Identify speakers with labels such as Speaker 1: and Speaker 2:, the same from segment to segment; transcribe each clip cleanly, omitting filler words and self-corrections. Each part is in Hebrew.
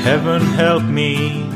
Speaker 1: Heaven help me,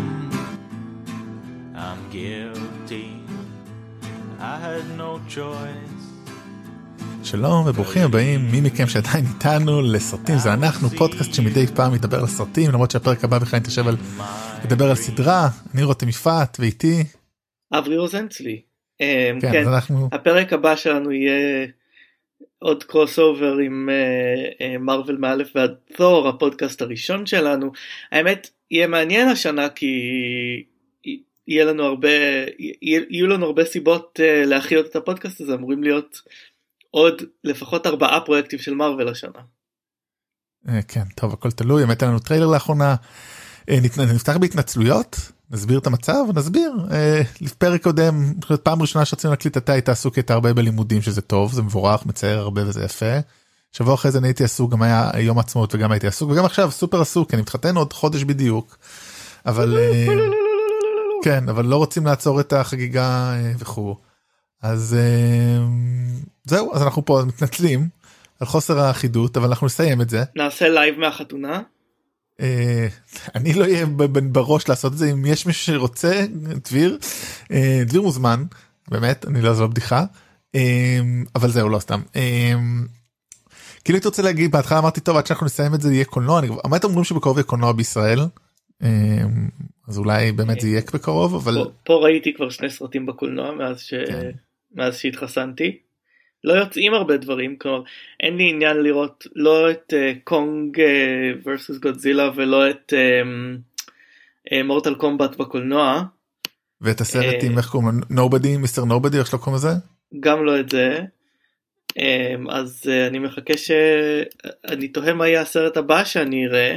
Speaker 1: I'm guilty, I had no choice.
Speaker 2: שלום וברוכים הבאים, מי מכם שעדיין איתנו לסרטים, זה אנחנו, פודקאסט שמדי פעם מדבר על סרטים, למרות שהפרק הבא בכלל נתשב על לדבר על סדרה. אני רותם יפעת ואיתי
Speaker 3: אברי רוזנצלי.
Speaker 2: כן, אז אנחנו...
Speaker 3: הפרק הבא שלנו יהיה עוד קרוס אובר עם מרוול מאלף ועד תור, הפודקאסט הראשון שלנו. האמת יהיה מעניין השנה כי יהיו לנו הרבה סיבות להכיל את הפודקאסט הזה. אמורים להיות עוד לפחות 4 פרויקטים של מרוול השנה.
Speaker 2: כן, טוב, הכל תלוי. האמת לנו טריילר לאחרונה, נפתח בהתנצלויות, נסביר את המצב, נסביר. לפרק קודם, פעם ראשונה שרצינו להקליט, אתה היית עסוק, הייתה הרבה בלימודים, שזה טוב, זה מבורך, מצייר הרבה וזה יפה. שבוע אחרי זה אני הייתי עסוק, גם היה יום עצמאות וגם הייתי עסוק, וגם עכשיו סופר עסוק, אני מתחתן עוד חודש בדיוק, אבל כן, אבל לא רוצים לעצור את החגיגה וכו'. אז זהו, אז אנחנו פה מתנצלים על חוסר האחידות, אבל אנחנו נסיים את זה.
Speaker 3: נעשה לייב מהחתונה.
Speaker 2: אני לא אהיה בראש לעשות את זה, אם יש מישהו שרוצה, דביר מוזמן, באמת, אני לא, זו לא בדיחה, אבל זהו, לא סתם. כאילו הייתי רוצה להגיד, בהתחלה אמרתי, טוב, עד שאנחנו נסיים את זה יהיה קולנוע, באמת אומרים שבקרוב יהיה קולנוע בישראל, אז אולי באמת זה יהיה בקרוב, אבל...
Speaker 3: פה ראיתי כבר 2 סרטים בקולנוע, מאז שהתחסנתי. לא יוצאים הרבה דברים, כלומר, אין לי עניין לראות לא את קונג versus גודזילה ולא את מורטל קומבט בקולנוע.
Speaker 2: ואת הסרט עם איך קוראים, נובדי, מיסטר נובדי, איך שלא קוראים לזה?
Speaker 3: גם לא את זה. אז אני מחכה אני תוהה מה יהיה הסרט הבא שאני אראה.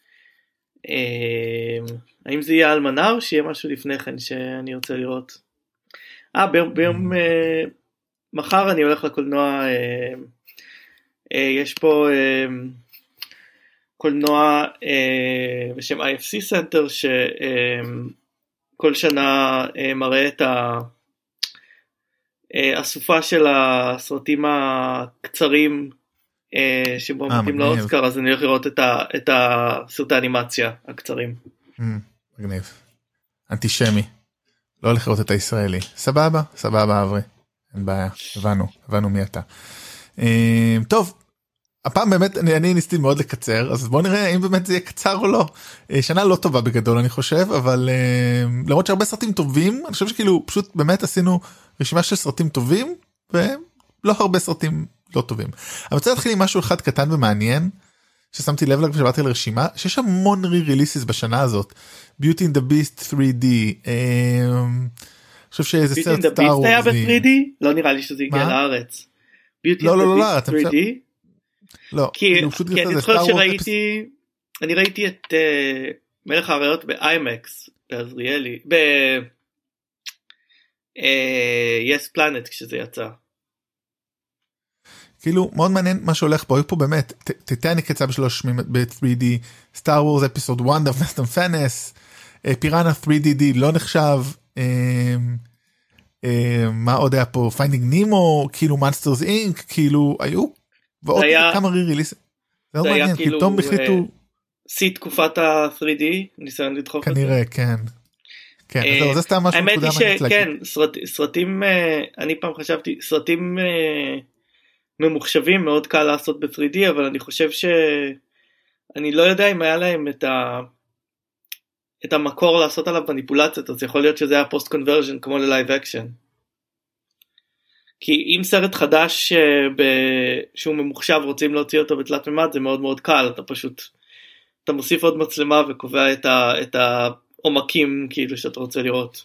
Speaker 3: האם זה יהיה על מנהר או שיהיה משהו לפני כן שאני רוצה לראות? ביום... מחר אני הולך לקולנוע, יש פה קולנוע בשם IFC Center שכל שנה מראה את הסופה של הסרטים הקצרים שמועמדים לאוסקר, אז אני הולך לראות את הסרטי האנימציה הקצרים.
Speaker 2: מגניב. אנטישמי. לא הולך לראות את הישראלי. סבבה, אברי. אין בעיה, הבנו מי אתה. טוב, הפעם באמת אני ניסיתי מאוד לקצר, אז בואו נראה אם באמת זה יהיה קצר או לא. שנה לא טובה בגדול אני חושב, אבל למרות שהרבה סרטים טובים, אני חושב שכאילו פשוט באמת עשינו רשימה של סרטים טובים, ולא הרבה סרטים לא טובים. אני רוצה להתחיל עם משהו אחד קטן ומעניין, ששמתי לב לה כשבאתי לרשימה, שיש המון רי-ריליסיס בשנה הזאת. Beauty and the Beast 3D, אני חושב שאיזה סרט סטאר וורזי.
Speaker 3: היה ב-3D? לא נראה לי שזה הגיע לארץ.
Speaker 2: לא,
Speaker 3: לא. כי אני זוכר שראיתי, אני ראיתי את מלך האריות באיימקס, בעזריאלי, ב-Yes Planet כשזה יצא.
Speaker 2: כאילו מאוד מעניין מה שהולך פה, היו פה באמת, טיטניק יצא ב-3D, סטאר וורז אפיסוד 1, The Fast and Furious, פיראנה 3D לא נחשב, מה עוד היה פה, פיינדינג נימו, כאילו מאנסטרס אינק, כאילו היו ועוד כמה רי-ריליס.
Speaker 3: זה היה כאילו שיא תקופת ה-3D, ניסיון לדחוק את זה.
Speaker 2: כנראה, כן, זה סתם משהו.
Speaker 3: האמת היא שכן, סרטים, אני פעם חשבתי, סרטים ממוחשבים מאוד קל לעשות ב-3D, אבל אני חושב אני לא יודע אם היה להם את המקור לעשות עליו מניפולציות, אז יכול להיות שזה היה פוסט קונברז'ן כמו ללייב אקשן. כי אם סרט חדש שהוא ממוחשב רוצים להוציא אותו בתלת ממד, זה מאוד מאוד קל, אתה מוסיף עוד מצלמה וקובע את העומקים כאילו שאתה רוצה לראות.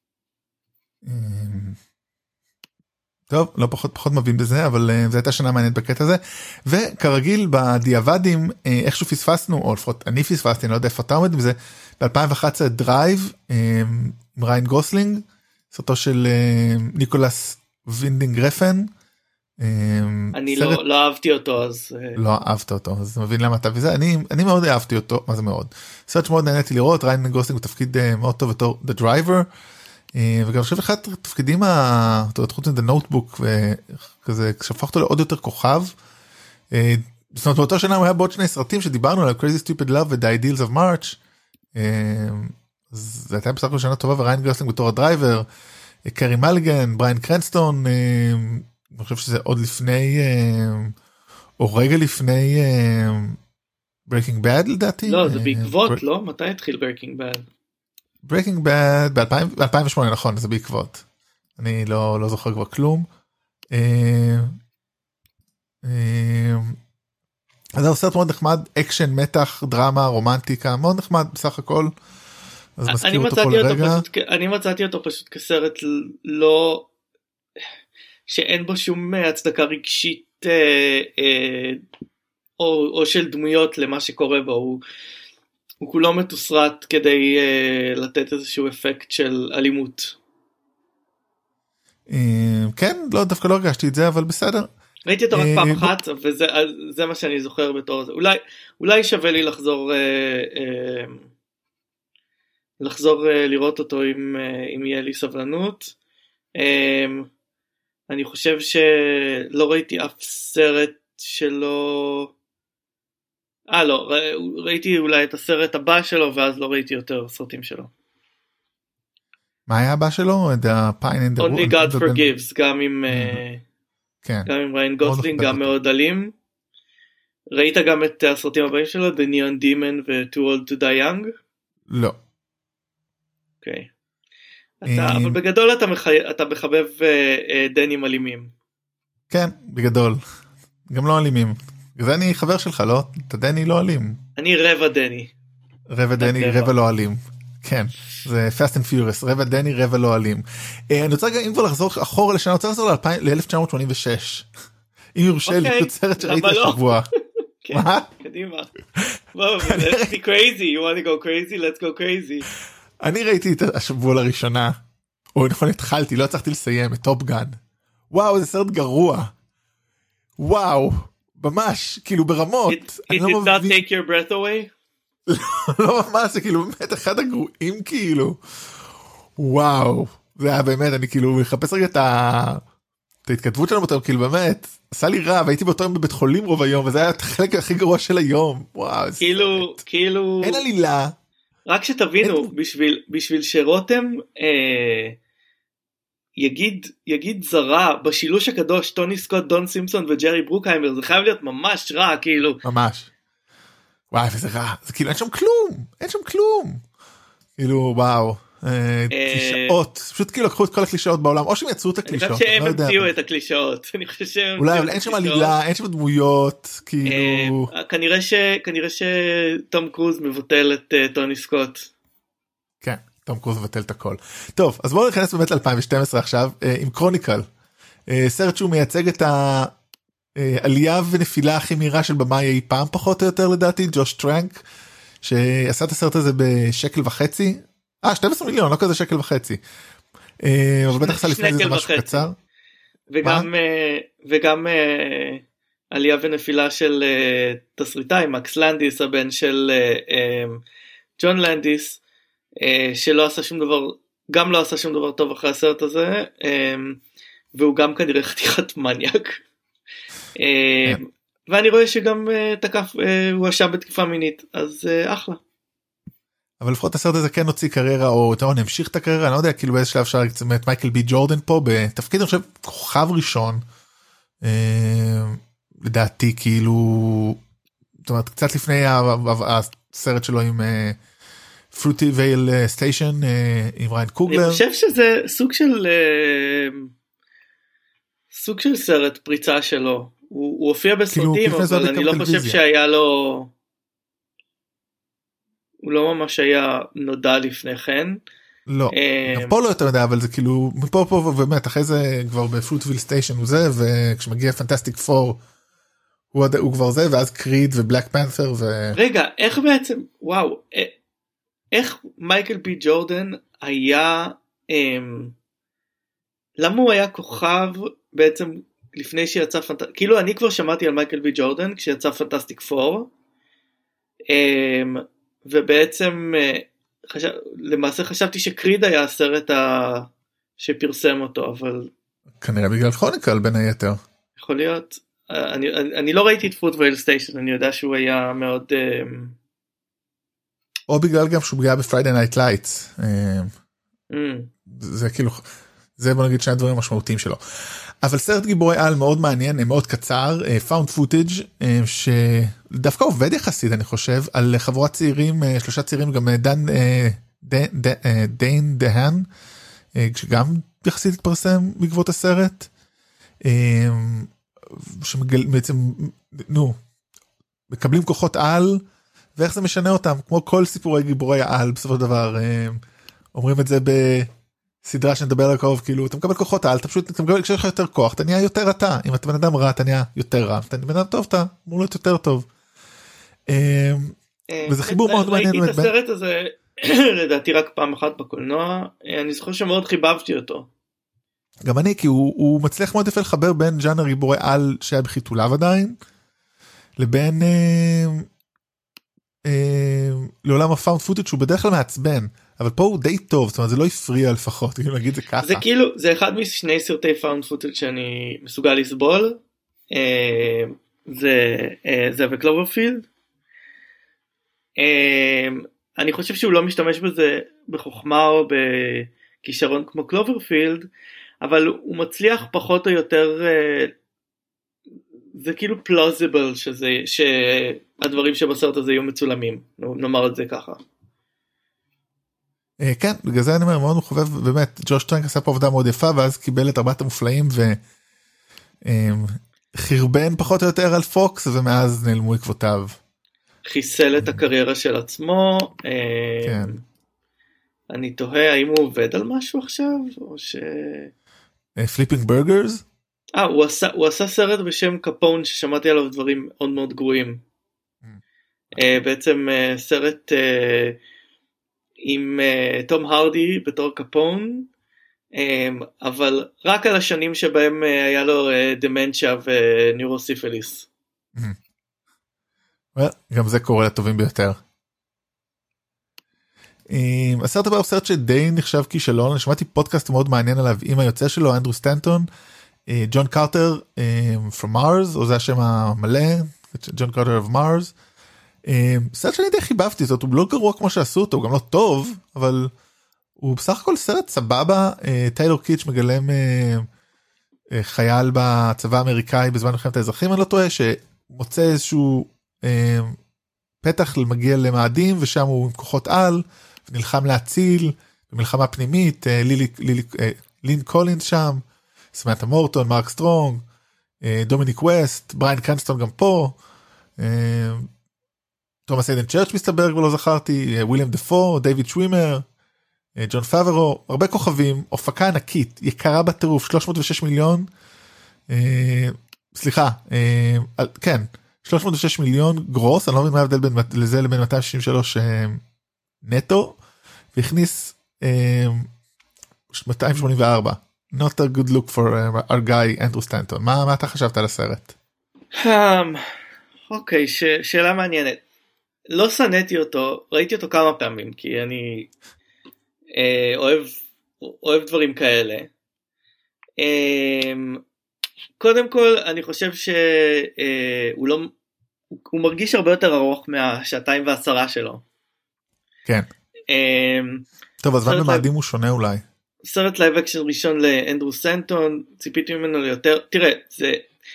Speaker 2: טוב, לא פחות מבין בזה, אבל זו הייתה שנה מעניינת בקטע הזה, וכרגיל בדיעבדים, איכשהו פספסנו, או לפחות אני פספסתי, אני לא יודע איפה אתה עומד עם זה, ב-2011 דרייב, עם ריין גוסלינג, סרטו של ניקולס וינדינג גרפן.
Speaker 3: אני לא אהבתי אותו, אז... לא
Speaker 2: אהבת אותו, אז מבין למה אתה וזה, אני מאוד אהבתי אותו, מה זה מאוד? סרט שמאוד נהניתי לראות, ריין גוסלינג הוא תפקיד מאוד טוב בתור The Driver, וגם חושב אחד התפקידים, חוץ מזה נוטבוק, וכזה, כשהפך אותו לעוד יותר כוכב, זאת אומרת, באותו שנה הוא היה בעוד 2 סרטים שדיברנו על Crazy Stupid Love ו-The Ideals of March, זה הייתה בסך הכל שנה טובה, וריין גוסלינג בתור הדרייבר, קרי מלגן, בריין קרנסטון, אני חושב שזה עוד לפני, או רגע לפני Breaking Bad לדעתי.
Speaker 3: לא, זה בעקבות, לא? מתי התחיל Breaking Bad?
Speaker 2: Breaking Bad ב-2008, נכון, זה בעקבות. אני לא זוכר כבר כלום. אז זה סרט מאוד נחמד, אקשן, מתח, דרמה, רומנטיקה, מאוד נחמד בסך הכל. אז מזכיר אותו כל רגע.
Speaker 3: אני מצאתי אותו פשוט כסרט לא, שאין בו שום הצדקה רגשית או של דמויות למה שקורה בו, הוא כולו מתוסרט כדי לתת איזשהו אפקט של אלימות.
Speaker 2: כן, לא, דווקא לא הרגשתי את זה, אבל בסדר.
Speaker 3: ראיתי אותו רק פעם אחת, וזה מה שאני זוכר בתור זה. אולי שווה לי לחזור לראות אותו אם יהיה לי סבלנות. אני חושב שלא ראיתי אף סרט שלא... לא, ראיתי אולי את הסרט הבא שלו, ואז לא ראיתי יותר סרטים שלו.
Speaker 2: מה היה הבא שלו?
Speaker 3: Only God Forgives, גם עם ריין גוסלינג, גם מאוד אלים. ראית גם את הסרטים הבאים שלו, The Neon Demon ו-Too Old to Die Young?
Speaker 2: לא.
Speaker 3: אוקיי. אבל בגדול אתה מחבב דנים אלימים.
Speaker 2: כן, בגדול. גם לא אלימים. זה אני חבר שלך, לא? אתה דני לא אלים.
Speaker 3: אני רבע דני.
Speaker 2: רבע דני, רבע לא אלים. כן, זה Fast and Furious, רבע דני, רבע לא אלים. אני רוצה אם כבר לחזור אחורה לשנה, אני רוצה לחזור ל-1986. אם יורשה לי, סרט שראיתי השבוע.
Speaker 3: מה? קדימה. Let's be crazy, you want to go crazy? Let's go crazy.
Speaker 2: אני ראיתי את השבוע לראשונה, או נכון התחלתי, לא הצלחתי לסיים, את טופ גן. וואו, זה סרט גרוע. וואו, ממש, כאילו ברמות.
Speaker 3: It did not take your breath away?
Speaker 2: לא ממש, זה כאילו באמת אחד הגרועים כאילו. וואו, זה היה באמת, אני כאילו מחפש רגע את ההתכתבות שלנו באותו, כאילו באמת, עשה לי רע, והייתי באותו יום בבית חולים רוב היום, וזה היה החלק הכי גרוע של היום. וואו,
Speaker 3: כאילו...
Speaker 2: אין עלילה.
Speaker 3: רק שתבינו, בשביל שרותם יגיד זרה בשילוש הקדוש, טוני סקוט, דון סימפסון וג'רי ברוקהיימר, זה חייב להיות ממש רע, כאילו.
Speaker 2: ממש. וואי, וזה רע, זה כאילו אין שם כלום. כאילו, וואו, קלישאות, פשוט כאילו לקחו את כל הקלישאות בעולם, או שהם יצרו את הקלישאות.
Speaker 3: אני חושב שהם המציאו את הקלישאות, אני חושב שהם...
Speaker 2: אולי, אבל אין שם עלילה, אין שם דמויות, כאילו...
Speaker 3: כנראה שתום קרוז מבטל את טוני סקוט.
Speaker 2: כן, תום קרוז מבטל את הכל. טוב, אז בואו נכנס באמת ל-2012 עכשיו, עם קרוניקל. סרט שהוא מייצג את העלייה ונפילה הכי מהירה של במאי אי פעם פחות או יותר לדעתי, ג'וש טרנק, שעשה את הסרט הזה ב$1.50. 12 מיליון, לא כזה $1.50. אבל בטח עשה לפני זה משהו קצר.
Speaker 3: וגם עלייה ונפילה של תסריטאי, מקס לנדיס, הבן של ג'ון לנדיס, שלא עשה שום דבר, גם לא עשה שום דבר טוב אחרי הסרט הזה, והוא גם כנראה חתיכת מניאק. ואני רואה שגם הוא אשם בתקיפה מינית, אז אחלה.
Speaker 2: אבל לפחות הסרט הזה כן הוציא קריירה, או נמשיך את הקריירה, אני לא יודע, כאילו באיזה שלב אפשר את מייקל בי ג'ורדן פה, בתפקיד אני חושב כוכב ראשון, לדעתי כאילו, זאת אומרת קצת לפני הסרט שלו עם פרוטי וייל סטיישן, עם ריין קוגלר.
Speaker 3: אני חושב שזה סוג של סרט פריצה שלו, הוא הופיע בסרטים, אבל אני לא חושב שהיה לו... הוא לא ממש היה נודע לפני כן.
Speaker 2: לא, גם פה לא יותר נודע, אבל זה כאילו, מפה ובאמת, אחרי זה כבר בפרוטוויל סטיישן הוא זה, וכשמגיע פנטסטיק פור, הוא כבר זה, ואז קריד ובלק פנת'ר
Speaker 3: רגע, איך בעצם, וואו, איך מייקל בי ג'ורדן היה, למה הוא היה כוכב בעצם לפני שיצא פנטסטיק, כאילו אני כבר שמעתי על מייקל בי ג'ורדן כשיצא פנטסטיק פור, ובעצם למעשה חשבתי שקריד היה הסרט שפרסם אותו, אבל
Speaker 2: כנראה בגלל קרוניקל בין היתר.
Speaker 3: יכול להיות. אני לא ראיתי את פרוטוויל סטיישן, אני יודע שהוא היה מאוד
Speaker 2: או בגלל גם שהוא פגע בפריידי נייט לייטס. זה כאילו, זה בוא נגיד שני הדברים המשמעותיים שלו. אבל סרט גיבורי על מאוד מעניין, מאוד קצר, found footage, שדווקא עובד יחסית אני חושב, על חבורת צעירים, 3 צעירים, גם דיין דהן, שגם יחסית התפרסם בעקבות הסרט, שבעצם, מקבלים כוחות על, ואיך זה משנה אותם, כמו כל סיפורי גיבורי העל, בסופו של דבר, אומרים את זה בסדרה שנדבר על הקרוב, כאילו, אתה מקבל כוחות על, אתה מקבל, כשיש לך יותר כוח, אתה נהיה יותר אתה, אם אתה בן אדם רע, אתה נהיה יותר רע, אתה בן אדם טוב, אתה אמור להיות יותר טוב. וזה חיבור מאוד מעניין.
Speaker 3: ראיתי את הסרט הזה, לדעתי רק פעם אחת בקולנוע, אני זוכר שמאוד חיבבתי אותו.
Speaker 2: גם אני, כי הוא מצליח מאוד יפה לחבר בין ז'אנר גיבורי על שהיה בחיתוליו עדיין, לבין לעולם הפאונד פוטאג' שהוא בדרך כלל מעצבן, אבל פה הוא די טוב, זאת אומרת זה לא הפריע לפחות, כאילו נגיד זה ככה.
Speaker 3: זה כאילו, זה אחד משני סרטי פאונד פוטאג' שאני מסוגל לסבול, זה וקלוברפילד. אני חושב שהוא לא משתמש בזה בחוכמה או בכישרון כמו קלוברפילד, אבל הוא מצליח פחות או יותר, זה כאילו plausible שהדברים שבסרט הזה יהיו מצולמים, נאמר את זה ככה.
Speaker 2: כן, בגלל זה אני אומר, מאוד מחובב, באמת, ג'וש טרנק עשה פה עבודה מאוד יפה, ואז קיבל את 4 המופלאים, וחרבן פחות או יותר על פוקס, ומאז נעלמו עקבותיו.
Speaker 3: חיסל את הקריירה של עצמו,
Speaker 2: כן.
Speaker 3: אני תוהה האם הוא עובד על משהו עכשיו, או ש...
Speaker 2: פליפינג ברגרס?
Speaker 3: הוא עשה סרט בשם קפון, ששמעתי עליו דברים מאוד מאוד גרועים. בעצם סרט עם תום הרדי בתור קפון, אבל רק על השנים שבהם היה לו דמנציה וניורוסיפיליס.
Speaker 2: גם זה קורה לטובים ביותר. הסרט הבא הוא סרט שדי נחשב כישלון, אני שמעתי פודקאסט מאוד מעניין עליו עם היוצא שלו, אנדרו סטנטון, ג'ון קרטר from Mars, או זה השם המלא, ג'ון קרטר of Mars. סרט שאני די חיבבתי, זאת הוא לא גרוע כמו שעשו אותו, הוא גם לא טוב, אבל הוא בסך הכל סרט סבבה. טיילור קיטש מגלם חייל בצבא האמריקאי בזמן מלחמת האזרחים, אני לא טועה, שמוצא איזשהו פתח למגיע למאדים, ושם הוא עם כוחות על, ונלחם להציל, במלחמה פנימית, לין קולינס שם, סמנטה מורטון, מרק סטרונג, דומיניק ווסט, בריין קרנסטון גם פה, תומאס איידן צ'רץ' מסתבר, ולא זכרתי, וויליאם דפו, דיוויד שווימר, ג'ון פאברו, הרבה כוכבים, הופקה ענקית, יקרה בטירוף, 306 מיליון, סליחה, כן, 306 מיליון גרוס, אני לא מבין מה ההבדל בין לזה לבין 263 נטו, והכניס 284. Not a good look for our guy אנדרו סטנטון. מה אתה חשבת על הסרט?
Speaker 3: אוקיי, שאלה מעניינת. לא שנאתי אותו, ראיתי אותו כמה פעמים, כי אני אוהב דברים כאלה. קודם כל, אני חושב שהוא לא, הוא מרגיש הרבה יותר ארוך מה2:10 שלו.
Speaker 2: כן. טוב, אז מה במאדים הוא שונה אולי?
Speaker 3: סרט לייב אקשן ראשון לאנדרו סטנטון, ציפיתי ממנו ליותר, תראה, זה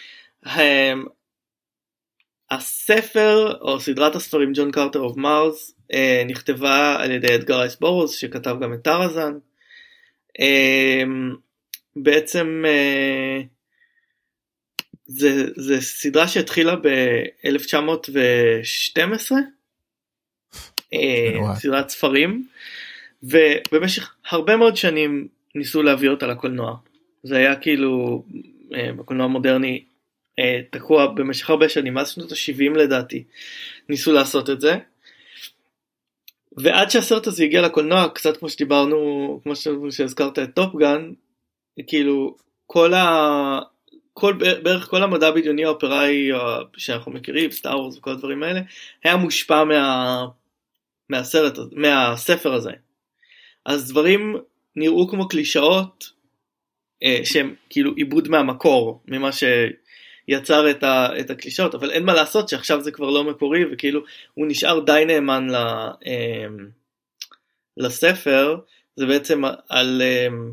Speaker 3: הספר או סדרת הספרים ג'ון קרטר אוף מארס נכתבה על ידי אדגר רייס בורוס, שכתב גם את טרזן. בעצם זה סדרה שהתחילה ב-1912, סדרת ספרים, ובמשך הרבה מאוד שנים ניסו להביא אותה לקולנוע. זה היה כאילו בקולנוע המודרני תקוע במשך הרבה שנים, מאז שנות ה-70 לדעתי ניסו לעשות את זה, ועד שהסרט הזה הגיע לקולנוע, קצת כמו שדיברנו, כמו שהזכרת את טופ גן, כאילו בערך כל המדע בדיוני האופראי שאנחנו מכירים, סטאר וורס וכל הדברים האלה, היה מושפע מהספר הזה. אז דברים נראו כמו קלישאות, שהם כאילו עיבוד מהמקור, ממה יצר את הקלישות, אבל אין מה לעשות שעכשיו זה כבר לא מקורי, וכאילו הוא נשאר די נאמן לספר. זה בעצם על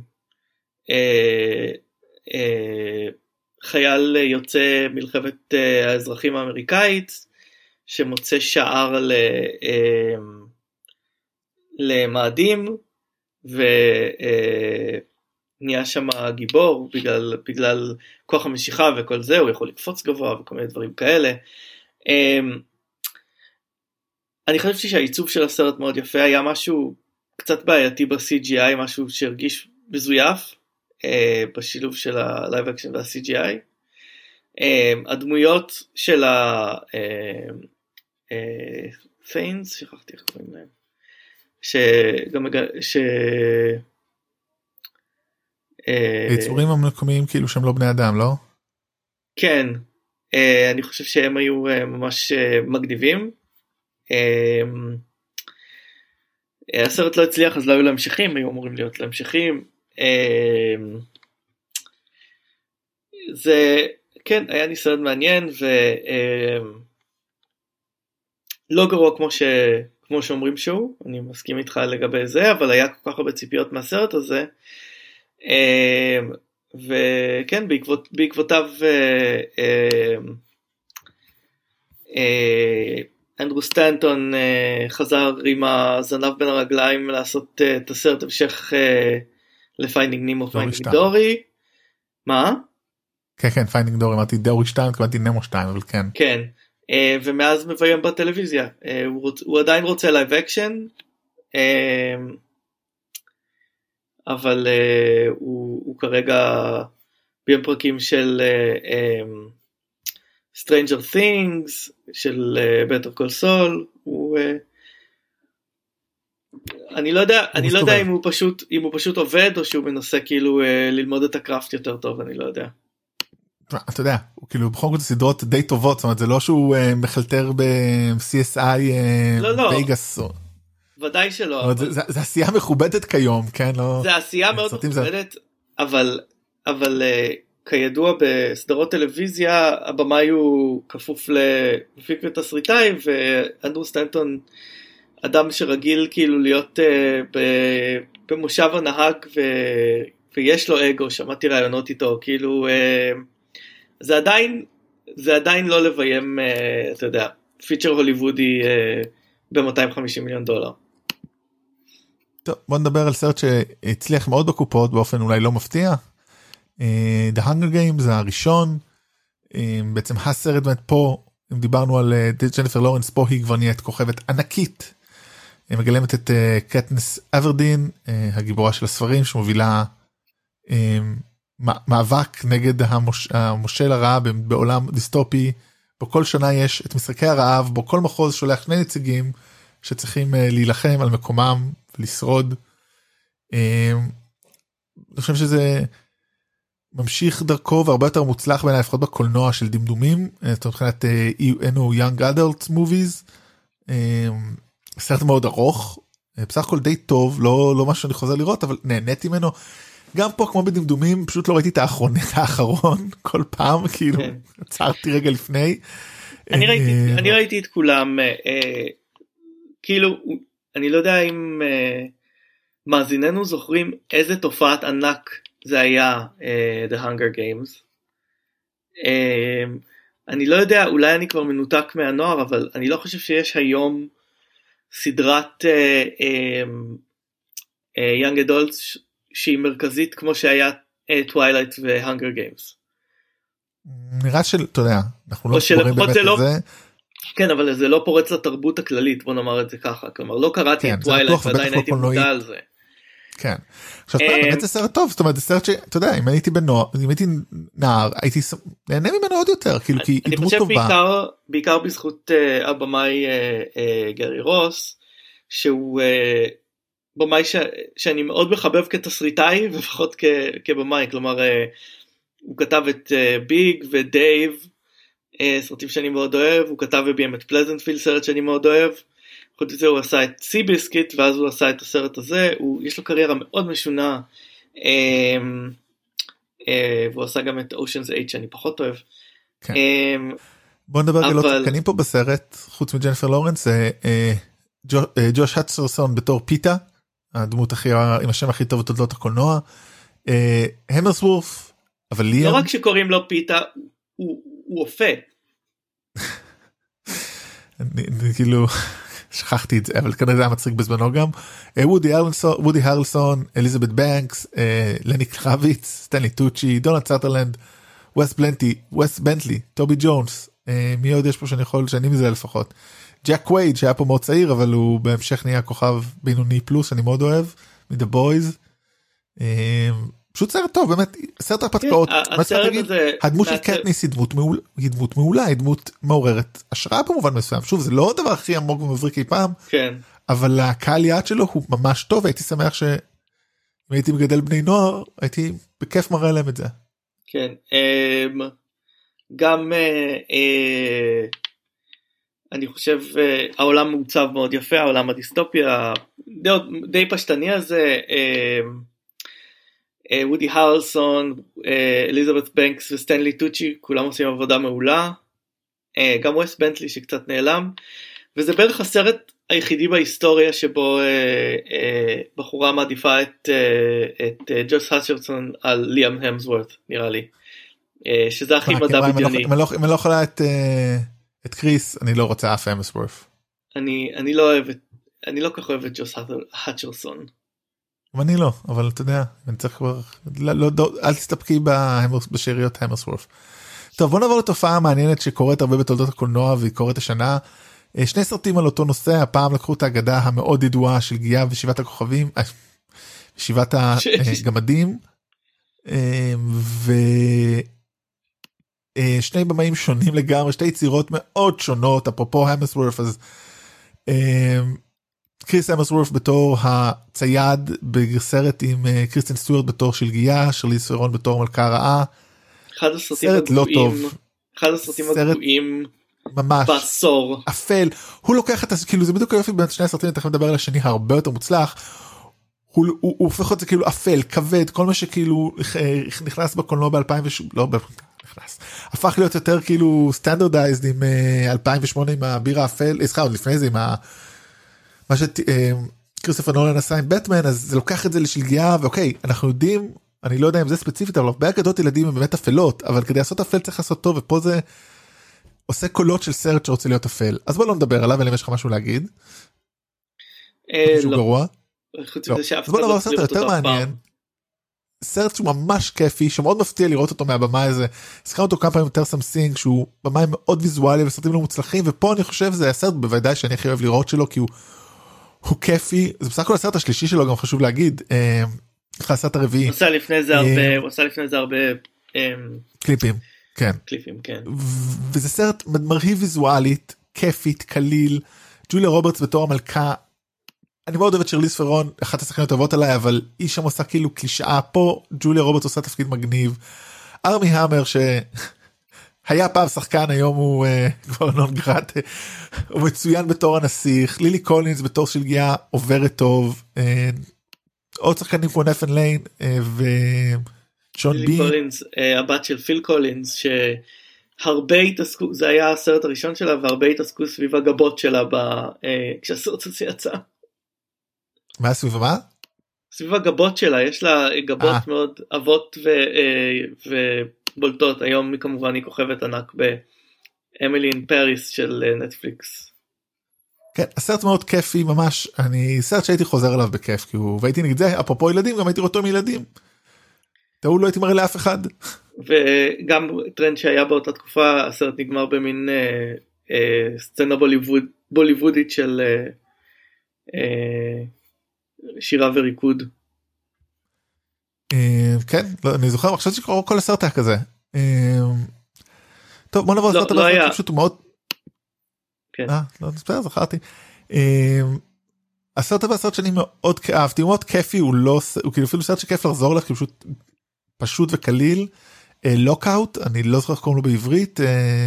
Speaker 3: חייל יוצא מלחמת האזרחים האמריקאית, שמוצא שער למאדים, ונהיה שם גיבור בגלל כוח המשיכה וכל זה, הוא יכול לקפוץ גבוה וכל מיני דברים כאלה. אני חושבתי שהעיצוב של הסרט מאוד יפה, היה משהו קצת בעייתי ב-CGI, משהו שהרגיש מזויף בשילוב של ה-Live Action וה-CGI. הדמויות של פיינס, שכחתי איך קוראים להם,
Speaker 2: היצורים המקומיים כאילו שהם לא בני אדם, לא?
Speaker 3: כן, אני חושב שהם היו ממש מגניבים. הסרט לא הצליח, אז לא היו להמשכים, היו אמורים להיות להמשכים. זה, כן, היה ניסיון מעניין, ולא גרוע כמו שאומרים שהוא, אני מסכים איתך לגבי זה, אבל היה כל כך הרבה ציפיות מהסרט הזה, וכן, בעקבותיו אנדרו סטנטון חזר עם הזנב בין הרגליים לעשות את הסרט המשך לפיינדינג נימו, פיינדינג דורי. מה?
Speaker 2: כן, כן, פיינדינג דורי, אמרתי דורי 2, קבלתי נמו 2, אבל כן.
Speaker 3: כן, ומאז מביים בטלוויזיה. הוא עדיין רוצה לייב אקשן, אבל הוא כרגע ביים פרקים של Stranger Things, של Better Call Saul. אני לא יודע אם הוא פשוט עובד, או שהוא מנסה כאילו ללמוד את הקראפט יותר טוב, אני לא יודע.
Speaker 2: אתה יודע, הוא כאילו בכל זאת סדרות די טובות, זאת אומרת, זה לא שהוא מחלטר ב-CSI וייגאס.
Speaker 3: ודאי שלא.
Speaker 2: זה עשייה מכובדת כיום, כן?
Speaker 3: זה עשייה מאוד מכובדת, אבל כידוע בסדרות טלוויזיה, הבמאי הוא כפוף למפיק ותסריטאי, ואנדרו סטנטון, אדם שרגיל כאילו להיות במושב הנהג, ויש לו אגו, שמעתי רעיונות איתו, כאילו, זה עדיין לא לביים, אתה יודע, פיצ'ר הוליוודי ב-$250 מיליון.
Speaker 2: טוב, בוא נדבר על סרט שהצליח מאוד בקופות, באופן אולי לא מפתיע. The Hunger Games, זה הראשון. בעצם הסרט באמת פה, אם דיברנו על ג'ניפר לורנס, פה היא כבר נהיית כוכבת ענקית. מגלמת את קטניס אברדין, הגיבורה של הספרים, שמובילה מאבק נגד המושל הרע בעולם דיסטופי. בכל שנה יש את משחקי הרעב, בו כל מחוז שולח 2 נציגים שצריכים להילחם על מקומם ולשרוד. אני חושב שזה ממשיך דרכו והרבה יותר מוצלח בעיניי, לפחות בקולנוע של דמדומים, מבחינת young adult movies. סרט מאוד ארוך, בסך הכל די טוב, לא משהו שאני חוזר לראות, אבל נהניתי ממנו. גם פה כמו בדמדומים, פשוט לא ראיתי את האחרון כל פעם, כאילו עצרתי רגע לפני.
Speaker 3: אני ראיתי את כולם, כאילו, אני לא יודע אם מאזיננו זוכרים איזה תופעת ענק זה היה The Hunger Games. אני לא יודע, אולי אני כבר מנותק מהנוער, אבל אני לא חושב שיש היום סדרת Young Adults שהיא מרכזית כמו שהיה Twilight ו-Hunger Games.
Speaker 2: נראה אתה יודע, אנחנו לא ספורים באמת את זה.
Speaker 3: כן, אבל זה לא פורץ לתרבות הכללית, בוא נאמר את זה ככה. כלומר, לא קראתי את Twilight ועדיין הייתי מודע על זה.
Speaker 2: כן. עכשיו, באמת זה סרט טוב, זאת אומרת, זה סרט שאתה יודע, אם הייתי נער, הייתי נהנה ממנו עוד יותר, כאילו, כי היא דמות טובה.
Speaker 3: אני חושב בעיקר בזכות הבמאי גרי רוס, שהוא במאי שאני מאוד מחבב כתסריטאי, ופחות כבמאי, כלומר, הוא כתב את ביג ודייב, סרטים שאני מאוד אוהב, הוא כתב וביים את פלזנטפילד, סרט שאני מאוד אוהב, חוץ מזה הוא עשה את סי ביסקיט, ואז הוא עשה את הסרט הזה, יש לו קריירה מאוד משונה, והוא עשה גם את אושנס 8 שאני פחות אוהב,
Speaker 2: כן. בוא נדבר על עוד שחקנים פה בסרט, חוץ מג'ניפר לורנס, זה ג'וש האצ'רסון בתור פיטה, הדמות עם השם הכי טוב בתולדות הקולנוע, המרסוורף, אבל ליאם...
Speaker 3: לא רק שקוראים לו פיטה, הוא אופה.
Speaker 2: אני כאילו... שכחתי את זה, אבל כנראה זה היה מצחיק בזמנו גם. וודי הרלסון, אליזבת בנקס, לני קרביץ, סטנלי טוצ'י, דונלד סאטרלנד, וס בנטלי, טובי ג'ונס, מי עוד יש פה שאני יכול, שאני מזה לפחות. ג'ק קווייד, שהיה פה מאוד צעיר, אבל הוא בהמשך נהיה כוכב בינוני פלוס, אני מאוד אוהב, מ-The Boys. פשוט סרט טוב, באמת, סרט הרפתקאות. הדמות של קטניס היא דמות מעולה, היא דמות מעוררת השראה במובן מסוים. שוב, זה לא הדבר הכי עמוק ומבריק אי פעם, אבל הקהל יעד שלו הוא ממש טוב, הייתי שמח שאם הייתי מגדל בני נוער, הייתי בכיף מראה להם את זה.
Speaker 3: כן, גם אני חושב העולם מעוצב מאוד יפה, העולם הדיסטופיה, די פשטני הזה, וודי הרלסון, אליזבת בנקס וסטנלי טוצ'י, כולם עושים עבודה מעולה, גם וס בנטלי שקצת נעלם, וזה בערך הסרט היחידי בהיסטוריה שבו בחורה מעדיפה את ג'וש האצ'רסון על ליאם המסוורת' נראה לי, שזה הכי מדע בדיוני.
Speaker 2: אם אני לא יכולה את קריס, אני לא רוצה אף המסוורת'.
Speaker 3: אני לא כך אוהב את ג'וש האצ'רסון.
Speaker 2: אני לא, אבל אתה יודע, אני צריך כבר, אל תסתפקי בשאריות המרסוורף. טוב, בוא נעבור לתופעה מעניינת שקורית הרבה בתולדות הקולנוע, והיא קורית השנה. שני סרטים על אותו נושא, הפעם לקחו את האגדה המאוד ידועה של גיאה ושבעת הכוכבים, שבעת הגמדים, ושני במאים שונים לגמרי, שתי יצירות מאוד שונות, אפרופו המרסוורף, אז... קריס המרסוורף בתור הצייד בסרט עם קריסטן סטוארט בתור שלגיה, שרליז ת'רון בתור מלכה רעה. סרט לא טוב.
Speaker 3: אחד הסרטים הגרועים בעשור.
Speaker 2: אפל. הוא לוקח את זה, כאילו זה בדיוק היופי בין שני הסרטים, תכף נדבר על השני הרבה יותר מוצלח. הוא הופך את זה כאילו אפל, כבד, כל מה שכאילו נכנס בקולנוע ב-2008, לא נכנס, הפך להיות יותר כאילו סטנדרדייזד עם 2008 עם הבירה אפל, עוד לפני זה עם מה שקריסטופר נולן עשה עם בטמן, אז זה לוקח את זה לשלגיה, ואוקיי, אנחנו יודעים, אני לא יודע אם זה ספציפית, אבל הרבה אגדות ילדים הם באמת אפלות, אבל כדי לעשות אפל צריך לעשות טוב, ופה זה עושה קולות של סרט שרוצה להיות אפל. אז בוא לא נדבר עליו, אלא אם יש לך משהו להגיד. משהו גרוע. אז בוא נדבר סרט יותר מעניין. סרט שהוא ממש כיפי, שמאוד מפתיע לראות אותו מהבמה הזה. הזכרנו אותו כמה פעמים יותר סמסינג, שהוא במה מאוד ויזואלי וסרטים לא מוצלחים, ופה אני חושב זה הסרט בוודאי שאני הכי אוהב לראות שלו, כי הוא כיפי, זה בסך הכל הסרט השלישי שלו, גם חשוב להגיד, הסרט הרביעי.
Speaker 3: הוא עשה לפני זה הרבה
Speaker 2: קליפים, כן. וזה סרט מרהיב ויזואלית, כיפית, קליל, ג'וליה רוברטס בתור המלכה, אני מאוד אוהבת שרליז ת'רון, אחת השחקניות טובות עליי, אבל היא שם עושה כאילו קלישאה, פה ג'וליה רוברטס עושה תפקיד מגניב, ארמי המר היה פעם שחקן, היום הוא כבר נון גרט, הוא מצוין בתור הנסיך, לילי קולינס בתור שלגיה עוברת טוב, עוד שחקנים כמו נפן ליין ושון בי.
Speaker 3: לילי קולינס, הבת של פיל קולינס, שהרבה התעסקו, זה היה הסרט הראשון שלה, והרבה התעסקו סביב הגבות שלה, כשהסרט הזה יצא.
Speaker 2: מה סביב מה?
Speaker 3: סביב הגבות שלה, יש לה גבות מאוד אבות בולטות, היום כמובן היא כוכבת ענק באמילי אין פריס של נטפליקס.
Speaker 2: כן, הסרט מאוד כיפי ממש, סרט שהייתי חוזר עליו בכיף, והייתי נגד זה, אפרופו ילדים, גם הייתי רואה עם ילדים. לא הייתי מראה לאף אחד.
Speaker 3: וגם טרנד שהיה באותה תקופה, הסרט נגמר במין סצנה בוליוודית של שירה וריקוד.
Speaker 2: כן, אני זוכר, עכשיו שקורא כל הסרט היה כזה. טוב, בוא נעבור לסרט הבא, פשוט הוא מאוד... לא נספר, זכרתי. הסרט הבא, הסרט שאני מאוד אהבתי, הוא מאוד כיפי, הוא כאילו אפילו סרט שכיף לחזור לך, כי הוא פשוט וקליל. לוקאוט, אני לא זוכר איך קוראים לו בעברית,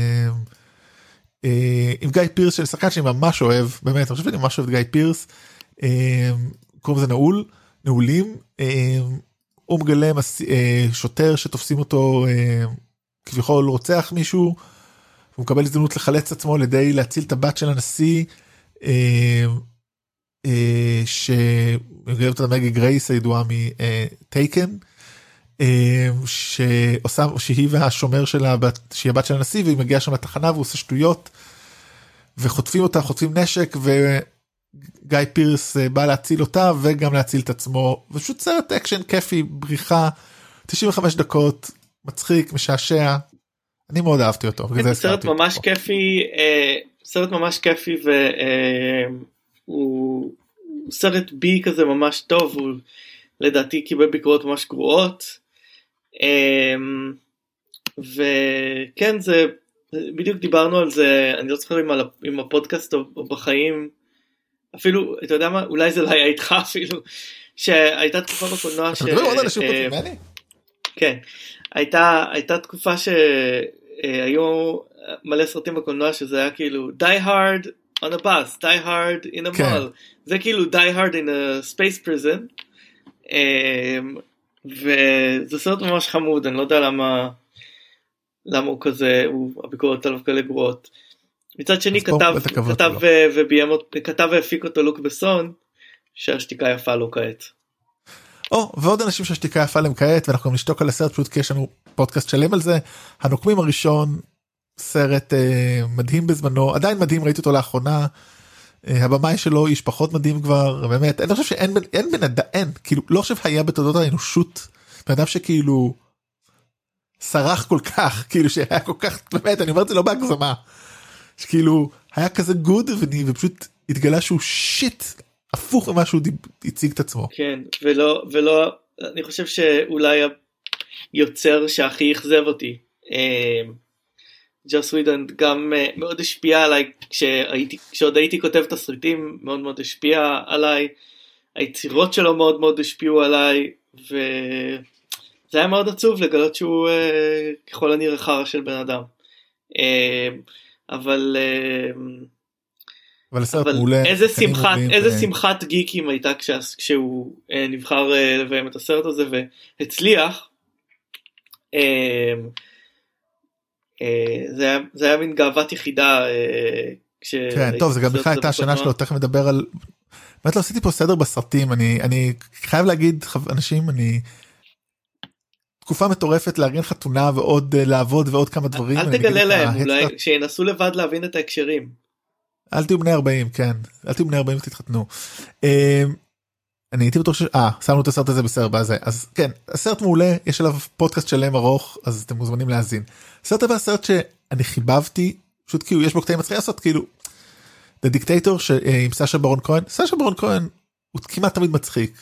Speaker 2: עם גיא פירס, של שחקן שאני ממש אוהב, באמת, אני חושב שאני ממש אוהב את גיא פירס, קוראים לזה נעולים, הוא מגלם שוטר שתופסים אותו כביכול רוצח מישהו, הוא מקבל הזדמנות לחלץ עצמו לידי להציל את הבת של הנשיא, שמגרבת את מגי גרייס הידועה מטייקן, שהיא והשומר שלה, שהיא הבת של הנשיא, והיא מגיעה שם לתחנה והוא עושה שטויות, וחוטפים אותה, חוטפים נשק, וגיא פירס בא להציל אותה, וגם להציל את עצמו, ופשוט סרט אקשן כיפי, בריחה, 95 דקות, מצחיק, משעשע, אני מאוד אהבתי אותו.
Speaker 3: סרט ממש כיפי, סרט ממש כיפי, והוא סרט בי כזה ממש טוב, הוא לדעתי קיבל ביקורות ממש גרועות, וכן, זה, בדיוק דיברנו על זה, אני לא זוכר אם הפודקאסט או בחיים, אפילו, אתה יודע מה, אולי זה לא היה איתך אפילו, שהייתה תקופה בקולנוע
Speaker 2: אתה מדבר עוד אנשים חוץ ממני?
Speaker 3: כן, הייתה תקופה שהיו מלא סרטים בקולנוע שזה היה כאילו Die Hard on a bus, Die Hard in a mall, זה כאילו Die Hard in a space prison, וזה סרט ממש חמוד, אני לא יודע למה הוא כזה, הביקורות עליו כאלה גרועות. מצד שני כתב והפיק אותו לוק בסון, שהשתיקה יפה לו כעת.
Speaker 2: ועוד אנשים שהשתיקה יפה להם כעת, ואנחנו גם נשתוק על הסרט פשוט כי יש לנו פודקאסט שלם על זה. הנוקמים הראשון, סרט מדהים בזמנו, עדיין מדהים, ראיתי אותו לאחרונה, הבמאי שלו איש פחות מדהים כבר, באמת, אני חושב שאין בן אדם, כאילו, לא חושב היה בתולדות האנושות, בן אדם שכאילו, שרח כל כך, כאילו שהיה כל כך, באמת, אני אומר את זה לא בהגזמה, שכאילו, היה כזה גוד, ופשוט התגלה שהוא שיט, הפוך ממה שהוא הציג את עצמו.
Speaker 3: כן, ולא, אני חושב שאולי היוצר שהכי אכזב אותי, ג'וס ווידון גם מאוד השפיע עליי, כשעוד הייתי כותב תסריטים, מאוד מאוד השפיע עליי, היצירות שלו מאוד מאוד השפיעו עליי, וזה היה מאוד עצוב לגלות שהוא ככל הנראה חרא של בן אדם. אבל איזה שמחת גיקים הייתה כשהוא נבחר לביים את הסרט הזה והצליח. זה היה מין גאוות יחידה.
Speaker 2: כן, טוב, זה גם בכלל הייתה השנה שלו, תכף מדבר על, באמת לא עשיתי פה סדר בסרטים, אני חייב להגיד, אנשים, תקופה מטורפת לארגן חתונה ועוד לעבוד ועוד כמה דברים.
Speaker 3: אל תגלה להם, אולי שינסו לבד להבין את ההקשרים.
Speaker 2: אל תהיו בני 40, כן, אל תהיו בני 40 ותתחתנו. אני הייתי בטוח שמנו את הסרט הזה בסרט בזה, אז כן, הסרט מעולה, יש עליו פודקאסט שלם ארוך, אז אתם מוזמנים להאזין. הסרט הזה הסרט שאני חיבבתי, פשוט כאילו יש בו קטעים מצחיקים לעשות, כאילו, The Dictator עם סשה ברון כהן, סשה ברון כהן הוא כמעט תמיד מצחיק.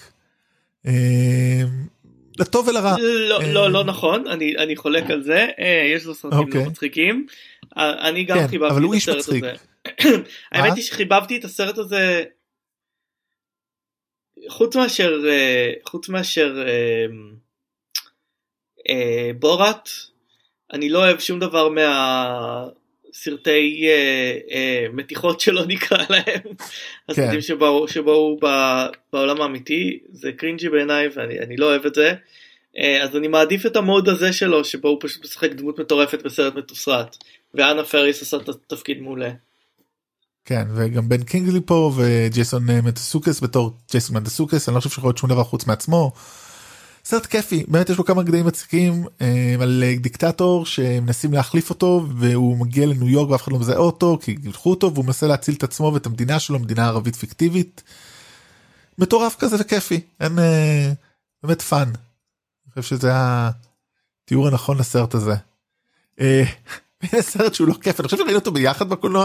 Speaker 2: לטוב ולרע.
Speaker 3: לא נכון, אני חולק על זה, יש לו סרטים לא מצחיקים, אני גם חיבבתי את הסרט הזה. האמת היא שחיבבתי את הסרט הזה, חוץ מאשר בורת, אני לא אוהב שום דבר מהסרטי מתיחות שלא נקרא להם, הסרטים שבאו בעולם האמיתי, זה קרינג'י בעיניי ואני לא אוהב את זה, אז אני מעדיף את המוד הזה שלו, שבו הוא פשוט משחק דמות מטורפת בסרט מתוסרט, ואנה פריס עשה את התפקיד מעולה.
Speaker 2: כן, וגם בן קינגלי פה, וג'ייסון מנטסוקס בתור ג'ייסון מנטסוקס, אני לא חושב שיכול להיות שום דבר חוץ מעצמו. סרט כיפי, באמת יש לו כמה גדיים מצחיקים, על דיקטטור שמנסים להחליף אותו, והוא מגיע לניו יורק ואף אחד לא מזהה אותו, כי ילכו אותו, והוא מנסה להציל את עצמו ואת המדינה שלו, מדינה ערבית פיקטיבית. מטורף כזה וכיפי, אין באמת פאן. אני חושב שזה התיאור הנכון לסרט הזה. סרט שהוא לא כיף, אני חושב שראינו אותו ביחד בקולנוע.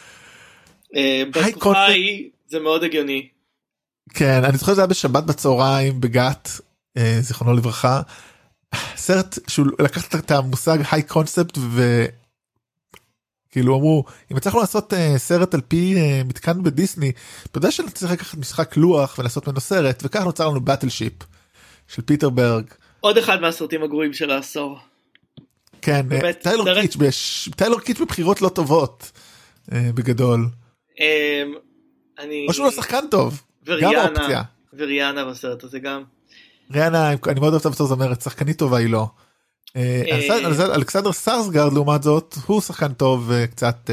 Speaker 3: בתקופה ההיא זה מאוד הגיוני.
Speaker 2: כן, אני זוכר שזה היה בשבת בצהריים בגת, זיכרונו לברכה, סרט שהוא לקח את המושג היי קונספט, וכאילו אמרו, אם הצלחנו לעשות סרט על פי מתקן בדיסני, בדרך שנצטרך לקחת משחק לוח ולעשות ממנו סרט, וכך נוצר לנו באטלשיפ של פיטר ברג.
Speaker 3: עוד אחד מהסרטים הגרועים של העשור.
Speaker 2: כן, טיילור קיץ' בבחירות לא טובות, בגדול. או שהוא לא שחקן טוב, גם אופציה.
Speaker 3: וריאנה בסרט הזה גם.
Speaker 2: ריאנה, אני מאוד אוהבת בתור זמרת, שחקנית טובה היא לא. אלכסנדר סארסגרד לעומת זאת הוא שחקן טוב וקצת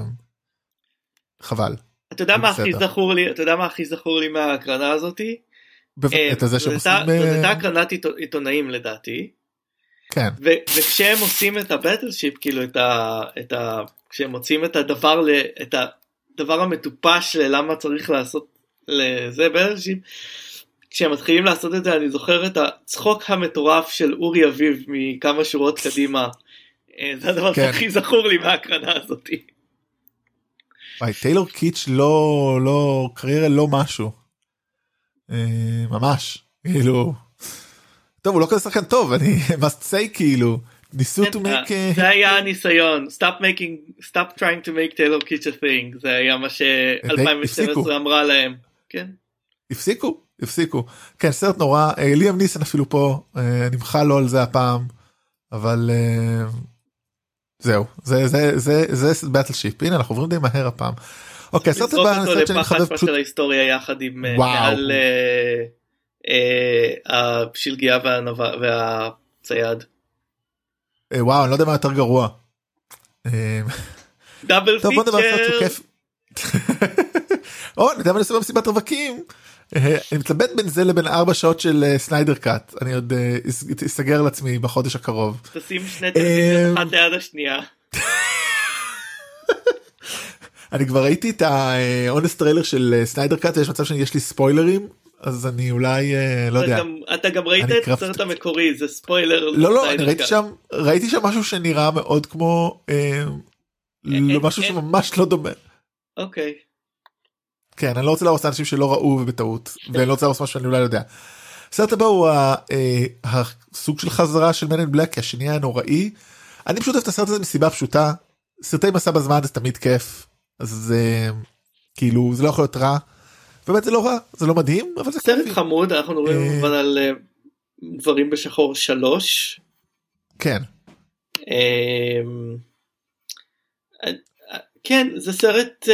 Speaker 2: חבל.
Speaker 3: אתה יודע מה הכי זכור לי מההקרנה הזאתי? זאת הייתה הקרנת עיתונאים לדעתי.
Speaker 2: כן.
Speaker 3: וכשהם עושים את הבטלשיפ, כאילו כשהם מוצאים את הדבר המטופש ללמה צריך לעשות לזה בטלשיפ, כשהם מתחילים לעשות את זה, אני זוכר את הצחוק המטורף של אורי אביב מכמה שורות קדימה. זה הדבר שהכי זכור לי מההקרנה הזאת.
Speaker 2: טיילור קיץ' לא קריירה לא משהו. ממש. כאילו. טוב, הוא לא כזה שחקן טוב, אני must say כאילו. ניסו to make...
Speaker 3: זה היה הניסיון. Stop trying to make Taylor Kitsch a thing. זה היה מה ש-2012 אמרה להם. כן. הפסיקו. כן, סרט נורא. ליאם ניסן אפילו פה, נמחה לו על זה הפעם, אבל זהו. זה באטלשיפ. הנה, אנחנו עוברים די מהר הפעם. אוקיי, סרט הבא, סרט שאני חבב פשוט... של ההיסטוריה יחד עם מעל השלגיה והצייד.
Speaker 2: וואו, אני לא יודע מה יותר גרוע.
Speaker 3: דאבל פיצ'ר.
Speaker 2: אני יודע מה נעשה במסיבת רווקים. אני מתלבט בין זה לבין 4 שעות של סניידר קאט. אני עוד אסגר לעצמי בחודש הקרוב.
Speaker 3: תשים שני תלמידים אחת ליד השנייה.
Speaker 2: אני כבר ראיתי את האונס טריילר של סניידר קאט, יש מצב שיש לי ספוילרים, אז אני אולי, לא יודע.
Speaker 3: אתה גם ראית את הסרט המקורי, זה ספוילר.
Speaker 2: לא, אני ראיתי שם משהו שנראה מאוד כמו, משהו שממש לא דומה.
Speaker 3: אוקיי.
Speaker 2: כן, אני לא רוצה להרוס לאנשים שלא ראו ובטעות, ואני לא רוצה להרוס משהו שאני אולי לא יודע. הסרט הבא הוא הסוג של חזרה של Man in Black, כי השני היה נוראי. אני פשוט אוהב את הסרט הזה מסיבה פשוטה, סרטי מסע בזמן זה תמיד כיף, אז כאילו זה לא יכול להיות רע, באמת זה לא רע, זה לא מדהים, אבל זה
Speaker 3: סרט חמוד, אנחנו מדברים על דברים בשחור 3.
Speaker 2: כן.
Speaker 3: כן, זה סרט,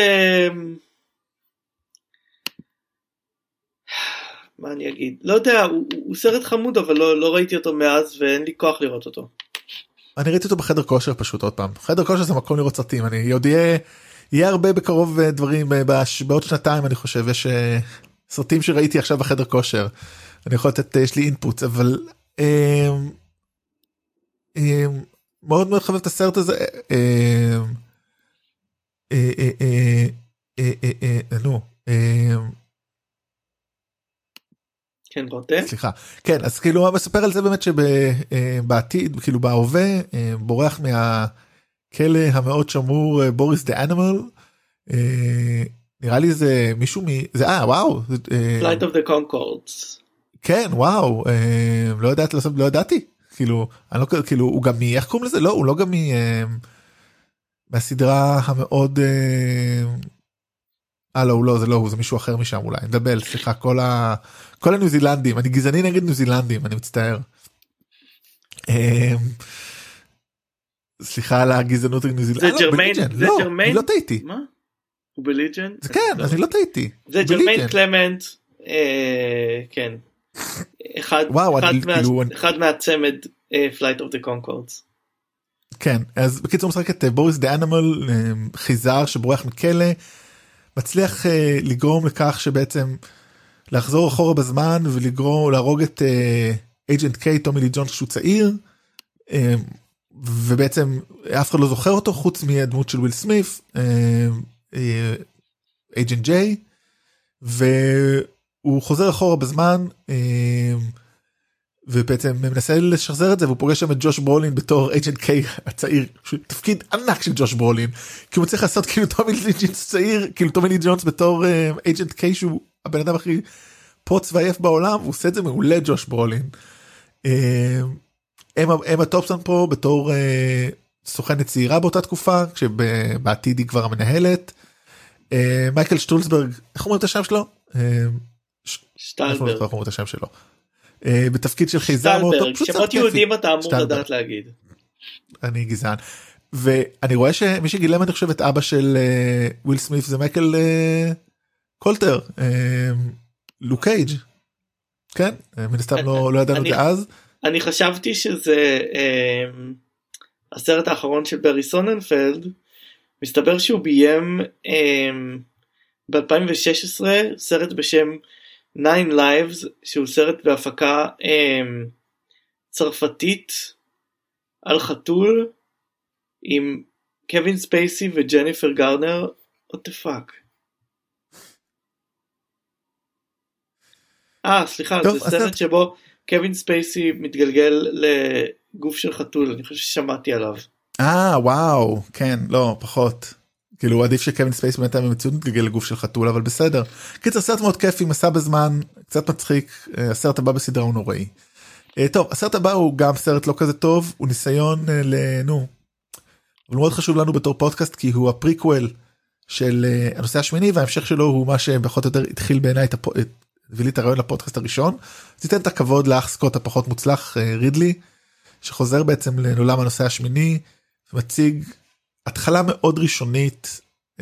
Speaker 3: מה אני אגיד, לא יודע, הוא סרט חמוד, אבל לא ראיתי אותו מאז, ואין לי כוח לראות אותו.
Speaker 2: אני ראיתי אותו בחדר כושר פשוט עוד פעם, חדר כושר זה מקום לראות סרטים, אני עוד יהיה הרבה בקרוב דברים, בעוד שנתיים אני חושב, יש סרטים שראיתי עכשיו בחדר כושר, אני יכול לתת, יש לי אינפוט, אבל מאוד מאוד חבב את הסרט הזה,
Speaker 3: כן, רותם?
Speaker 2: סליחה. כן, אז כאילו הוא מספר על זה באמת שבעתיד, כאילו בהווה, בורח מהכלא המאוד שמור בוריס דה אנימל, נראה לי זה מישהו זה וואו.
Speaker 3: Flight of the Conchords.
Speaker 2: כן, וואו, לא ידעתי, כאילו, הוא גם איך קוראים לזה? לא, הוא לא גם מהסדרה המאוד... לא, הוא לא, זה לא הוא, זה מישהו אחר משם אולי, נדבל, סליחה, כל הניו זילנדים, אני גזעני נגד ניו זילנדים, אני מצטער. סליחה על הגזענות נגד ניו זילנדים.
Speaker 3: זה ג'רמיין, זה ג'רמיין?
Speaker 2: אני לא טעיתי.
Speaker 3: מה? הוא בליג'ן?
Speaker 2: זה כן, אז אני לא טעיתי.
Speaker 3: זה ג'רמיין קלמנט, כן. אחד מהצמד Flight of the Conchords.
Speaker 2: כן, אז בקיצור משחק את בוריס דה אנימל, חיזר שבורח מכלא, מצליח לגרום לכך שבעצם לחזור אחורה בזמן ולהרוג את אייג'נט קיי, טומי לי ג'ונס כשהוא צעיר, ובעצם אף אחד לא זוכר אותו חוץ מהדמות של וויל סמית, אייג'נט ג'יי, והוא חוזר אחורה בזמן, ובעצם מנסה לשחזר את זה, והוא פוגש שם את ג'וש ברולין בתור אייג'נט קיי הצעיר, תפקיד ענק של ג'וש ברולין, כי הוא צריך לעשות כאילו טומי לי ג'ונס צעיר, כאילו טומי לי ג'ונס בתור אייג'נט קיי, שהוא הבן אדם הכי פוץ ועייף בעולם, הוא עושה את זה מעולה ג'וש ברולין. אמה טופסון פה בתור סוכנת צעירה באותה תקופה, כשבעתיד היא כבר המנהלת. מייקל שטולסברג, איך אומרים את השם שלו?
Speaker 3: שטלברג.
Speaker 2: איך אומרים את השם שלו? בתפקיד של חייזר
Speaker 3: שטלברג, שמות יהודים אתה אמור לדעת להגיד.
Speaker 2: אני גזען. ואני רואה שמי שגילם אני חושב את אבא של וויל סמית זה מייקל קולטר, לוק קייג'. כן, מן הסתם לא ידענו את זה אז.
Speaker 3: אני חשבתי שזה הסרט האחרון של ברי סוננפלד, מסתבר שהוא ביים ב-2016 סרט בשם Nine Lives, שהוא סרט בהפקה צרפתית על חתול עם קווין ספייסי וג'ניפר גארנר. what the fuck. סליחה, זה סרט שבו קווין ספייסי מתגלגל לגוף של חתול, אני חושב ששמעתי עליו.
Speaker 2: וואו, כן, לא, פחות. כאילו עדיף שקווין ספייסי באמת היה במציאות מתגלגל לגוף של חתול, אבל בסדר. קיצר, סרט מאוד כיפי, מסע בזמן, קצת מצחיק, הסרט הבא בסדרה הוא נוראי. טוב, הסרט הבא הוא גם סרט לא כזה טוב, הוא ניסיון אבל מאוד חשוב לנו בתור פודקאסט, כי הוא הפריקוול של הנושא השמיני, וההמשך שלו הוא מה שבכל יותר התחיל בעיניי הביא לי את הרעיון לפודקאסט הראשון. אז ניתן את הכבוד לאח סקוט הפחות מוצלח, רידלי, שחוזר בעצם לעולם הנושא השמיני, ומציג התחלה מאוד ראשונית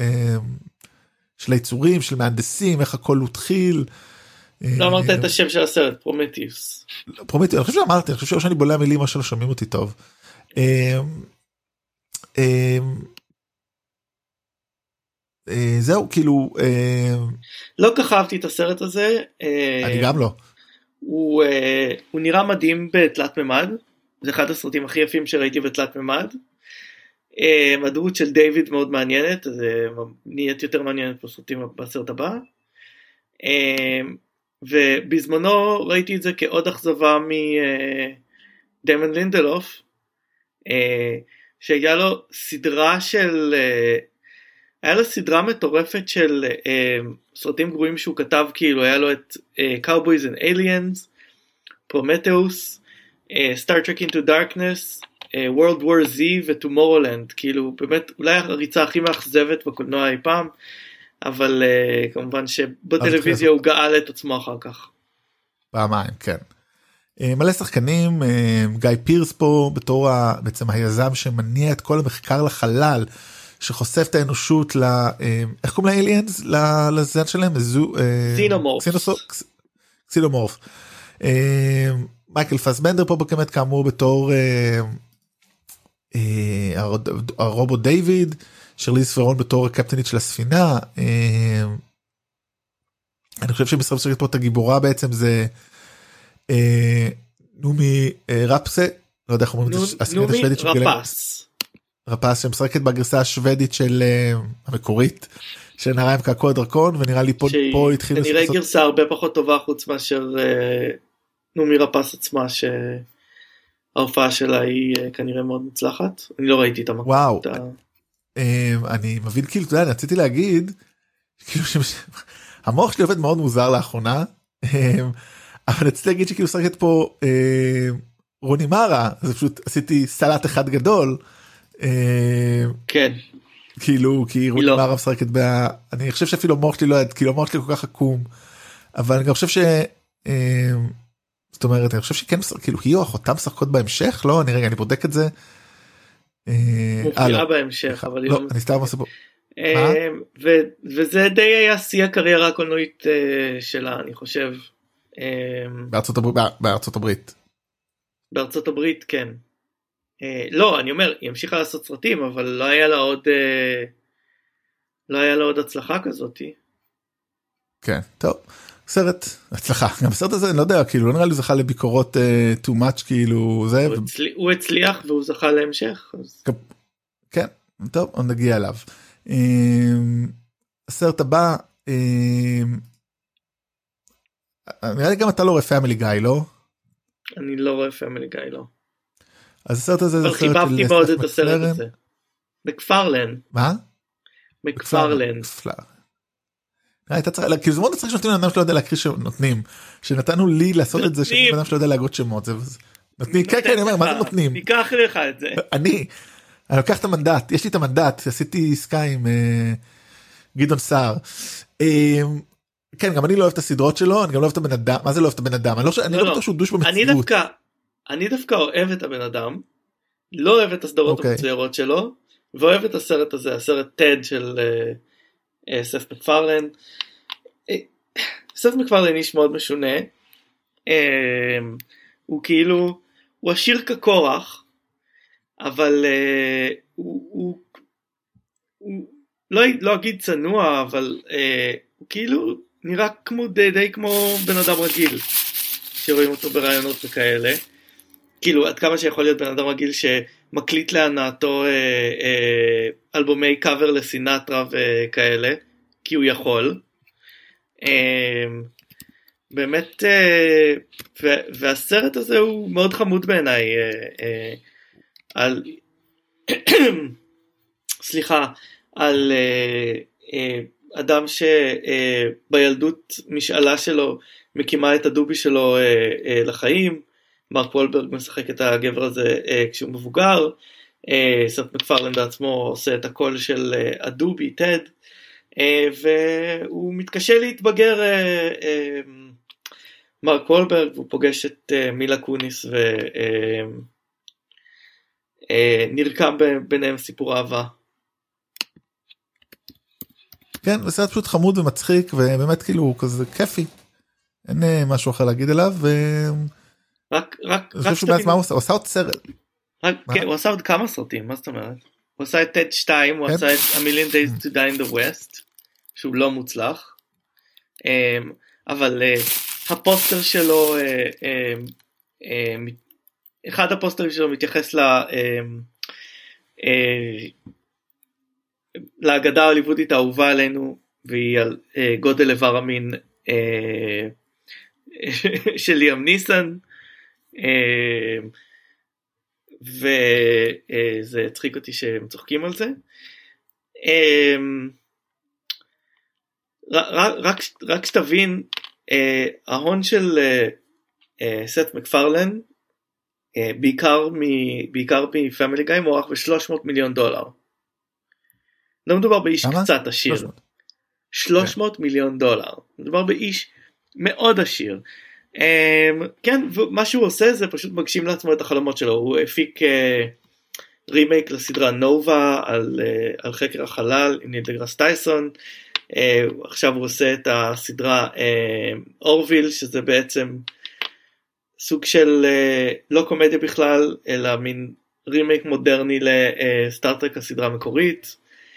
Speaker 2: של היצורים, של מהנדסים, איך הכל התחיל.
Speaker 3: לא אמרת את השם של הסרט, פרומטיוס.
Speaker 2: פרומטיוס, אני חושב שאמרתי, אני חושב שאני בולע מילים, מה שלא שומעים אותי טוב. זהו, כאילו
Speaker 3: לא כך אהבתי את הסרט הזה.
Speaker 2: אני גם לא.
Speaker 3: הוא נראה מדהים בתלת ממד, זה אחד הסרטים הכי יפים שראיתי בתלת ממד. הדמות של דיוויד מאוד מעניינת, זה נהיית יותר מעניינת בסרט הבא. ובזמנו ראיתי את זה כעוד אכזבה מדיימון לינדלוף, שהיה לו סדרה של היה לו סדרה מטורפת של סרטים גרועים שהוא כתב, כאילו היה לו את Cowboys and Aliens, Prometheus, Star Trek Into Darkness, World War Z ו-Tomorrowland, כאילו באמת אולי הריצה הכי מאכזבת בקולנוע אי פעם, אבל כמובן שבטלוויזיה הוא גאל את עצמו אחר כך.
Speaker 2: פעמיים, כן. מלא שחקנים, גיא פירס פה בתור בעצם היזם שמניע את כל המחקר לחלל, שחושף את האנושות איך קוראים לאליאנס? לזן שלהם? קסינומורף. מייקל פסבנדר פה באמת כאמור בתור הרובוט דיוויד, שרליז פרון בתור הקפטנית של הספינה. אני חושב שמשחק משחקת פה את הגיבורה בעצם זה נומי רפסה, לא יודע איך אומרים את זה,
Speaker 3: נומי רפס.
Speaker 2: רפס שמשחקת בגרסה השוודית של המקורית של נערה עם קעקוע דרקון, ונראה לי פה התחיל
Speaker 3: כנראה גרסה הרבה פחות טובה חוץ מאשר נומי רפס עצמה, שההופעה שלה היא כנראה מאוד מוצלחת. אני לא ראיתי את המקום.
Speaker 2: וואו, אני מבין, כאילו אתה יודע, אני רציתי להגיד כאילו המוח שלי עובד מאוד מוזר לאחרונה, אבל רציתי להגיד שכאילו משחקת פה רוני מרה, אז פשוט עשיתי סלט אחד גדול.
Speaker 3: כן,
Speaker 2: כאילו כי רוני מרה משחקת אני חושב שאפילו המוח שלי לא יודע, כאילו המוח שלי כל כך עקום, אבל אני גם חושב זאת אומרת אני חושב שכן כאילו היא או אחותה משחקות בהמשך, לא אני בודק את זה,
Speaker 3: מופיעה בהמשך, אבל
Speaker 2: לא, אני סתם עושה פה
Speaker 3: וזה די היה שיא הקריירה הקולנועית שלה, אני חושב. בארצות הברית כן. לא, אני אומר, היא המשיכה לעשות סרטים, אבל לא היה לה עוד הצלחה כזאת. כן,
Speaker 2: טוב, סרט הצלחה, גם בסרט הזה אני לא יודע, כאילו לא נראה לי זכה לביקורות too much, כאילו זה.
Speaker 3: הוא הצליח והוא זכה להמשך.
Speaker 2: כן, טוב, עוד נגיע אליו. הסרט הבא, נראה לי גם אתה לא רואה פמילי גיא, לא?
Speaker 3: אני לא רואה פמילי גיא, לא.
Speaker 2: אז הסרט הזה זה סרט של
Speaker 3: חיבבתי מאוד את הסרט הזה. מקפרלן.
Speaker 2: מה?
Speaker 3: מקפרלן.
Speaker 2: כאילו זה מאוד צריך שנותנים לאדם שלא יודע להקריא שנותנים, שנתנו לי לעשות את זה, שאדם שלא יודע להגות שמות, נותנים, כן, אני אומר, מה זה נותנים?
Speaker 3: ניקח לך את זה.
Speaker 2: אני לוקח את המנדט, יש לי את המנדט, עשיתי עסקה עם גדעון סער. כן, גם אני לא אוהב את הסדרות שלו, אני גם לא אוהב את הבן אדם, מה זה לא אוהב את הבן אדם? אני לא בטוח שהוא דוש במציאות.
Speaker 3: אני דווקא אוהב את הבן אדם, לא אוהב את הסדרות המצוירות שלו, ואוהב את הסרט הזה, הסרט טד של סף מקפרלן. סף מקפרלן איש מאוד משונה, הוא כאילו, הוא עשיר כקורח, אבל הוא לא אגיד צנוע, אבל הוא כאילו נראה די כמו בן אדם רגיל, שרואים אותו ברעיונות וכאלה, כאילו עד כמה שיכול להיות בן אדם רגיל שמקליט להנאתו אלבומי קאבר לסינטרה וכאלה, כי הוא יכול. באמת, והסרט הזה הוא מאוד חמוד בעיניי, על סליחה, על אדם שבילדות משאלה שלו מקימה את הדובי שלו לחיים. מרק וולברג משחק את הגבר הזה כשהוא מבוגר, סט מקפרלנד בעצמו עושה את הקול של הדובי, טד, והוא מתקשה להתבגר, מרק וולברג, והוא פוגש את מילה קוניס ונרקם ביניהם סיפור אהבה.
Speaker 2: כן, זה סרט פשוט חמוד ומצחיק, ובאמת כאילו כזה כיפי, אין משהו אחר להגיד עליו, אני חושב שהוא בעצמה הוא עשה עוד סרט.
Speaker 3: כן, הוא עשה עוד כמה סרטים, מה זאת אומרת? הוא עשה את TED 2, הוא עשה את A Million Days to Die in the West, שהוא לא מוצלח, אבל הפוסטר שלו, אחד הפוסטרים שלו מתייחס להגדה ההוליוודית האהובה עלינו, והיא על גודל איבר המין של ליאם ניסן, וזה הצחיק אותי שהם צוחקים על זה. רק שתבין, ההון של סט מקפרלן, בעיקר מפמילי גאי, מוערך ב$300 מיליון. לא מדובר באיש קצת עשיר. 300 מיליון דולר. מדובר באיש מאוד עשיר. כן, מה שהוא עושה זה פשוט מגשים לעצמו את החלומות שלו. הוא הפיק רימייק לסדרה נובה על חקר החלל עם ניל דגראס טייסון. עכשיו הוא עושה את הסדרה אורוויל, שזה בעצם סוג של לא קומדיה בכלל, אלא מין רימייק מודרני לסטארטרק, הסדרה המקורית.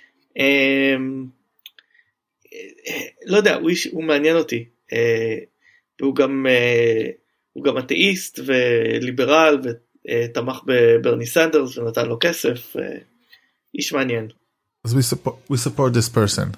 Speaker 3: לא יודע, הוא מעניין אותי. והוא גם אתאיסט וליברל, ותמך בברני סנדרס ונתן לו כסף. איש מעניין.
Speaker 2: אז we support this person.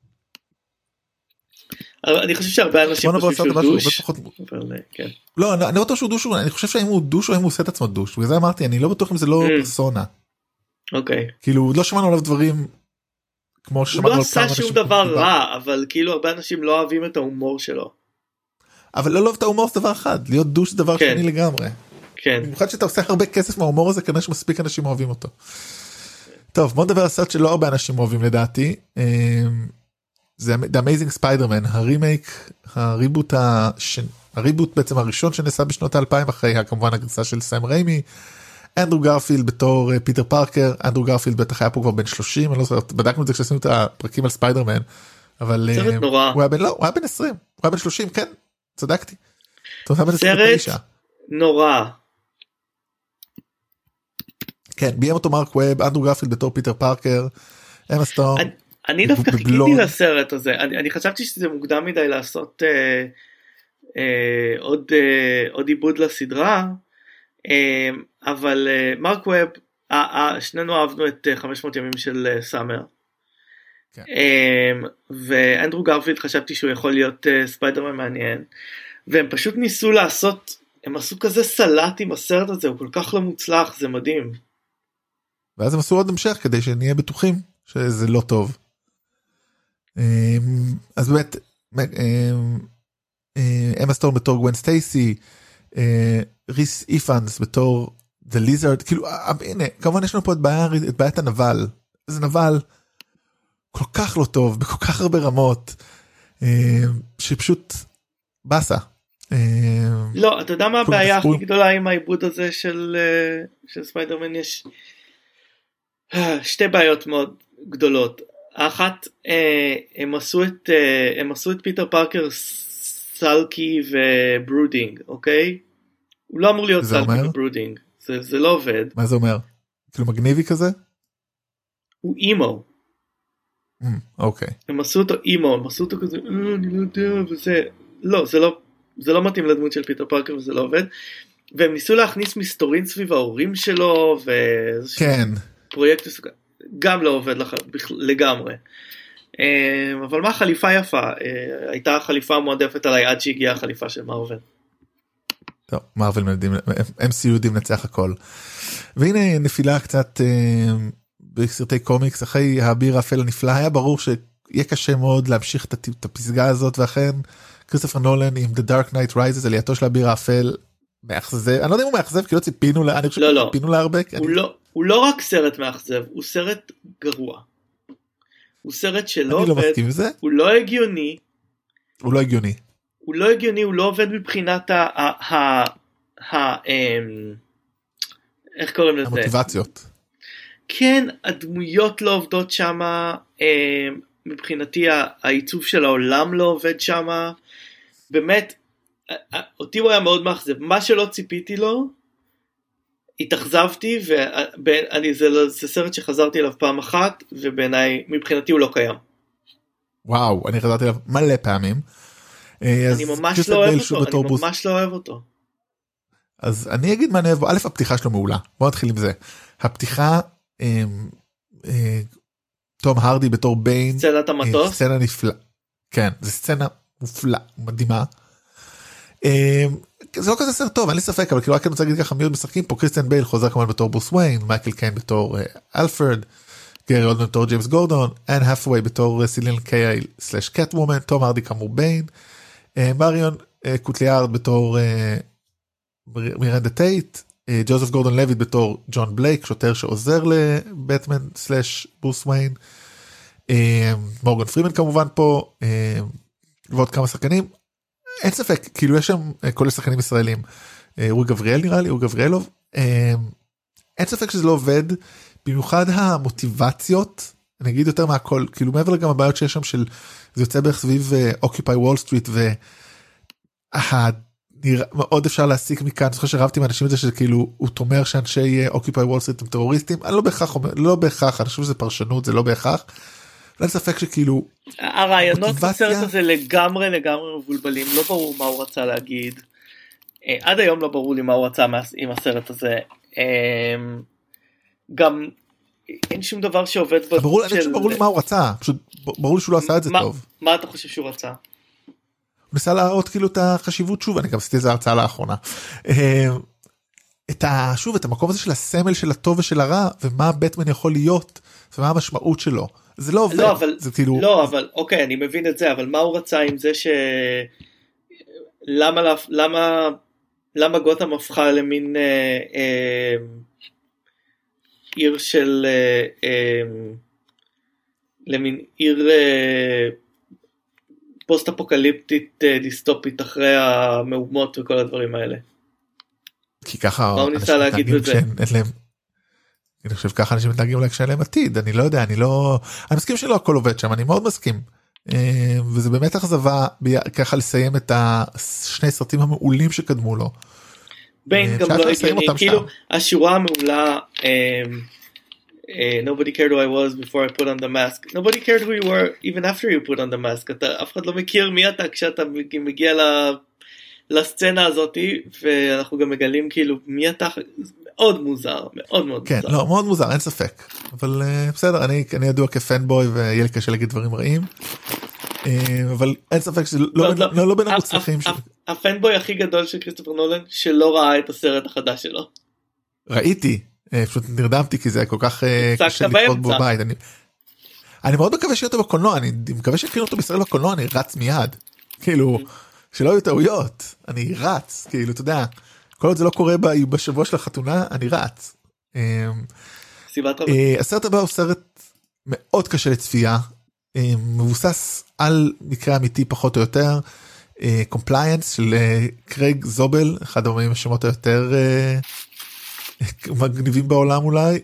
Speaker 3: אני חושב שהרבה אנשים חושבים שהוא דוש.
Speaker 2: לא, אני לא בטוח שהוא דוש, אני חושב שאם הוא דוש או אם הוא עושה את עצמו דוש, וזה אמרתי, אני לא בטוח אם זה לא פרסונה.
Speaker 3: אוקיי.
Speaker 2: כאילו, לא שמענו עליו דברים כמו ששמענו
Speaker 3: הוא לא עשה שום דבר רע, אבל כאילו הרבה אנשים לא אוהבים את ההומור שלו.
Speaker 2: אבל לא אוהב את ההומור זה דבר אחד, להיות דוש זה דבר שני לגמרי.
Speaker 3: כן.
Speaker 2: במיוחד שאתה עושה הרבה כסף מההומור הזה, כנראה שמספיק אנשים אוהבים אותו. טוב, בוא נדבר על סרט שלא הרבה אנשים אוהבים לדעתי. זה The Amazing Spider-Man, הרימייק, הריבוט בעצם הראשון שנעשה בשנות ה-2000, אחרי כמובן הגרסה של סם ריימי. אנדרו גרפילד בתור פיטר פארקר, אנדרו גרפילד בטח היה פה כבר בן 30, אני לא זוכר, בדקנו את זה כשעשינו את הפרקים על ספיידרמן, אבל הוא היה בן 20, הוא היה בן 30, כן, צדקתי.
Speaker 3: סרט נורא.
Speaker 2: כן, ביים אותו מרק ווב, אנדרו גרפילד בתור פיטר פארקר, אמה סטון.
Speaker 3: אני דווקא חיכיתי לסרט הזה, אני חשבתי שזה מוקדם מדי לעשות עוד עיבוד לסדרה, אבל מרק ווב, שנינו אהבנו את 500 ימים של סאמר, ואנדרו גרפילד חשבתי שהוא יכול להיות ספיידרמן מעניין, והם פשוט ניסו לעשות, הם עשו כזה סלט עם הסרט הזה, הוא כל כך לא מוצלח, זה מדהים.
Speaker 2: ואז הם עשו עוד המשך כדי שנהיה בטוחים שזה לא טוב. אז באמת, אמה סטון בתור גוון סטייסי, ריס איפנס בתור The Lizard, כאילו, הנה, כמובן יש לנו פה את בעיית הנבל, זה נבל כל כך לא טוב, בכל כך הרבה רמות, שפשוט בסה.
Speaker 3: לא, אתה יודע מה הבעיה הכי גדולה עם העיבוד הזה של ספיידרמן? יש שתי בעיות מאוד גדולות. האחת, הם עשו את פיטר פארקר סלקי וברודינג, אוקיי? הוא לא אמור להיות
Speaker 2: זה
Speaker 3: סלפי
Speaker 2: אומר?
Speaker 3: בברודינג, זה לא עובד.
Speaker 2: מה זה אומר? כאילו מגניבי כזה?
Speaker 3: הוא אימו.
Speaker 2: אוקיי.
Speaker 3: הם עשו אותו אימו, הם עשו אותו כזה, אני לא יודע, וזה, לא, זה לא מתאים לדמות של פיטר פארקר וזה לא עובד, והם ניסו להכניס מסתורין סביב ההורים שלו,
Speaker 2: כן.
Speaker 3: פרויקט מסוגל, גם לא עובד לגמרי. אבל מה, חליפה יפה, הייתה החליפה המועדפת עליי עד שהגיעה החליפה של מארוול.
Speaker 2: טוב, מארוול MCU יודעים לנצח הכל. והנה נפילה קצת בסרטי קומיקס, אחרי האביר האפל הנפלא, היה ברור שיהיה קשה מאוד להמשיך את הפסגה הזאת, ואכן כריסטופר נולן עם The Dark Knight Rises, עלייתו של האביר האפל, מאכזב, אני לא יודע אם הוא מאכזב, כי לא ציפינו לה, אני חושב שציפינו לה הרבה.
Speaker 3: הוא לא רק סרט מאכזב, הוא סרט גרוע. הוא סרט שלא עובד, הוא לא הגיוני.
Speaker 2: הוא לא הגיוני.
Speaker 3: הוא לא הגיוני, הוא לא עובד מבחינת איך קוראים לזה?
Speaker 2: המוטיבציות.
Speaker 3: כן, הדמויות לא עובדות שמה, מבחינתי העיצוב של העולם לא עובד שמה, באמת, אותי הוא היה מאוד מאכזב, מה שלא ציפיתי לו, התאכזבתי, זה סרט שחזרתי אליו פעם אחת, ובעיניי, מבחינתי הוא לא קיים.
Speaker 2: וואו, אני חזרתי אליו מלא פעמים.
Speaker 3: אני ממש לא אוהב אותו,
Speaker 2: אז אני אגיד מה אני אוהב בו, א', הפתיחה שלו מעולה, בוא נתחיל עם זה. הפתיחה, תום הרדי בתור ביין,
Speaker 3: סצנת המטוס,
Speaker 2: סצנה נפלאה, כן, זו סצנה מופלאה, מדהימה. זה לא כזה סרט טוב, אין לי ספק, אבל כאילו רק אני רוצה להגיד ככה, מי עוד משחקים פה, קריסטיאן בייל חוזר כמובן בתור ברוס וויין, מייקל קיין בתור אלפרד, גרי אולדמן בתור ג'יימס גורדון, אן האפווי בתור סילין קייל סלש קט וומן, תום הרדי כאמור ביין, מריון קוטליארד בתור מירנדה טייט, ג'וזף גורדון לויט בתור ג'ון בלייק, שוטר שעוזר לבטמן סלש ברוס וויין, מורגן פרימן כמובן פה, ועוד כמה שחקנים, אין ספק, כאילו יש שם כל השחקנים ישראלים, אורי גבריאל נראה לי, אורי גבריאלוב, אין ספק שזה לא עובד, במיוחד המוטיבציות, אני אגיד יותר מהכל, כאילו מעבר לגם הבעיות שיש שם של, זה יוצא בערך סביב אוקיופאי וול סטריט, מאוד אפשר להסיק מכאן, אני זוכר שרבתי עם אנשים את זה שכאילו, הוא תומר שאנשי אוקיופאי וול סטריט הם טרוריסטים, אני לא בהכרח, אני חושב שזה פרשנות, זה לא בהכרח, אין ספק שכאילו,
Speaker 3: הרעיונות בסרט הזה לגמרי מבולבלים, לא ברור מה הוא רצה להגיד, עד היום לא ברור לי מה הוא רצה עם הסרט הזה, גם אין שום דבר שעובד,
Speaker 2: ברור לי מה הוא רצה, פשוט ברור לי שהוא לא עשה את זה טוב.
Speaker 3: מה אתה חושב שהוא רצה?
Speaker 2: הוא ניסה להראות כאילו את החשיבות, שוב, אני גם עשיתי איזה הרצאה לאחרונה, שוב, את המקום הזה של הסמל של הטוב ושל הרע, ומה בטמן יכול להיות, ומה המשמעות שלו. זה לא עובד, זה כאילו...
Speaker 3: לא, אבל אוקיי, אני מבין את זה, אבל מה הוא רצה עם זה למה גותם הפכה למין עיר של למין עיר פוסט אפוקליפטית דיסטופית אחרי המהומות וכל הדברים האלה.
Speaker 2: כי ככה
Speaker 3: מה הוא ניסה להגיד בזה?
Speaker 2: אני חושב ככה אנשים מתנהגים אולי כשאין להם עתיד, אני לא יודע, אני מסכים שלא הכל עובד שם, אני מאוד מסכים, וזה באמת אכזבה ככה לסיים את השני סרטים המעולים שקדמו לו.
Speaker 3: בין גם לא הגיוני, כאילו השורה המעולה, nobody cared who I was before I put on the mask, nobody cared who you were even after you put on the mask, אף אחד לא מכיר מי אתה כשאתה מגיע לסצנה הזאת, ואנחנו גם מגלים כאילו מי אתה, מאוד מוזר, מאוד מאוד
Speaker 2: כן,
Speaker 3: מוזר.
Speaker 2: לא, מאוד מוזר, אין ספק, אבל בסדר, אני ידוע כפנבוי ויהיה לי קשה להגיד דברים רעים, אבל אין ספק שזה לא בין המוצלחים.
Speaker 3: הפנבוי הכי גדול של כריסטופר נולן, שלא ראה את הסרט החדש שלו.
Speaker 2: ראיתי, פשוט נרדמתי כי זה כל כך קשה לצפות בו בית. אני מאוד מקווה שיהיה אותו בקולנוע, אני מקווה שיקרינו אותו בישראל בקולנוע, אני רץ מיד, כאילו, שלא יהיו טעויות, אני רץ, כאילו, אתה יודע, כל עוד זה לא קורה בשבוע של החתונה, אני רץ. הסרט הבא הוא סרט מאוד קשה לצפייה, מבוסס על מקרה אמיתי פחות או יותר, קומפליינס של קרייג זובל, אחד השמות היותר מגניבים בעולם אולי,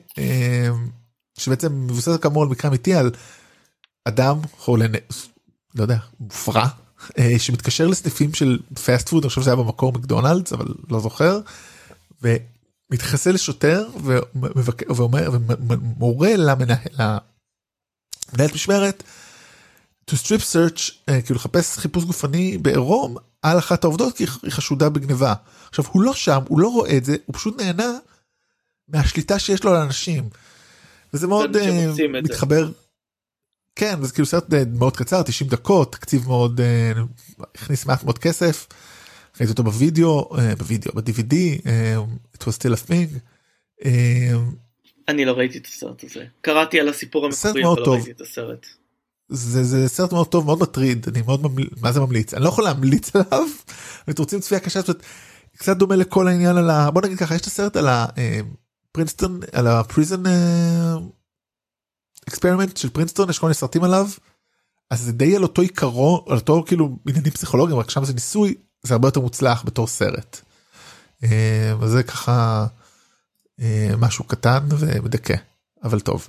Speaker 2: שבעצם מבוסס כאמור על מקרה אמיתי, על אדם חולה, לא יודע, מופרע, שמתקשר לסניפים של פאסט פוד, אני חושב שזה היה במקור מקדונלדס, אבל לא זוכר, ומתייחס לשוטר ואומר, ומורה למנהלת משמרת, to strip search, כאילו לחפש חיפוש גופני בעירום על אחת העובדות, כי היא חשודה בגניבה. עכשיו, הוא לא שם, הוא לא רואה את זה, הוא פשוט נהנה מהשליטה שיש לו על האנשים. וזה מאוד מתחבר. כן, וזה כאילו סרט מאוד קצר, 90 דקות, תקציב מאוד, הכניס מעט מאוד כסף, ראיתי אותו ב-DVD, it was still a thing.
Speaker 3: אני לא ראיתי את הסרט הזה. קראתי על הסיפור המקורי, אבל לא ראיתי את הסרט.
Speaker 2: זה סרט מאוד טוב, מאוד מטריד, אני מאוד מה זה ממליץ? אני לא יכול להמליץ עליו, ואתם רוצים צפייה קשה, קצת דומה לכל העניין על בוא נגיד ככה, יש את הסרט על פרינסטון, על הפריזן אקספרימנט של פרינסטון, יש כל מיני סרטים עליו, אז זה די על אותו עיקרון, על אותו כאילו עניינים פסיכולוגיים, רק שם זה ניסוי, זה הרבה יותר מוצלח בתור סרט. וזה ככה משהו קטן ומדכא, אבל טוב.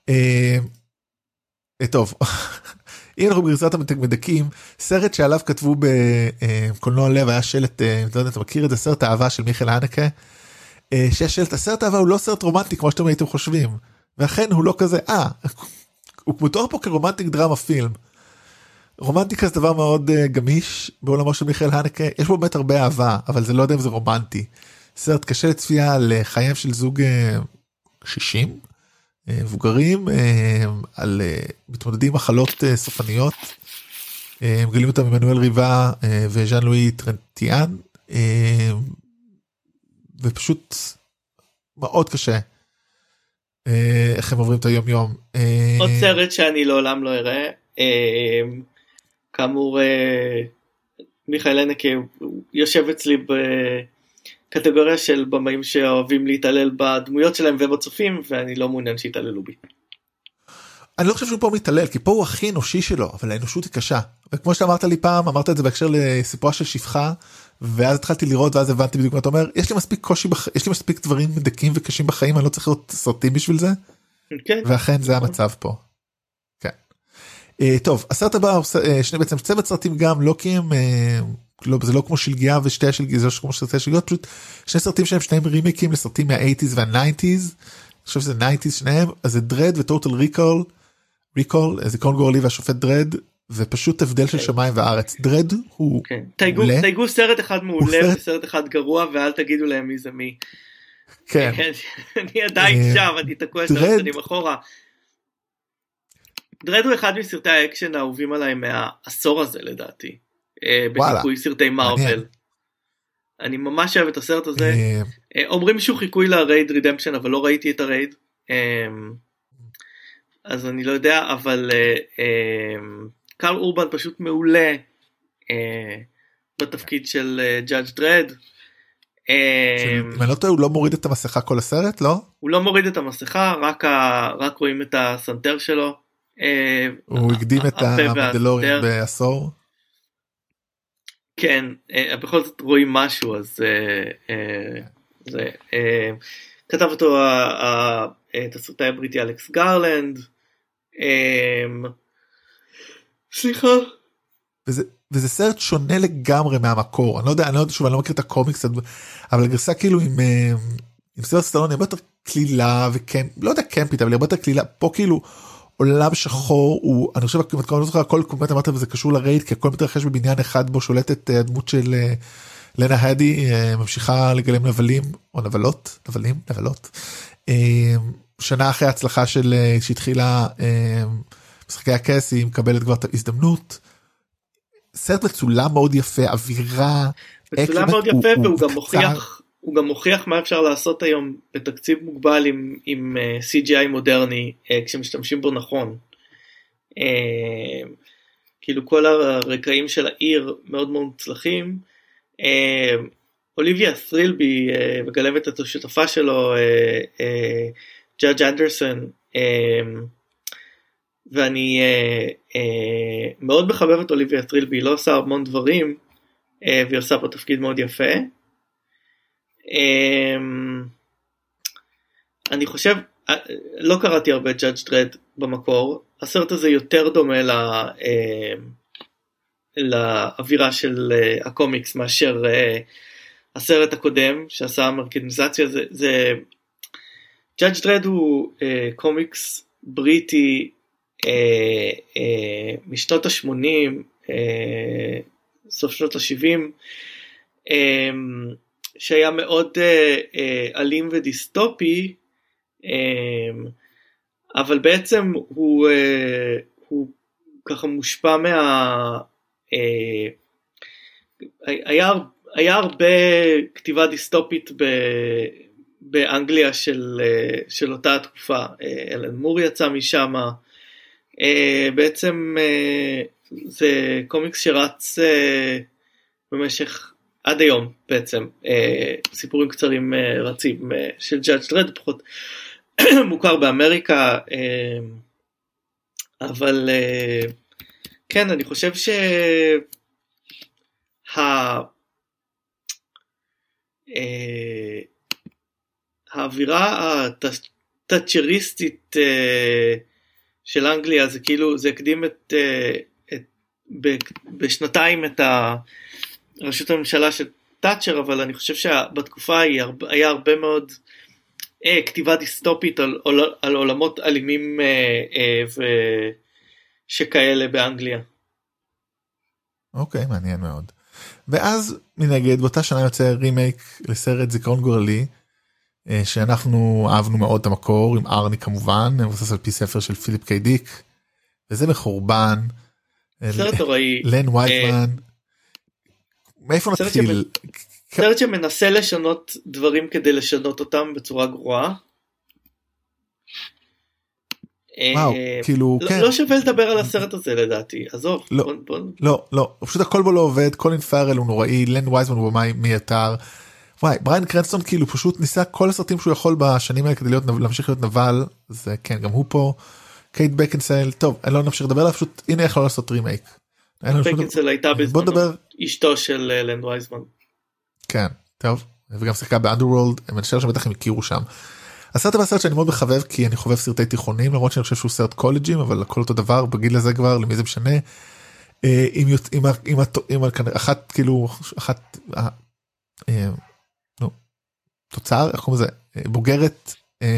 Speaker 2: טוב, אם אנחנו בגרסת המדכים, סרט שעליו כתבו בקולנוע לב, היה שלט, לא יודע, אתה מכיר את זה, סרט האהבה של מיכאל הנקה, שיש שלט, הסרט האהבה הוא לא סרט רומנטי כמו שאתם הייתם חושבים, ואכן הוא לא כזה, הוא מתואר פה כרומנטיק דרמה פילם, רומנטיקה זה דבר מאוד גמיש בעולמו של מיכאל הנקה, יש בו באמת הרבה אהבה, אבל זה לא יודע אם זה רומנטי, סרט קשה לצפייה לחיים של זוג 60, מבוגרים, על מתמודדים מחלות סופניות, מגלים אותם ממנואל ריבה וז'אן לואי טרנטיאן, ופשוט מאוד קשה איך הם עוברים את היום יום.
Speaker 3: עוד סרט שאני לעולם לא אראה, כאמור מיכאל הנקה יושב אצלי בקטגוריה של במאים שאוהבים להתעלל בדמויות שלהם ובצופים, ואני לא מעוניין שיתעללו בי.
Speaker 2: אני לא חושב שהוא פה מתעלל, כי פה הוא הכי אנושי שלו, אבל האנושות היא קשה. וכמו שאמרת לי פעם, אמרת את זה בהקשר לסיפורה של שפחה, ואז התחלתי לראות, ואז הבנתי בדיוק מה אתה אומר, יש לי מספיק קושי, יש לי מספיק דברים מדכים וקשים בחיים, אני לא צריך לראות סרטים בשביל זה, ואכן זה המצב פה. כן. טוב, הסרט הבא, בעצם צוות סרטים גם, לא כי הם, זה לא כמו שלגיה ושתי השלגיה, זה לא כמו סרטי השלגיות, פשוט שני סרטים שהם שניהם רימיקים לסרטים מה-80s וה-90s, אני חושב שזה 90s שניהם, אז זה דרד וטוטל ריקול, זה קונגו אורלי והשופט דרד, ופשוט הבדל של שמיים וארץ. דרד הוא
Speaker 3: מעולה. תייגו סרט אחד מעולה וסרט אחד גרוע, ואל תגידו להם מי זה מי.
Speaker 2: כן.
Speaker 3: אני עדיין שם, אני תקוע 3 שנים אחורה. דרד הוא אחד מסרטי האקשן האהובים עליי מהעשור הזה לדעתי. בחיקוי סרטי מארוול. אני ממש אוהב את הסרט הזה. אומרים שהוא חיקוי לרייד רידמפשן, אבל לא ראיתי את הרייד. אז אני לא יודע, אבל קארל אורבן פשוט מעולה בתפקיד של ג'אדג' דרד.
Speaker 2: אם אני לא טועה, הוא לא מוריד את המסכה כל הסרט, לא?
Speaker 3: הוא לא מוריד את המסכה, רק רואים את הסנטר שלו.
Speaker 2: הוא הקדים את המנדלוריאן בעשור.
Speaker 3: כן, בכל זאת רואים משהו, אז זה כתב אותו התסריטאי הבריטי אלכס גרלנד. סליחה.
Speaker 2: וזה סרט שונה לגמרי מהמקור, אני לא יודע, שוב, אני לא מכיר את הקומיקס, אבל הגרסה כאילו עם סרט סטלון, הרבה יותר כלילה, וכן, לא יודע קמפית, אבל הרבה יותר כלילה, פה כאילו עולם שחור, אני חושב, הכל קומפט אמרת, וזה קשור לרייד, כי הכל מתרחש בבניין אחד, בו שולטת הדמות של לנה הדי, ממשיכה לגלם נבלים, או נבלות, שנה אחרי ההצלחה שהתחילה משחקי הכס, היא מקבלת כבר את ההזדמנות, סרט מצולם מאוד יפה, אווירה,
Speaker 3: מצולם מאוד יפה, והוא גם מוכיח מה אפשר לעשות היום בתקציב מוגבל עם CGI מודרני, כשמשתמשים בו נכון. כאילו כל הרקעים של העיר מאוד מאוד מוצלחים. אוליביה ת'רילבי מגלמת את השותפה שלו, ג'אדג' אנדרסון, ואני מאוד מחבב את אוליביה ת'רילבי, היא לא עושה המון דברים, והיא עושה פה תפקיד מאוד יפה. אני חושב, לא קראתי הרבה ג'אדג' דרד במקור, הסרט הזה יותר דומה לאווירה של הקומיקס מאשר הסרט הקודם שעשה אמריקניזציה. זה Judge Dredd הוא קומיקס בריטי משנות ה-80, סוף שנות ה-70, שהיה מאוד אלים ודיסטופי, אבל בעצם הוא ככה מושפע היה הרבה כתיבה דיסטופית באנגליה של אותה התקופה. אלן מור יצא משם. בעצם זה קומיקס שרץ במשך עד היום בעצם, סיפורים קצרים רצים של Judge Dredd, פחות מוכר באמריקה, אבל כן, אני חושב האווירה התאצ'ריסטית של אנגליה, זה כאילו, זה הקדים בשנתיים את ראשות הממשלה של תאצ'ר, אבל אני חושב שבתקופה היה הרבה מאוד כתיבה דיסטופית על עולמות אלימים שכאלה באנגליה.
Speaker 2: אוקיי, מעניין מאוד. ואז מנגד, באותה שנה יוצא רימייק לסרט זיכרון גורלי, שאנחנו אהבנו מאוד את המקור, עם ארני כמובן, מבוסס על פי ספר של פיליפ קיי דיק, וזה מחורבן.
Speaker 3: סרט נוראי.
Speaker 2: לן וייטמן. מאיפה נתחיל?
Speaker 3: סרט שמנסה לשנות דברים כדי לשנות אותם בצורה גרועה.
Speaker 2: וואו, כאילו, כן.
Speaker 3: לא שווה לדבר על הסרט הזה לדעתי, עזוב.
Speaker 2: לא, פשוט הכל בו לא עובד, קולין פארל הוא נוראי, לן וייטמן הוא במאי מייתר. וואי, בריין קרנסטון כאילו פשוט ניסה כל הסרטים שהוא יכול בשנים האלה כדי להמשיך להיות נבל, זה כן, גם הוא פה, קייט בקנסל, טוב, אני לא נמשיך לדבר עליו, פשוט הנה איך לא לעשות רימייק.
Speaker 3: בקנסל הייתה בזמנו אשתו של לן וייזמן.
Speaker 2: כן, טוב, וגם שיחקה באנדרוולד, אני משער שבטח הם הכירו שם. הסרט הבא סרט שאני מאוד מחבב, כי אני חובב סרטי תיכונים, למרות שאני חושב שהוא סרט קולג'ים, אבל הכל אותו דבר, בגיל הזה כבר, למי זה משנה, עם אחת, כאילו, אחת, תוצר, איך קוראים לזה, בוגרת,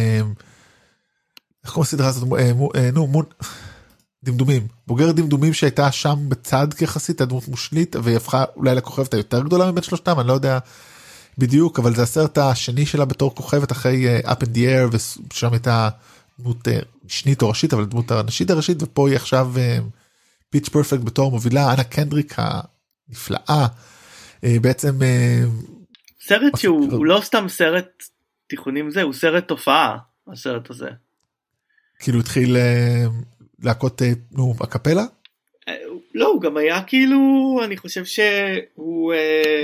Speaker 2: איך קוראים לסדרה הזאת, דמדומים, בוגרת דמדומים שהייתה שם בצד כיחסית, הדמות מושלית, והיא הפכה אולי לכוכבת היותר גדולה מבין שלושתם, אני לא יודע בדיוק, אבל זה הסרט השני שלה בתור כוכבת אחרי Up in the Air, ושם הייתה דמות שנית או ראשית, אבל דמות הנשית הראשית, ופה היא עכשיו פיץ' פרפקט בתור מובילה, אנה קנדריק הנפלאה, בעצם
Speaker 3: סרט שהוא לא סתם סרט תיכונים זה, הוא סרט תופעה, הסרט הזה. כאילו
Speaker 2: התחיל להקות, הקפלה?
Speaker 3: לא, הוא גם היה כאילו, אני חושב שהוא,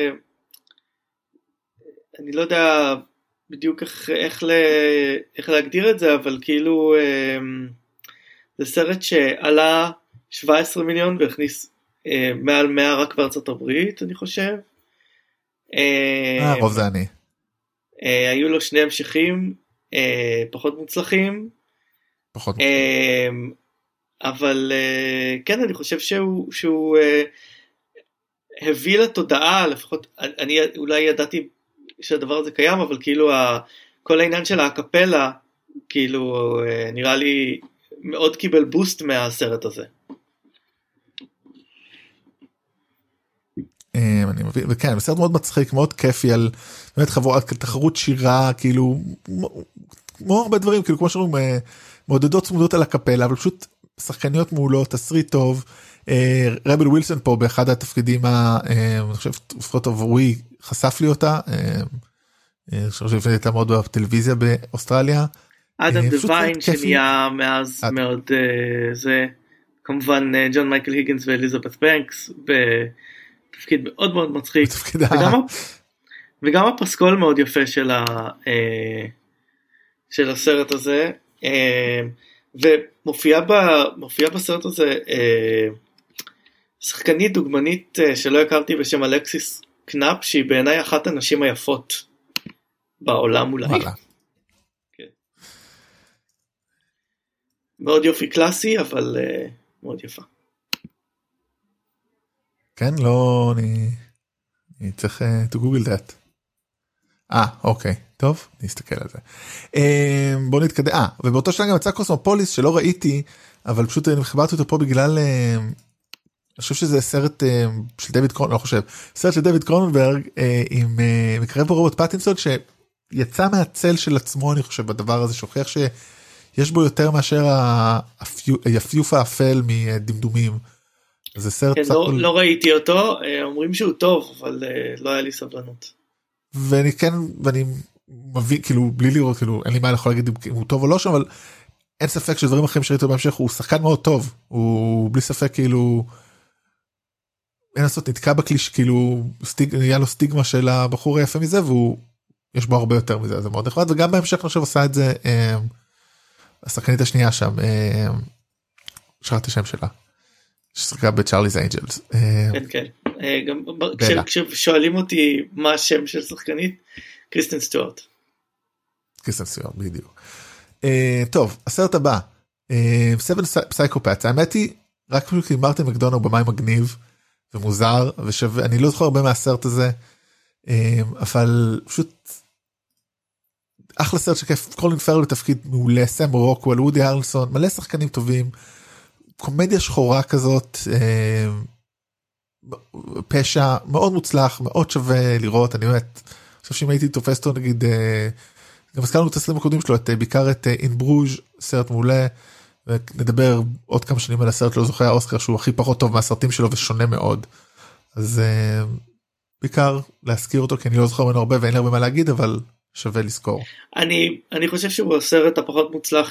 Speaker 3: אני לא יודע בדיוק איך להגדיר את זה, אבל כאילו, זה סרט שעלה 17 מיליון והכניס מעל 100 רק בארצות הברית, אני חושב.
Speaker 2: רוב זה אני.
Speaker 3: היו לו שני המשכים פחות מוצלחים, אבל כן, אני חושב שהוא הביא לתודעה, לפחות אני אולי ידעתי שהדבר הזה קיים, אבל כאילו כל העניין של הקפלה כאילו נראה לי מאוד קיבל בוסט מהסרט הזה.
Speaker 2: אני מבין, וכן, בסרט מאוד מצחיק, מאוד כיפי, על באמת תחרות שירה, כאילו, כמו הרבה דברים, כאילו, כמו שאומרים, מעודדות צמודות על הקפלה, אבל פשוט שחקניות מעולות, תסריט טוב, רבל ווילסון פה, באחד התפקידים, אני חושב, לפחות רואי, חשף לי אותה, אני חושב שהייתה מאוד בטלוויזיה באוסטרליה.
Speaker 3: אדם דוויין, שנהיה מאז מאוד, זה, כמובן, ג'ון מייקל היגינס ואליזבת בנקס, תפקיד מאוד מאוד מצחיק, וגם הפסקול מאוד יפה של הסרט הזה, ומופיעה בסרט הזה שחקנית דוגמנית שלא הכרתי בשם אלכסיס קנאפ, שהיא בעיניי אחת הנשים היפות בעולם אולי. מאוד יופי קלאסי, אבל מאוד יפה.
Speaker 2: כן, לא, אני צריך to google that. אוקיי, טוב, נסתכל על זה. בוא נתקדם. ובאותו שנה גם יצא קוסמופוליס שלא ראיתי, אבל פשוט חברתי אותו פה בגלל, אני חושב שזה סרט של דויד קרוננברג, לא חושב, סרט של דויד קרוננברג, עם מקרב בו רוברט פטינסון, שיצא מהצל של עצמו, אני חושב, בדבר הזה, שוכח שיש בו יותר מאשר היפיוף האפל מדמדומים. זה סרט...
Speaker 3: כן, לא ראיתי אותו, אומרים שהוא טוב, אבל לא היה לי סבלנות.
Speaker 2: ואני מבין, כאילו, בלי לראות, כאילו, אין לי מה יכול להגיד אם הוא טוב או לא שם, אבל אין ספק שדברים אחרים שראיתי בהמשך, הוא שחקן מאוד טוב, הוא בלי ספק, כאילו, אין לעשות, נתקע בקליש, כאילו, היה לו סטיגמה של הבחור היפה מזה, יש בו הרבה יותר מזה, זה מאוד נחמד, וגם בהמשך אני חושב עשה את זה, השחקנית השנייה שם, שכחתי שם שלה, ששחקה בצ'ארליז אנג'לס.
Speaker 3: כן, כן. גם כששואלים אותי מה השם של שחקנית, קריסטן סטיוארט.
Speaker 2: קריסטן סטיוארט, בדיוק. טוב, הסרט הבא, Seven Psychopaths, האמת היא, רק כי מרטין מקדונה הוא במאי מגניב, ומוזר, ושווה, אני לא זוכר הרבה מהסרט הזה, אבל פשוט, אחלה סרט שכיף, קולין פרל לתפקיד מעולה, סם רוקוול, וודי הרלסון, מלא שחקנים טובים, קומדיה שחורה כזאת, פשע מאוד מוצלח, מאוד שווה לראות, אני באמת, חושב שאם הייתי תופס אותו נגיד, גם הזכרנו את הסרטים הקודמים שלו, בעיקר את אין ברוז', סרט מעולה, ונדבר עוד כמה שנים על הסרט, לא זוכר האוסקר שהוא הכי פחות טוב מהסרטים שלו ושונה מאוד, אז בעיקר להזכיר אותו, כי אני לא זוכר ממנו הרבה ואין לי הרבה מה להגיד, אבל שווה לזכור.
Speaker 3: אני חושב שהוא הסרט הפחות מוצלח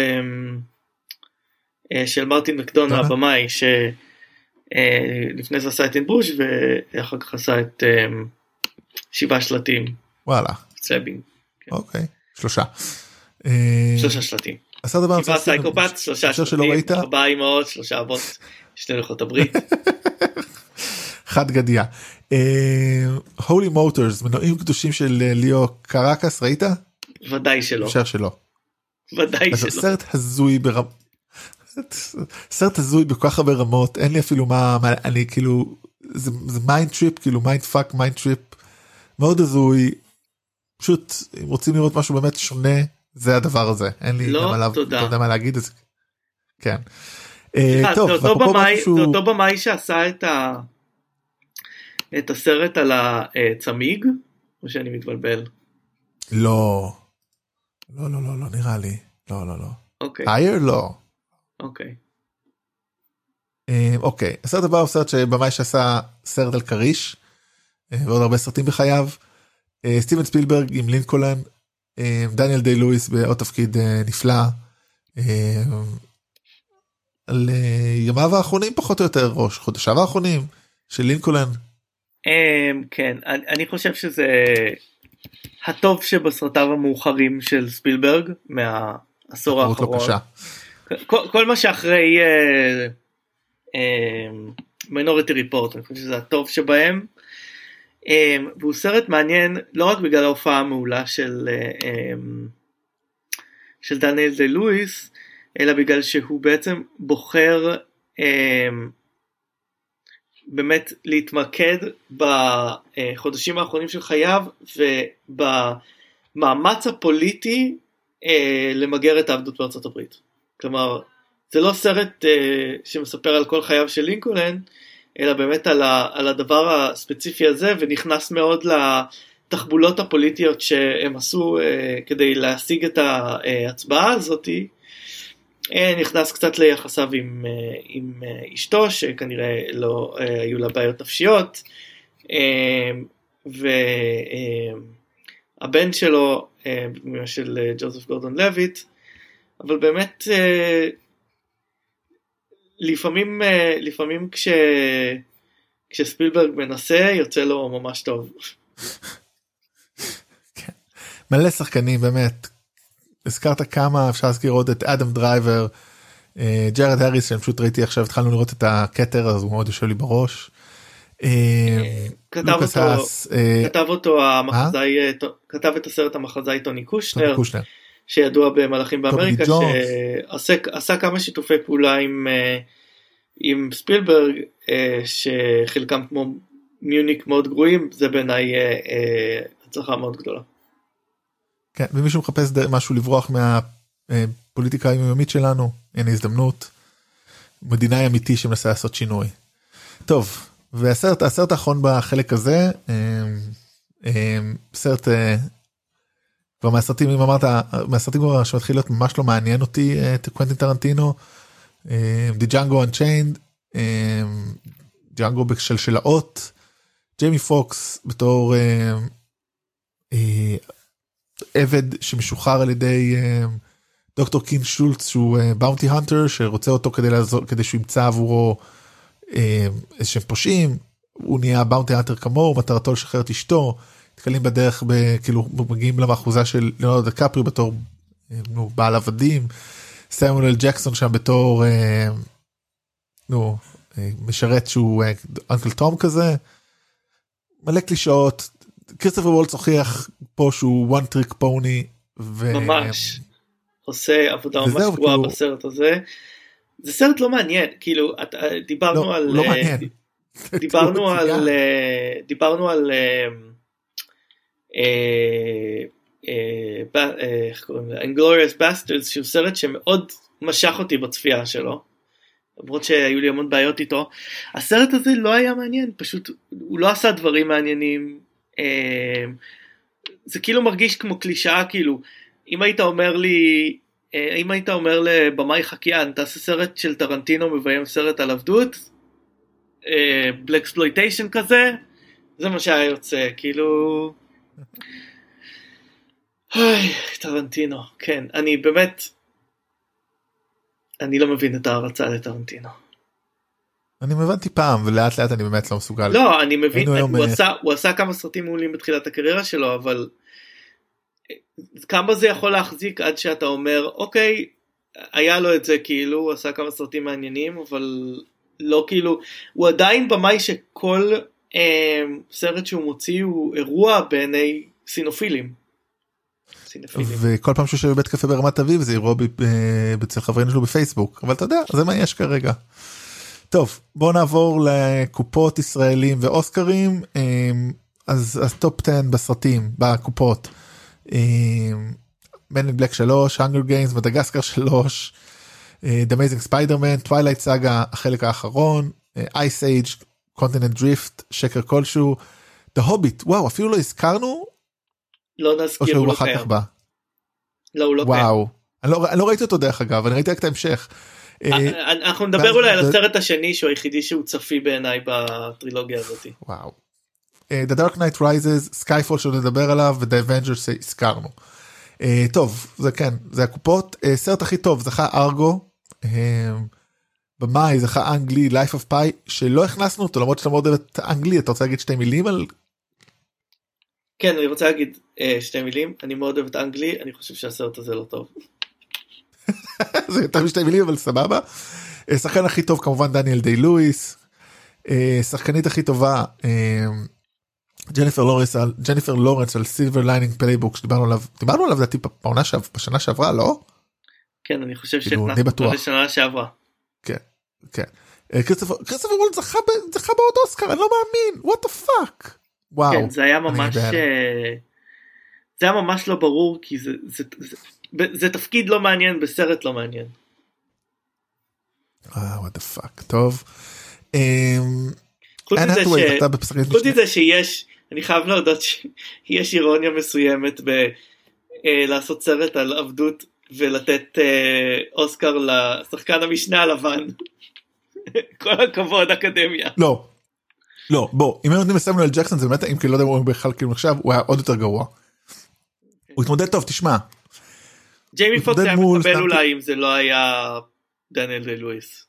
Speaker 3: של מרטין מקדונה הבמאי, לפני זה עשה את אין ברוז' ואחר כך עשה את 7 שלטים.
Speaker 2: וואלה.
Speaker 3: סלאבינג.
Speaker 2: אוקיי, 3.
Speaker 3: 3 שלטים.
Speaker 2: 7
Speaker 3: סייקופת, 3 שלטים, 4 אמהות, 3 אבות, 2 לוחות הברית.
Speaker 2: חד גדיה. Holy Motors, מנועים קדושים של ליאו קרקס, ראית?
Speaker 3: ודאי שלא.
Speaker 2: אפשר שלא.
Speaker 3: ודאי שלא.
Speaker 2: סרט הזוי סרט הזוי בכל כך הרבה רמות, אין לי אפילו מה, אני כאילו, זה מיינד טריפ, כאילו מיינד פאק, מיינד טריפ, מאוד הזוי, פשוט, אם רוצים לראות משהו באמת שונה, זה הדבר הזה, אין לי גם עליו, לא יודע מה להגיד את זה. כן.
Speaker 3: טוב, זה אותו במאי שעשה את הסרט על הצמיג, או שאני מתבלבל?
Speaker 2: לא, נראה לי, לא.
Speaker 3: אוקיי.
Speaker 2: טייר? לא.
Speaker 3: אוקיי.
Speaker 2: אוקיי, הסרט הבא הוא סרט שבמאי שעשה סרט על קריש, ועוד הרבה סרטים בחייו, סטיבן ספילברג עם לינקולן, דניאל דיי לואיס בעוד תפקיד נפלא, על ימיו האחרונים פחות או יותר, או חודשיו האחרונים של לינקולן.
Speaker 3: כן, אני חושב שזה הטוב שבסרטיו המאוחרים של ספילברג מהעשור האחרון. כל מה שאחרי מיינוריטי ריפורט, אני חושב שזה הטוב שבהם, והוא סרט מעניין לא רק בגלל ההופעה המעולה של דניאל דיי לואיס, אלא בגלל שהוא בעצם בוחר באמת להתמקד בחודשים האחרונים של חייו, ובמאמץ הפוליטי למגר את העבדות בארצות הברית. כלומר, זה לא סרט שמספר על כל חייו של לינקולן, אלא באמת על הדבר הספציפי הזה, ונכנס מאוד לתחבולות הפוליטיות שהם עשו כדי להשיג את ההצבעה הזאת, נכנס קצת ליחסיו עם אשתו, שכנראה לא היו לה בעיות נפשיות, והבן שלו, של ג'וזף גורדון לויט, אבל באמת לפעמים כשספילברג מנסה יוצא לו ממש טוב.
Speaker 2: מלא שחקנים באמת, הזכרת כמה, אפשר להזכיר עוד את אדם דרייבר, ג'רד הריס, שאני פשוט ראיתי עכשיו, התחלנו לראות את הקטר, אז הוא מאוד יושב לי בראש.
Speaker 3: כתב אותו המחזאי, כתב את הסרט המחזאי טוני קושנר, שידוע במלאכים באמריקה, שעשה כמה שיתופי פעולה עם ספילברג, שחלקם כמו מיוניק מאוד גרועים, זה בעיניי הצלחה מאוד גדולה.
Speaker 2: כן, ומישהו מחפש משהו לברוח מהפוליטיקה היומיומית שלנו, הנה הזדמנות, מדינאי אמיתי שמנסה לעשות שינוי. טוב, והסרט האחרון בחלק הזה, סרט, כבר מהסרטים, אם אמרת, מהסרטים שמתחיל להיות ממש לא מעניין אותי, קוונטין טרנטינו, דיג'אנגו אנצ'יינד, דיג'אנגו בשלשלאות, ג'יימי פוקס בתור עבד שמשוחרר על ידי דוקטור קין שולץ, שהוא באונטי הנטר, שרוצה אותו כדי שהוא ימצא עבורו איזשהם פושעים, הוא נהיה באונטי הנטר כמוהו, מטרתו לשחרר את אשתו, נתקלים בדרך, כאילו מגיעים למאחוזה של ליאונרדו דיקפריו בתור בעל עבדים, סמואל אל ג'קסון שם בתור משרת שהוא אנקל תום כזה, מלא קלישאות, כריסטופר וולץ הוכיח פה שהוא one trick pony,
Speaker 3: ממש, עושה עבודה ממש גרועה בסרט הזה, זה סרט לא מעניין, כאילו דיברנו על,
Speaker 2: לא מעניין,
Speaker 3: דיברנו על איך קוראים לה? Inglourious Basterds, שהוא סרט שמאוד משך אותי בצפייה שלו, למרות שהיו לי המון בעיות איתו. הסרט הזה לא היה מעניין, פשוט הוא לא עשה דברים מעניינים, זה כאילו מרגיש כמו קלישאה, כאילו אם היית אומר לבמאי חקיין, תעשה סרט של טרנטינו מביים סרט על עבדות, בלקספלויטיישן כזה, זה מה שהיה יוצא, כאילו טרנטינו, כן, אני לא מבין את ההרצה לטרנטינו.
Speaker 2: אני מבנתי פעם, ולאט לאט אני באמת לא מסוגל.
Speaker 3: לא, אני מבין, הוא עשה כמה סרטים מעולים בתחילת הקריירה שלו, אבל כמה זה יכול להחזיק עד שאתה אומר, אוקיי, היה לו את זה כאילו, הוא עשה כמה סרטים מעניינים, אבל לא כאילו, הוא עדיין במאי שכל סרט שהוא מוציא הוא אירוע בעיני סינופילים.
Speaker 2: וכל פעם שהוא יושב בבית קפה ברמת אביב, זה אירוע אצל חברינו שלו בפייסבוק, אבל אתה יודע, זה מה יש כרגע. טוב, בואו נעבור לקופות ישראלים ואוסקרים, אז טופ 10 בסרטים, בקופות, Man in Black 3, Hunger Games, מדגסקר 3, The Amazing Spider-Man, Twilight Saga, החלק האחרון, Ice Age, Continent Drift, שקר כלשהו, The Hobbit, וואו, אפילו לא הזכרנו,
Speaker 3: לא נזכיר, הוא לא קיים. לא, הוא לא קיים.
Speaker 2: וואו, אני לא ראיתי אותו דרך אגב, אני ראיתי רק את ההמשך.
Speaker 3: אנחנו נדבר אולי על הסרט השני, שהוא היחידי שהוא צפי בעיניי בטרילוגיה הזאת.
Speaker 2: וואו. The Dark Knight Rises, Skyfall שנדבר עליו, ו-The Avengers הזכרנו. טוב, זה כן, זה הקופות. סרט הכי טוב, זכה ארגו, במאי זכה אנגלי, Life of Pi, שלא הכנסנו אותו, למרות שאתה מאוד אוהב את אנגלי, אתה רוצה להגיד שתי מילים על...
Speaker 3: כן, אני רוצה להגיד שתי מילים, אני מאוד אוהב את אנגלי, אני חושב שהסרט הזה לא טוב.
Speaker 2: זה יותר משתי מילים, אבל סבבה. שחקן הכי טוב, כמובן, דניאל די לואיס. שחקנית הכי טובה, ג'ניפר לורנס על סילבר ליינינג פלייבוק, שדיברנו עליו, דעתי, בשנה שעברה, לא?
Speaker 3: כן, אני חושב שהכנסנו לשנה שעברה.
Speaker 2: כן, כן. כריסטופר וולץ זכה בעוד אוסקר, אני לא מאמין, what the fuck? וואו.
Speaker 3: כן, זה היה ממש לא ברור, כי זה תפקיד לא מעניין, בסרט לא מעניין.
Speaker 2: what the fuck, טוב.
Speaker 3: חוץ מזה שיש, אני חייב להודות שיש אירוניה מסוימת לעשות סרט על עבדות ולתת אוסקר לשחקן המשנה הלבן. כל הכבוד, אקדמיה.
Speaker 2: לא, בוא, אם היינו נותנים לסמואל אל ג'קסון, זה באמת, אם כי לא יודע אם בכלל כאילו עכשיו, הוא היה עוד יותר גרוע. הוא התמודד טוב, תשמע.
Speaker 3: ג'יימי פוקס היה מקבל אולי אם זה לא היה דניאל די לואיס.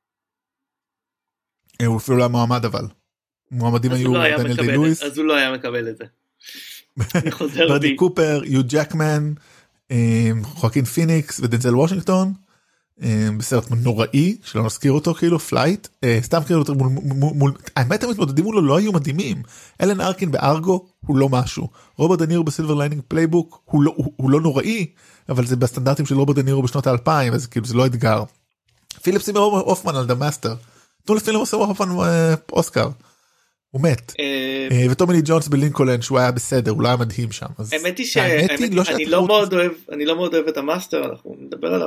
Speaker 2: הוא אפילו לא היה מועמד, אבל מועמדים היו דניאל די לואיס,
Speaker 3: אז הוא לא היה מקבל את זה.
Speaker 2: ברדי קופר, יו ג'קמן, חואקין פיניקס ודנזל וושינגטון, בסרט נוראי שלא נזכיר אותו, כאילו פלייט, סתם כאילו מול האמת המתמודדים מולו לא היו מדהימים. אלן ארקין בארגו הוא לא משהו, רוברט דנירו בסילבר ליינינג פלייבוק הוא לא נוראי, אבל זה בסטנדרטים של רוברט דנירו בשנות ה-2000, אז כאילו זה לא אתגר. פיליפ סימר הופמן על דה מאסטר, תנו לפילמוס וורפן אוסקר. הוא מת. וטומי לי ג'ונס בלינקולן שהוא היה בסדר, הוא לא היה מדהים שם.
Speaker 3: האמת היא שאני לא מאוד אוהב את המאסטר, אנחנו נדבר עליו,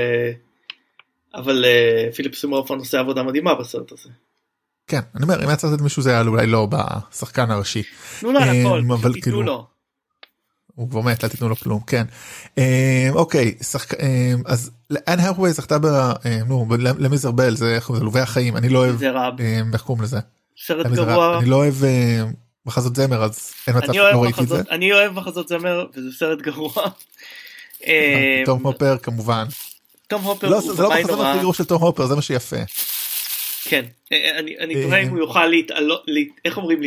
Speaker 3: אבל פיליפ סיימור הופמן עושה עבודה מדהימה בסרט הזה.
Speaker 2: כן, אני אומר, אם היה צריך לתת מישהו זה היה אולי לא בשחקן הראשי.
Speaker 3: תנו לו על הכל, תיתנו לו.
Speaker 2: הוא כבר מת, לא תיתנו לו כלום, כן. אוקיי, אז אן הרוויי זכתה למזרבל, זה לובי החיים, אני לא אוהב, איך קוראים לזה?
Speaker 3: סרט גרוע.
Speaker 2: אני לא אוהב מחזות זמר, אז אין מצב לא ראיתי את זה.
Speaker 3: אני אוהב מחזות זמר, וזה סרט גרוע.
Speaker 2: תום הופר כמובן.
Speaker 3: תום הופר
Speaker 2: זה לא מחזות הכי גרוע של תום הופר, זה מה שיפה.
Speaker 3: כן, אני תוהה אם הוא יוכל להתעלות, איך אומרים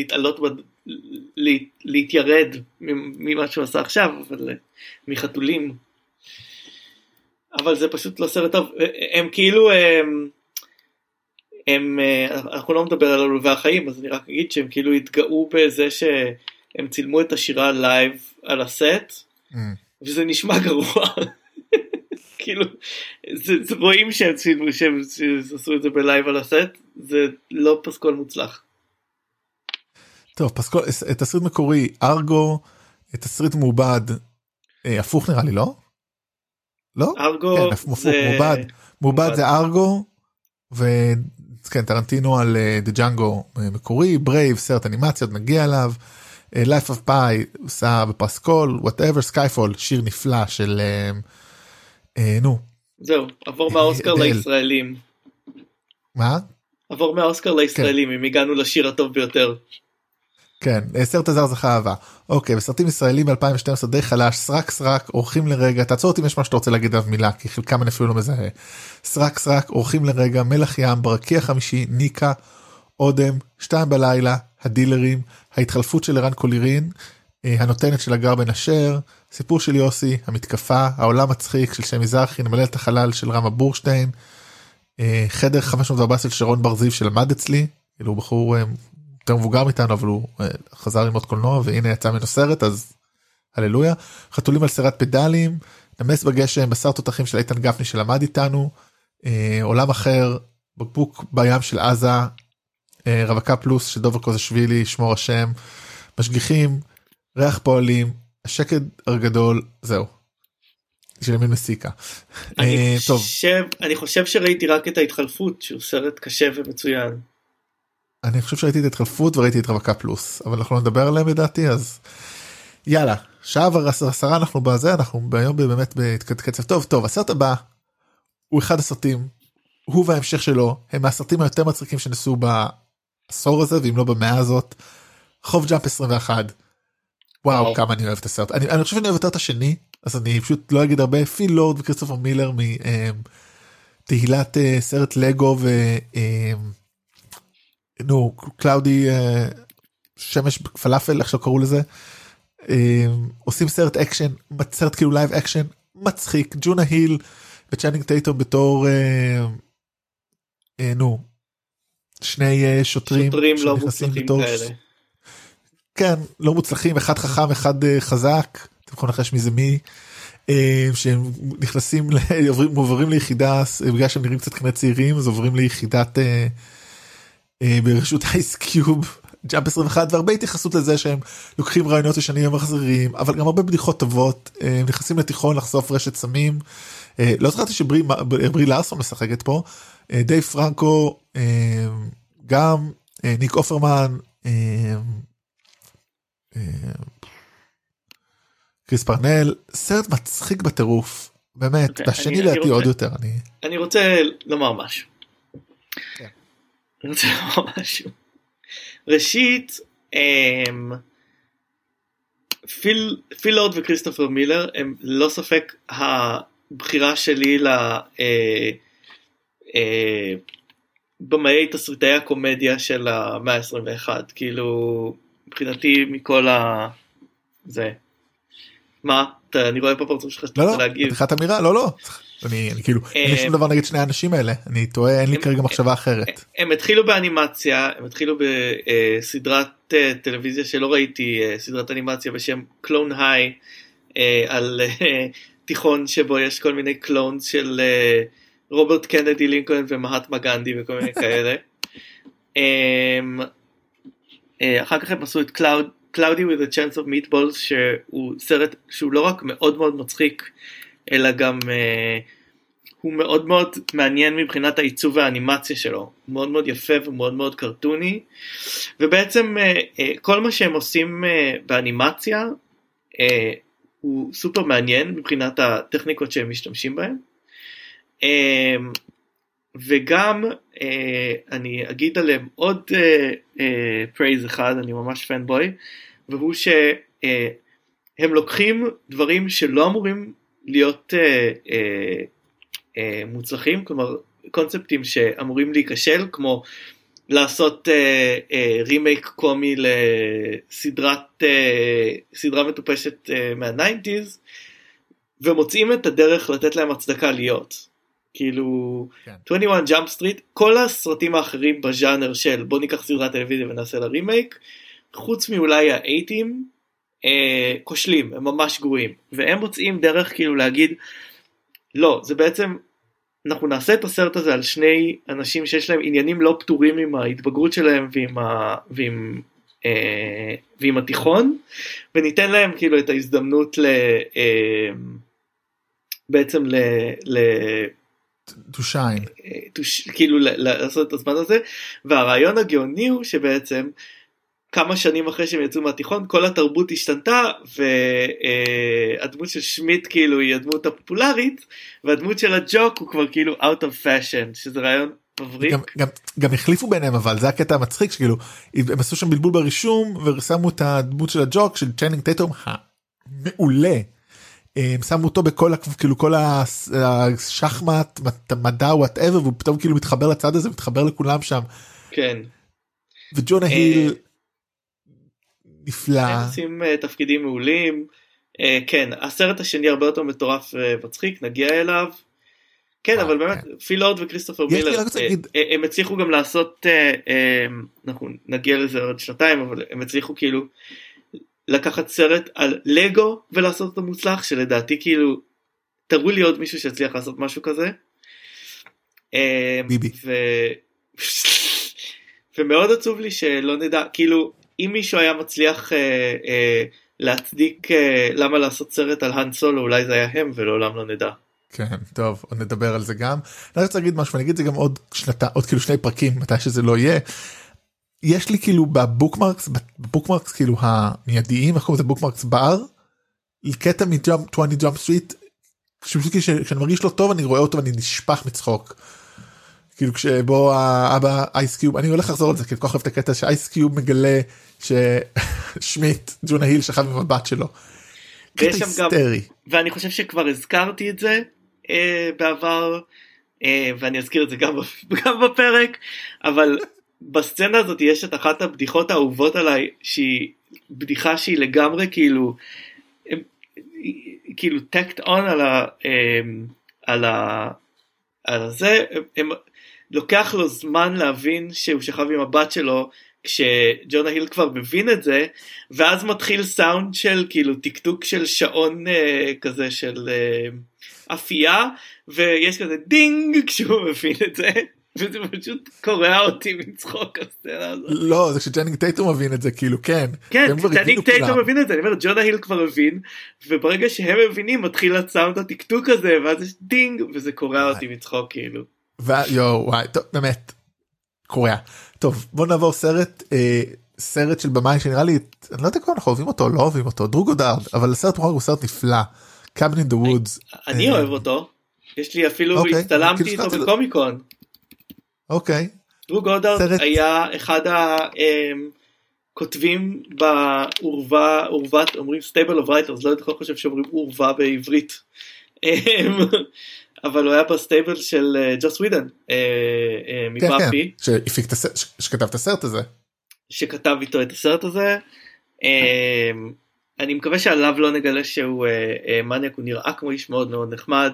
Speaker 3: להתיירד ממה שהוא עשה עכשיו, אבל מחתולים. אבל זה פשוט לא סרט טוב. הם כאילו, אנחנו לא מדבר על עלובי החיים, אז אני רק אגיד שהם כאילו התגאו בזה שהם צילמו את השירה לייב על הסט, וזה נשמע גרוע. כאילו, רואים שהם צילמו, שהם עשו את זה בלייב על הסט, זה לא פסקול מוצלח.
Speaker 2: טוב, פסקול, תסריט מקורי, ארגו, תסריט מעובד, הפוך נראה לי, לא? לא?
Speaker 3: ארגו
Speaker 2: זה... מעובד זה ארגו, וכן, טרנטינו על דה ג'אנגו מקורי, ברייב, סרט אנימציות, נגיע אליו, Life of Pi, עושה בפסקול, whatever, Skyfall, שיר נפלא של... נו.
Speaker 3: זהו, עבור מהאוסקר לישראלים.
Speaker 2: מה?
Speaker 3: עבור מהאוסקר לישראלים, אם הגענו לשיר הטוב ביותר.
Speaker 2: כן, סרט הזר זכה אהבה. אוקיי, בסרטים ישראלים ב-2012 די חלש, סרק, אורחים לרגע, תעצור אותי אם יש מה שאתה רוצה להגיד עליו מילה, כי חלקם אני אפילו לא מזהה. סרק, אורחים לרגע, מלח ים, ברקיע החמישי, ניקה, אודם, 2 בלילה, הדילרים, ההתחלפות של ערן קולירין, הנותנת של הגר בן אשר, סיפור של יוסי, המתקפה, העולם מצחיק של שמי זרחי, נמלל את החלל של רמה בורשטיין, חדר 514 של שרון בר זיו שלמד אצלי, כאילו הוא בחור יותר מבוגר מאיתנו, אבל הוא חזר ללמוד קולנוע, והנה יצא ממנו סרט, אז הללויה. חתולים על סרט פדלים, נמס בגשם, בשר תותחים של איתן גפני שלמד איתנו, עולם אחר, בקבוק בים של עזה, רווקה פלוס של דובר קוזשווילי, שמור השם, משגיחים, ריח פועלים, השקד הגדול, זהו. של ימין מסיקה.
Speaker 3: אני חושב שראיתי רק את ההתחלפות, שהוא סרט קשה ומצוין.
Speaker 2: אני חושב שראיתי את ההתחלפות וראיתי את רווקה פלוס, אבל אנחנו לא נדבר עליהם לדעתי, אז יאללה, שעה ועשרה אנחנו בזה, אנחנו ביום באמת בקצב טוב, הסרט הבא הוא אחד הסרטים, הוא וההמשך שלו, הם מהסרטים היותר מצחיקים שנסו בעשור הזה, ואם לא במאה הזאת, חוב ג'אמפ 21, וואו, כמה אני אוהב את הסרט. אני חושב שאני אוהב יותר את השני, אז אני פשוט לא אגיד הרבה. פיל לורד וכריסטופר מילר מתהילת סרט לגו נו, קלאודי שמש פלאפל, איך שקראו לזה. עושים סרט אקשן, סרט כאילו לייב אקשן, מצחיק. ג'ונה היל וצ'אנינג טייטום בתור נו, שני שוטרים
Speaker 3: לא מוצלחים כאלה.
Speaker 2: כן, לא מוצלחים, אחד חכם, אחד חזק, אתם יכולים לחש מי זה מי, שהם נכנסים, עוברים ליחידה, בגלל שהם נראים קצת כנראה צעירים, אז עוברים ליחידת, ברשות אייס קיוב, ג'אמפ 21, והרבה התייחסות לזה שהם לוקחים רעיונות ישנים ומחזירים, אבל גם הרבה בדיחות טובות, הם נכנסים לתיכון לחשוף רשת סמים, לא זכרתי שברי לארסון משחקת פה, דייב פרנקו, גם ניק אופרמן, קריס פרנל, סרט מצחיק בטירוף, באמת, והשני לדעתי עוד יותר.
Speaker 3: אני רוצה לומר משהו. ראשית, פיל לורד וכריסטופר מילר הם לא ספק הבחירה שלי במאי תסריטאי הקומדיה של המאה ה-21, כאילו מבחינתי מכל זה. מה? אני רואה פה פרצוף שלך שאתה רוצה להגיב. לא,
Speaker 2: פתיחת אמירה, לא. אני כאילו, אין לי שום דבר נגד שני האנשים האלה, אני טועה, אין לי כרגע מחשבה אחרת.
Speaker 3: הם התחילו באנימציה, הם התחילו בסדרת טלוויזיה שלא ראיתי, סדרת אנימציה בשם קלון היי, על תיכון שבו יש כל מיני קלונס של רוברט קנדי לינקולן ומהטמה גנדי וכל מיני כאלה. אחר כך הם עשו את Cloudy with a Chance of Meatballs, שהוא סרט שהוא לא רק מאוד מאוד מצחיק, אלא גם הוא מאוד מאוד מעניין מבחינת העיצוב והאנימציה שלו, הוא מאוד מאוד יפה ומאוד מאוד קרטוני, ובעצם כל מה שהם עושים באנימציה הוא סופר מעניין מבחינת הטכניקות שהם משתמשים בהם, וגם אני אגיד עליהם עוד פרייז אחד, אני ממש פנבוי, והוא שהם לוקחים דברים שלא אמורים להיות מוצלחים, כלומר קונספטים שאמורים להיכשל, כמו לעשות רימייק קומי לסדרה מטופשת מה-90s, ומוצאים את הדרך לתת להם הצדקה להיות. כאילו, 21 Jump Street, כל הסרטים האחרים בז'אנר של בוא ניקח סדרת טלוויזיה ונעשה לה רימייק, חוץ מאולי ה-80, כושלים, הם ממש גרועים, והם מוצאים דרך כאילו להגיד, לא, זה בעצם, אנחנו נעשה את הסרט הזה על שני אנשים שיש להם עניינים לא פתורים עם ההתבגרות שלהם ועם התיכון, וניתן להם כאילו את ההזדמנות בעצם
Speaker 2: to shine.
Speaker 3: כאילו לעשות את הזמן הזה, והרעיון הגאוני הוא שבעצם כמה שנים אחרי שהם יצאו מהתיכון, כל התרבות השתנתה, והדמות של שמיט כאילו היא הדמות הפופולרית, והדמות של הג'וק הוא כבר כאילו out of fashion, שזה רעיון מבריק.
Speaker 2: גם החליפו ביניהם, אבל זה הקטע המצחיק, שכאילו, הם עשו שם בלבול ברישום, ושמו את הדמות של הג'וק, של צ'יינינג טייטום, המעולה. הם שמו אותו בכל, כאילו כל השחמט, מדע, whatever, והוא פתאום כאילו מתחבר לצד הזה, מתחבר לכולם שם. כן. וג'ונה היל נפלא.
Speaker 3: הם עושים תפקידים מעולים. כן, הסרט השני הרבה יותר מטורף ומצחיק, נגיע אליו. כן, אבל באמת, פיל לורד וכריסטופר מילר, הם הצליחו גם לעשות, אנחנו נגיע לזה עוד שנתיים, אבל הם הצליחו כאילו לקחת סרט על לגו ולעשות אותו מוצלח, שלדעתי כאילו, תראו לי עוד מישהו שהצליח לעשות משהו כזה.
Speaker 2: ביבי.
Speaker 3: ומאוד עצוב לי שלא נדע, כאילו, אם מישהו היה מצליח להצדיק למה לעשות סרט על האן סולו, אולי זה היה הם ולעולם לא נדע.
Speaker 2: כן, טוב, עוד נדבר על זה גם. אני רוצה להגיד משהו, אני אגיד את זה גם עוד כאילו שני פרקים, מתי שזה לא יהיה. יש לי כאילו בבוקמרקס כאילו המיידיים, איך קוראים לזה בוקמרקס בר, קטע מ-20 Jump Street, כשאני מרגיש לא טוב, אני רואה אותו ואני נשפח מצחוק. כאילו כשבו האבא אייס קיוב, אני הולך לחזור על זה, כי כל כך אוהב את הקטע שאייס קיוב מגלה ששמיט, ג'ונה היל שכב עם הבת שלו. קטע היסטרי.
Speaker 3: ואני חושב שכבר הזכרתי את זה בעבר, ואני אזכיר את זה גם בפרק, אבל בסצנה הזאת יש את אחת הבדיחות האהובות עליי, שהיא בדיחה שהיא לגמרי כאילו טקט און על זה, לוקח לו זמן להבין שהוא שכב עם הבת שלו, כשג'ונה היל כבר מבין את זה, ואז מתחיל סאונד של כאילו טיקטוק של שעון כזה של אפייה, ויש כזה דינג כשהוא מבין את זה, וזה פשוט קורע אותי מצחוק הסצנה הזאת.
Speaker 2: לא, זה כשג'נינג טייטום מבין את זה, כאילו כן.
Speaker 3: כן, ג'נינג טייטום מבין את זה, אני אומר, ג'ונה היל כבר מבין, וברגע שהם מבינים, מתחיל הסאונד הטיקטוק הזה, ואז יש דינג, וזה קורע אותי מצחוק כאילו.
Speaker 2: וואי, טוב, באמת, קורע. טוב, בוא נעבור סרט של במאי שנראה לי, אני לא יודע כבר אנחנו אוהבים אותו, לא אוהבים אותו, דרוג גודארד, אבל הסרט הוא סרט נפלא, Cabin in the Woods.
Speaker 3: אני אוהב אותו, יש לי אפילו, הצטלמתי איתו בקומיקון.
Speaker 2: אוקיי.
Speaker 3: דרוג גודארד היה אחד הכותבים בעורבת, אומרים Stable of Writers, לא יודע כל חושב שאומרים עורבה בעברית, אבל הוא היה בסטייבל של ג'וס ווידן מבאפי,
Speaker 2: שכתב את הסרט הזה,
Speaker 3: שכתב איתו את הסרט הזה. אני מקווה שעליו לא נגלה שהוא מניאק, הוא נראה כמו איש מאוד מאוד נחמד.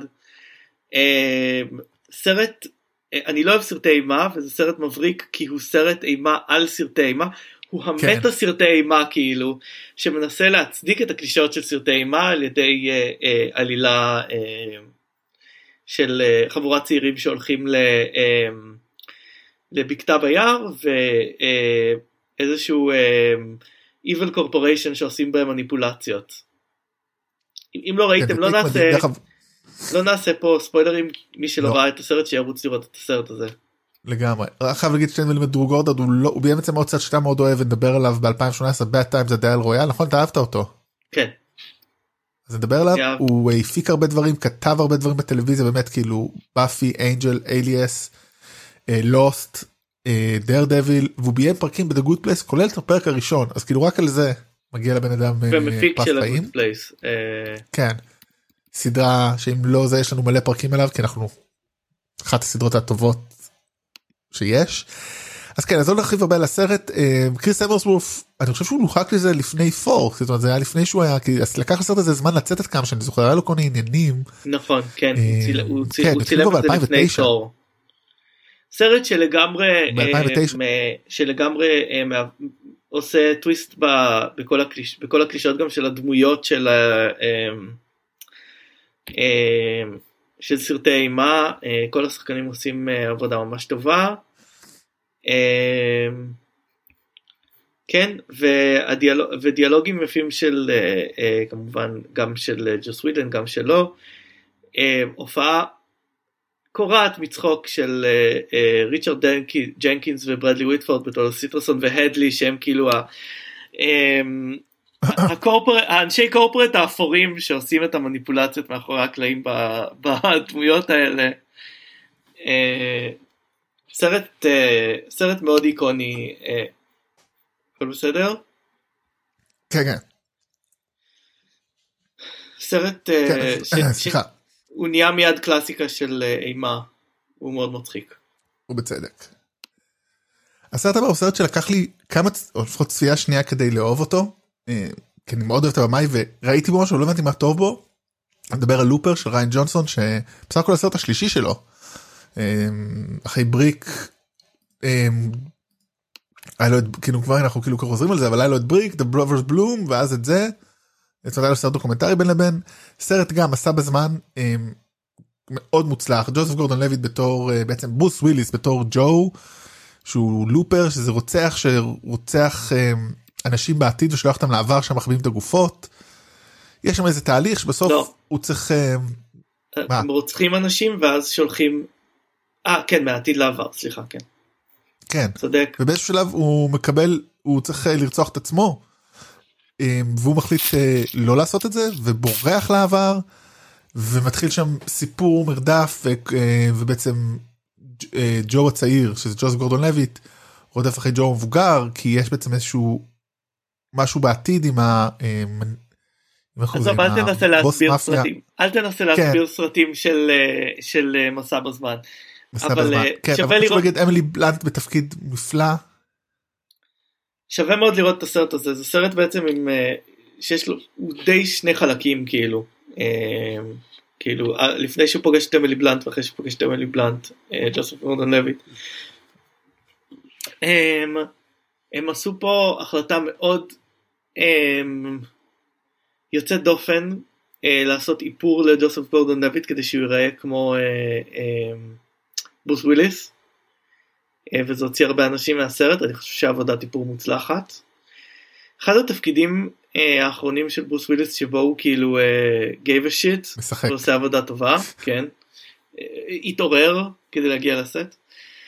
Speaker 3: סרט, אני לא אוהב סרטי אימה, וזה סרט מבריק כי הוא סרט אימה על סרטי אימה, הוא המטה סרטי אימה כאילו, שמנסה להצדיק את הקלישאות של סרטי אימה על ידי עלילה של חבורת צעירים שהולכים לבקתה ביער, ואיזשהו evil corporation שעושים בהם מניפולציות. אם לא ראיתם, לא נעשה פה ספוילרים, מי שלא ראה את הסרט שירוץ לראות את הסרט הזה.
Speaker 2: לגמרי. רק חייב להגיד שתיים מילים, דרו גורדון, הוא בעצם מאוד סרט שאתה מאוד אוהב ונדבר עליו ב-2018, Bad Times at the El Royale, נכון? אתה אהבת אותו?
Speaker 3: כן.
Speaker 2: אז נדבר עליו, הוא הפיק הרבה דברים, כתב הרבה דברים בטלוויזיה, באמת כאילו, באפי, אנג'ל, אליאס, לוסט, דר דביל, והוא ביים פרקים ב-The Good Place, כולל את הפרק הראשון, אז כאילו רק על זה מגיע לבן אדם פרס חיים.
Speaker 3: ומפיק של ה-Good Place.
Speaker 2: כן. סדרה שאם לא זה יש לנו מלא פרקים אליו, כי אנחנו אחת הסדרות הטובות שיש. אז כן, אז לא נרחיב הרבה על הסרט. קריס אמרסוורף, אני חושב שהוא נוחק לזה לפני פור, זאת אומרת זה היה לפני שהוא היה, כי לקח לסרט הזה זמן לצאת את כמה שאני זוכר, היה לו כל מיני עניינים.
Speaker 3: נכון, כן, הוא צילם את זה לפני פור. סרט שלגמרי עושה טוויסט בכל הקלישות גם של הדמויות של סרטי אימה, כל השחקנים עושים עבודה ממש טובה. כן, ודיאלוגים יפים של, כמובן, גם של ג'וס ווידן, גם שלו. הופעה קורעת מצחוק של ריצ'רד ג'נקינס וברדלי וויטפורד בתור סיטרסון והדלי, שהם כאילו האנשי קורפורט האפורים שעושים את המניפולציות מאחורי הקלעים בדמויות האלה. סרט מאוד איקוני. הכל בסדר?
Speaker 2: כן, כן.
Speaker 3: סרט הוא נהיה מיד קלאסיקה של אימה, הוא מאוד מצחיק.
Speaker 2: ובצדק. הסרט הבא הוא סרט שלקח לי כמה, או לפחות צפייה שנייה כדי לאהוב אותו, כי אני מאוד אוהב את הבמאי, וראיתי בו משהו, לא הבנתי מה טוב בו, אני מדבר על לופר של ריין ג'ונסון, שבסך הכל הסרט השלישי שלו, אחרי בריק, כאילו כבר אנחנו כאילו חוזרים על זה, אבל היה לו את בריק, The Brothers Bloom, ואז את זה, היה לו סרט דוקומנטרי בין לבין, סרט גם עשה בזמן מאוד מוצלח, ג'וזף גורדון לויט בתור, בעצם ברוס וויליס בתור ג'ו, שהוא לופר, שזה שרוצח אנשים בעתיד, ושולח אותם לעבר שם מחביאים את הגופות, יש שם איזה תהליך שבסוף הוא צריך...
Speaker 3: הם רוצחים אנשים ואז שולחים... כן, מהעתיד לעבר, סליחה, כן.
Speaker 2: כן,
Speaker 3: צודק.
Speaker 2: ובאיזשהו שלב הוא מקבל, הוא צריך לרצוח את עצמו, והוא מחליט לא לעשות את זה, ובורח לעבר, ומתחיל שם סיפור מרדף, ובעצם ג'ו הצעיר, שזה ג'וזף גורדון לויט, רודף אחרי ג'ו המבוגר, כי יש בעצם איזשהו משהו בעתיד עם
Speaker 3: אז אל תנסה להסביר סרטים, אל תנסה להסביר סרטים של מסע בזמן. אבל
Speaker 2: שווה לראות, אמילי בלנט בתפקיד נפלא,
Speaker 3: שווה מאוד לראות את הסרט הזה. זה סרט בעצם עם שיש לו, הוא די שני חלקים כאילו לפני שהוא פוגש את אמילי בלנט ואחרי שהוא פוגש את אמילי בלנט, ג'וזף גורדון לויט. הם עשו פה החלטה מאוד יוצאת דופן, לעשות איפור לג'וזף גורדון לויט כדי שהוא ייראה כמו ברוס וויליס, וזה הוציא הרבה אנשים מהסרט. אני חושב שהעבודת איפור מוצלחת. אחד התפקידים האחרונים של ברוס וויליס שבו הוא כאילו gave a shit,
Speaker 2: משחק,
Speaker 3: ועושה עבודה טובה, כן, התעורר כדי להגיע לסט.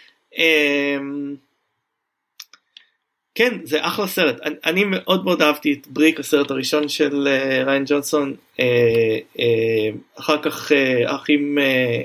Speaker 3: כן, זה אחלה סרט. אני מאוד מאוד אהבתי את בריק, הסרט הראשון של ריין ג'ונסון. אחר כך האחים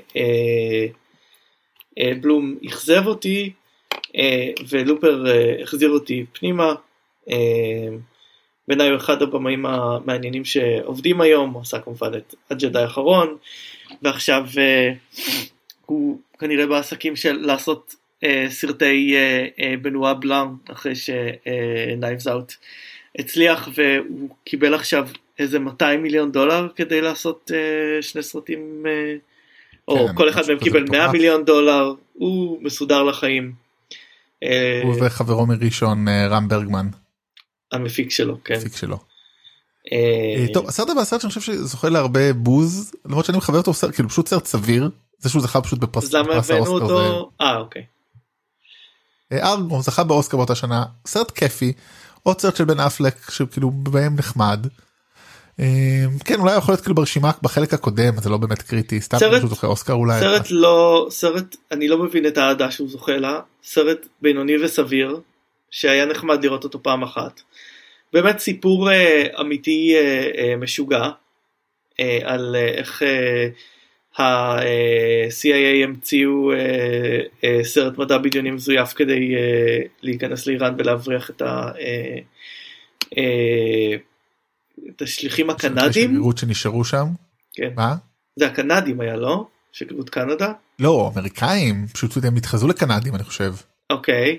Speaker 3: בלום אכזב אותי, ולופר החזיר אותי פנימה. בעיניי הוא אחד הבמאים המעניינים שעובדים היום, הוא עשה כמובן את הג'די האחרון, ועכשיו הוא כנראה בעסקים של לעשות סרטי בנועה בלאן, אחרי שנייבס אאוט הצליח, והוא קיבל עכשיו איזה $200 מיליון כדי לעשות שני סרטים, או כל אחד מהם קיבל $100 מיליון, הוא מסודר לחיים.
Speaker 2: הוא וחברו מראשון רם ברגמן,
Speaker 3: המפיק שלו, כן.
Speaker 2: המפיק שלו. טוב, הסרט הבא, הסרט שאני חושב שזוכה להרבה בוז, למרות שאני מחבר אותו, כאילו פשוט סרט סביר, זה שהוא זכה פשוט בפרס
Speaker 3: האוסקר. אז למה הבאנו אותו? אוקיי.
Speaker 2: ארגו זכה באוסקר באותה שנה, סרט כיפי, עוד סרט של בן אפלק שכאילו בהם נחמד, כן אולי יכול להיות כאילו ברשימה בחלק הקודם, זה לא באמת קריטי, סתם שהוא זוכה אוסקר אולי.
Speaker 3: סרט אני לא מבין את העדה שהוא זוכה לה, סרט בינוני וסביר, שהיה נחמד לראות אותו פעם אחת, באמת סיפור אמיתי משוגע, על איך ה-CIA המציאו סרט מדע בדיוני מזויף כדי להיכנס לאיראן ולהבריח את השליחים הקנדים.
Speaker 2: השגרירות שנשארו שם?
Speaker 3: כן.
Speaker 2: מה?
Speaker 3: זה הקנדים היה, לא? שגרירות קנדה?
Speaker 2: לא, אמריקאים, פשוט הם התחזו לקנדים אני חושב.
Speaker 3: אוקיי.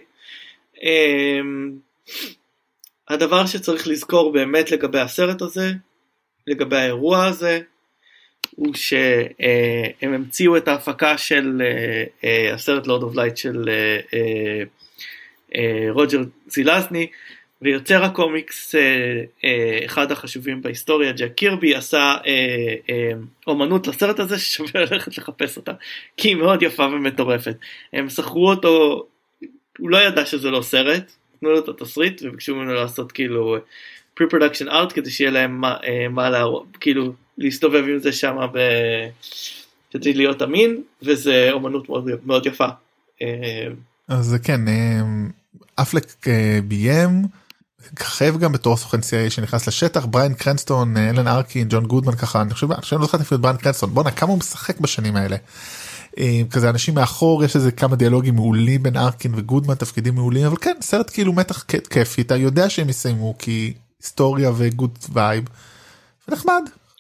Speaker 3: הדבר שצריך לזכור באמת לגבי הסרט הזה, לגבי האירוע הזה, הוא שהם המציאו את ההפקה של הסרט לורד אוף לייט של רוג'ר זילזני, ויוצר הקומיקס אחד החשובים בהיסטוריה, ג'ק קירבי, עשה אומנות לסרט הזה ששווה ללכת לחפש אותה, כי היא מאוד יפה ומטורפת. הם שכרו אותו, הוא לא ידע שזה לא סרט, תנו לו את התסריט וביקשו ממנו לעשות כאילו pre-production out כדי שיהיה להם מה כאילו להסתובב עם זה שם כדי להיות אמין, וזה אומנות מאוד, מאוד יפה.
Speaker 2: אז כן, אפלק ביים, חייב גם בתור סוכן CIA שנכנס לשטח, בריין קרנסטון, אלן ארקין, ג'ון גודמן ככה, אני חושב לא זכרתי אפילו את בריין קרנסטון, בוא'נה כמה הוא משחק בשנים האלה. כזה אנשים מאחור, יש איזה כמה דיאלוגים מעולים בין ארקין וגודמן, תפקידים מעולים, אבל כן, סרט כאילו מתח כיפי, אתה יודע שהם יסיימו, כי היסטוריה וגוד וייב, ונחמד.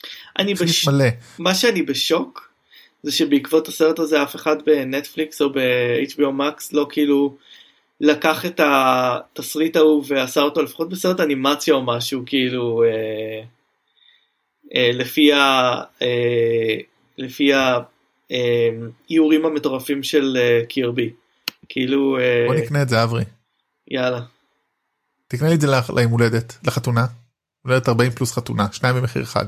Speaker 2: מה
Speaker 3: שאני בשוק, זה שבעקבות הסרט הזה, אף אחד בנטפליקס או ב-HBO Max, לא כאילו לקח את התסריט ההוא, ועשה אותו לפחות בסרט אנימציה או משהו, כאילו, לפי האיורים המטורפים של קירבי. כאילו...
Speaker 2: בוא נקנה את זה, אברי.
Speaker 3: יאללה.
Speaker 2: תקנה לי את זה ליום הולדת, לחתונה. הולדת 40 פלוס חתונה, 2 במחיר אחד.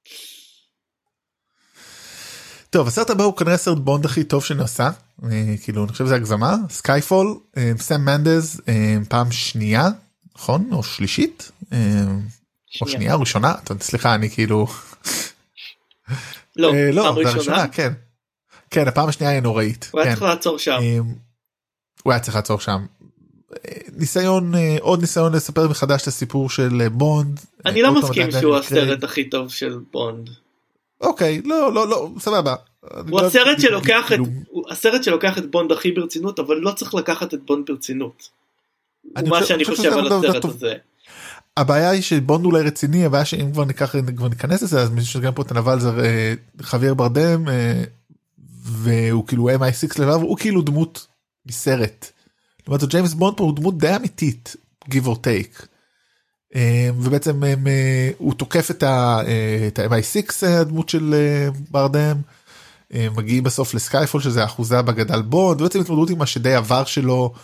Speaker 2: טוב, הסרט הבא הוא כנראה סרט בונד הכי טוב שנעשה, כאילו אני חושב שזה הגזמה, סקייפול, סם מנדז, פעם שנייה, נכון? או שלישית? או שנייה, ראשונה? סליחה, אני כאילו...
Speaker 3: לא,
Speaker 2: פעם ראשונה, כן. כן, הפעם השנייה היא נוראית.
Speaker 3: הוא היה צריך לעצור שם.
Speaker 2: הוא היה צריך לעצור שם. עוד ניסיון לספר מחדש את הסיפור של בונד.
Speaker 3: אני לא מסכים שהוא הסרט הכי טוב של בונד.
Speaker 2: אוקיי, לא, סבבה.
Speaker 3: הוא הסרט שלוקח את בונד הכי ברצינות, אבל לא צריך לקחת את בונד ברצינות. מה שאני חושב על הסרט הזה.
Speaker 2: הבעיה היא שבונד אולי רציני, הבעיה שאם כבר ניכנס לזה, אז מישהו שגם פה את הנבל זה חוויאר ברדם, והוא כאילו MI6 לבב, הוא כאילו דמות מסרט. לעומת זאת, ג'יימס בונד פה הוא דמות די אמיתית, give or take. ובעצם הוא תוקף את ה-MI6, הדמות של ברדם, מגיעים בסוף לסקייפול, שזה אחוזה בגדל בונד, ובעצם התמודדות עם השדי עבר שלו,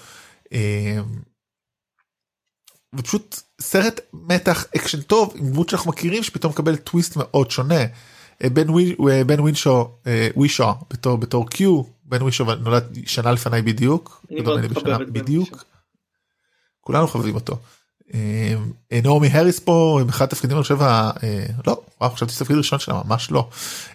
Speaker 2: ופשוט סרט מתח אקשן טוב, עם דמות שאנחנו מכירים, שפתאום מקבל טוויסט מאוד שונה. בן ווישו בתור קיו, בן ווישו נולד שנה לפניי בדיוק, בדיוק, כולנו חווים אותו. נעמי הריס פה, באחד התפקידים אני חושב, לא, חשבתי שתפקיד ראשון שלה, ממש לא.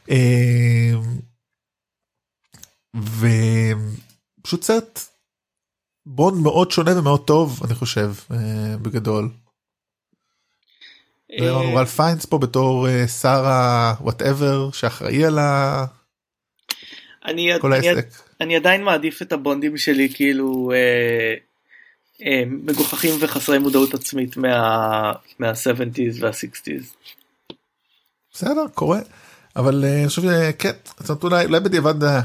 Speaker 2: ופשוט סרט בונד מאוד שונה ומאוד טוב, אני חושב, בגדול. ואמרנו רל פיינס פה בתור שרה whatever שאחראי על כל העסק.
Speaker 3: אני עדיין מעדיף את הבונדים שלי כאילו מגוחכים וחסרי מודעות עצמית מה-70s וה-60s.
Speaker 2: בסדר, קורה. אבל אני חושב שכן, אולי בדיעבד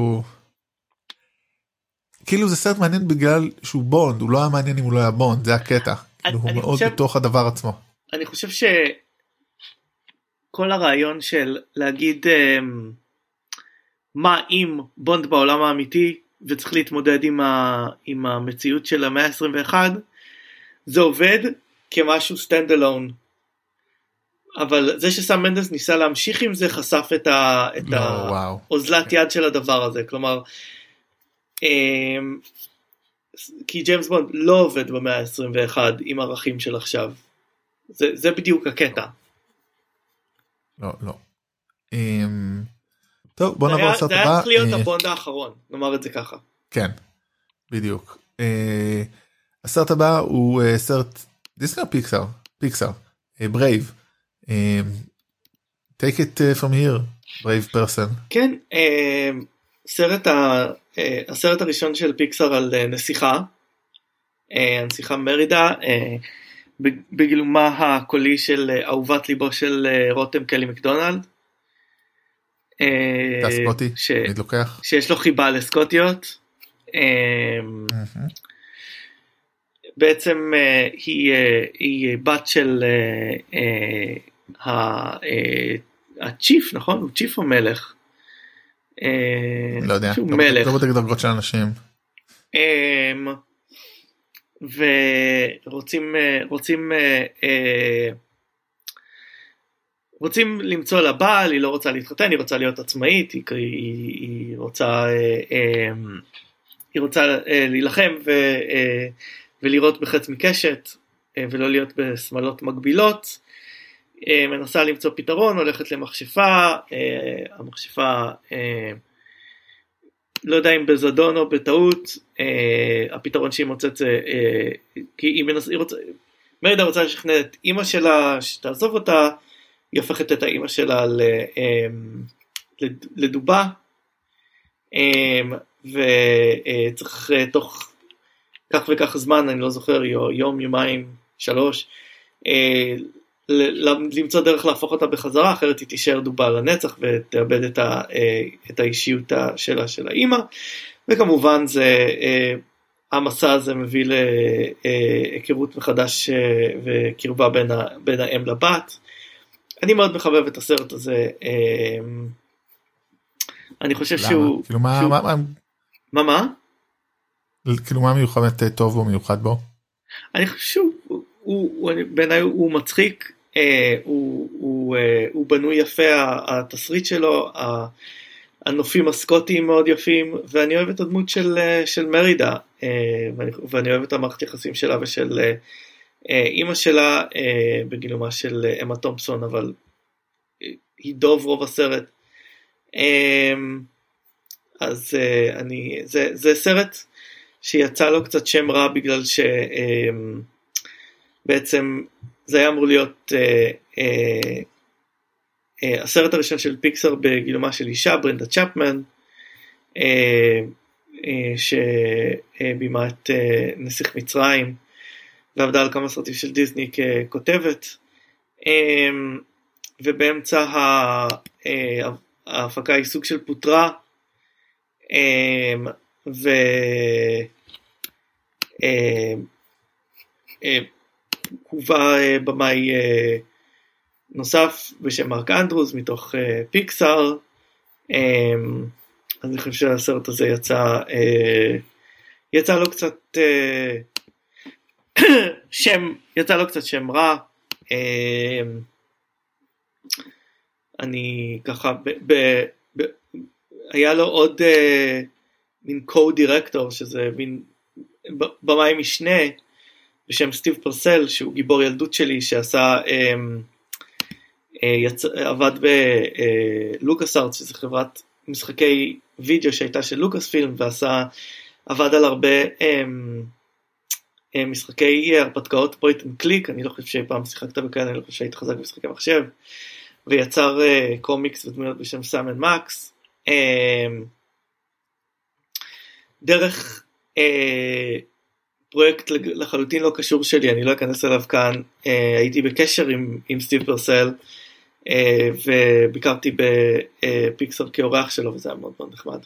Speaker 2: כאילו זה סרט מעניין בגלל שהוא בונד, הוא לא היה מעניין אם הוא לא היה בונד, זה הקטע. הוא מאוד בתוך הדבר עצמו.
Speaker 3: אני חושב שכל הרעיון של להגיד מה אם בונד בעולם האמיתי וצריך להתמודד עם המציאות של המאה ה-21, זה עובד כמשהו stand alone. אבל זה שסם מנדס ניסה להמשיך עם זה חשף את האוזלת יד של הדבר הזה. כלומר, כי ג'יימס בונד לא עובד במאה ה-21 עם ערכים של עכשיו. זה בדיוק הקטע.
Speaker 2: לא. טוב, בוא נעבור לסרט הבא.
Speaker 3: זה היה צריך להיות הבונד האחרון, נאמר את זה ככה.
Speaker 2: כן, בדיוק. הסרט הבא הוא סרט דיסני או פיקסאר, ברייב. Take it from here, brave person.
Speaker 3: כן, הסרט הראשון של פיקסאר על נסיכה, הנסיכה מרידה, בגילומה הקולי של אהובת ליבו של רותם קלי מקדונלד.
Speaker 2: סקוטי,
Speaker 3: שיש לו חיבה לסקוטיות. בעצם היא בת של הצ'יף, נכון? הוא צ'יף או מלך?
Speaker 2: לא יודע, לא בודק דרגות של אנשים.
Speaker 3: רוצים למצוא לה בעל, היא לא רוצה להתחתן, היא רוצה להיות עצמאית, היא רוצה להילחם ולראות בחץ מקשת, ולא להיות בשמלות מגבילות. מנסה למצוא פתרון, הולכת למכשפה, המכשפה לא יודע אם בזדון או בטעות, הפתרון שהיא מוצאת זה, כי מרידה רוצה לשכנע את אמא שלה שתעזוב אותה, היא הופכת את האמא שלה לדובה, וצריך תוך כך וכך זמן, אני לא זוכר, יום, יומיים, 3, למצוא דרך להפוך אותה בחזרה, אחרת היא תישאר דובה לנצח ותאבד את האישיות שלה של האמא, וכמובן המסע הזה מביא להיכרות מחדש וקרבה בין האם לבת. אני מאוד מחבב את הסרט הזה, אני חושב שהוא...
Speaker 2: כאילו
Speaker 3: מה?
Speaker 2: כאילו מה מיוחד טוב או מיוחד בו?
Speaker 3: אני חושב בעיניי הוא מצחיק, הוא בנוי יפה, התסריט שלו, הנופים הסקוטיים מאוד יפים, ואני אוהב את הדמות של מרידה, ואני אוהב את המערכת יחסים שלה ושל אמא שלה, בגילומה של אמה תומפסון, אבל היא דוב רוב הסרט. אז זה סרט שיצא לו קצת שם רע, בגלל בעצם זה היה אמור להיות הסרט הראשון של פיקסאר בגילומה של אישה, ברנדה צ'פמן, שבימה את נסיך מצרים, ועבדה על כמה סרטים של דיסני ככותבת, ובאמצע ההפקה היא סוג של פוטרה, הובא במאי נוסף בשם מרק אנדרוס מתוך פיקסאר. אז אני חושב שהסרט הזה יצא לו קצת שם רע. אני ככה היה לו עוד מין co-director, שזה מין במאי משנה בשם סטיב פרסל, שהוא גיבור ילדות שלי, שעשה עבד בלוקאס ארטס, שזה חברת משחקי וידאו שהייתה של לוקאס פילם, עבד על הרבה משחקי הרפתקאות פוינט אנד קליק. אני לא חושב שאי פעם שיחקת בכאלה, אני לא חושב שהיית חזק במשחקי מחשב, ויצר קומיקס ודמויות בשם סאם אנד מקס. דרך פרויקט לחלוטין לא קשור שלי, אני לא אכנס אליו כאן, הייתי בקשר עם סטיב פרסל, וביקרתי בפיקסאר כאורח שלו, וזה היה מאוד מאוד נחמד.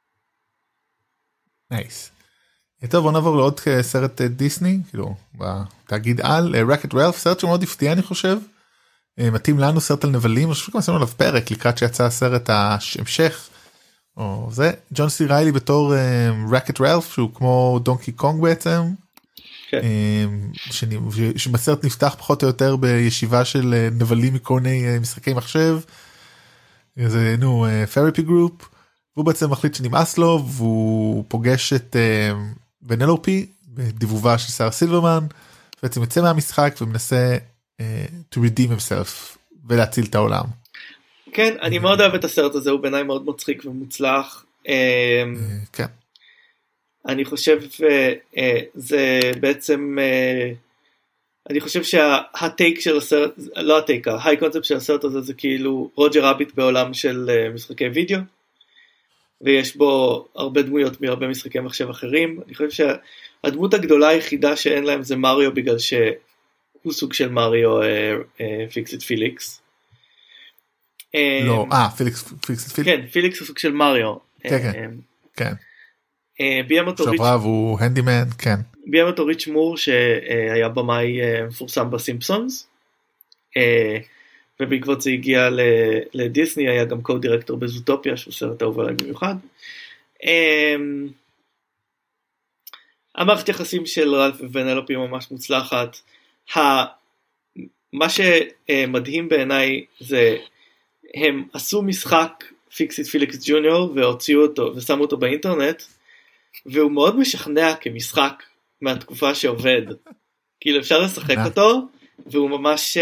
Speaker 2: נייס. טוב, בוא נעבור לעוד סרט דיסני, כאילו, בתאגיד על, רקט רלף, סרט שמאוד הפתיע אני חושב, מתאים לנו, סרט על נבלים, אני חושב שגם עשינו עליו פרק, לקראת שיצא הסרט ההמשך, או זה, ג'ון סי ריילי בתור רקט רלף, שהוא כמו דונקי קונג בעצם, שבסרט נפתח פחות או יותר בישיבה של נבלים מכל מיני משחקי מחשב, זה פריפי גרופ, והוא בעצם מחליט שנמאס לו, והוא פוגש את ונלופי בדיבובה של שר סילברמן, בעצם יוצא מהמשחק ומנסה to redeem himself ולהציל את העולם.
Speaker 3: כן, אני מאוד אוהב את הסרט הזה, הוא בעיניי מאוד מצחיק ומוצלח.
Speaker 2: כן.
Speaker 3: אני חושב זה בעצם, אני חושב שהטייק של הסרט, לא הטייק, ההיי קונספט של הסרט הזה זה כאילו רוג'ר רביט בעולם של משחקי וידאו, ויש בו הרבה דמויות מהרבה משחקי מחשב אחרים. אני חושב שהדמות הגדולה היחידה שאין להם זה מריו, בגלל שהוא סוג של מריו פיקסט פיליקס.
Speaker 2: לא, פיליקס.
Speaker 3: כן, פיליקס הוא סוג של מריו.
Speaker 2: כן.
Speaker 3: ביים אותו
Speaker 2: שברב הוא הנדימן, כן.
Speaker 3: ביים אותו ריץ' מור שהיה במאי מפורסם בסימפסונס, ובעקבות זה הגיע לדיסני, היה גם קו-דירקטור בזוטופיה, שהוא סרט אהוב עליי במיוחד. המערכת יחסים של רלף ונלופי ממש מוצלחת. מה שמדהים בעיניי זה, הם עשו משחק פיקסיט פיליקס ג'וניור, והוציאו אותו, ושמו אותו באינטרנט, והוא מאוד משכנע כמשחק מהתקופה שעובד. כאילו אפשר לשחק אותו, והוא ממש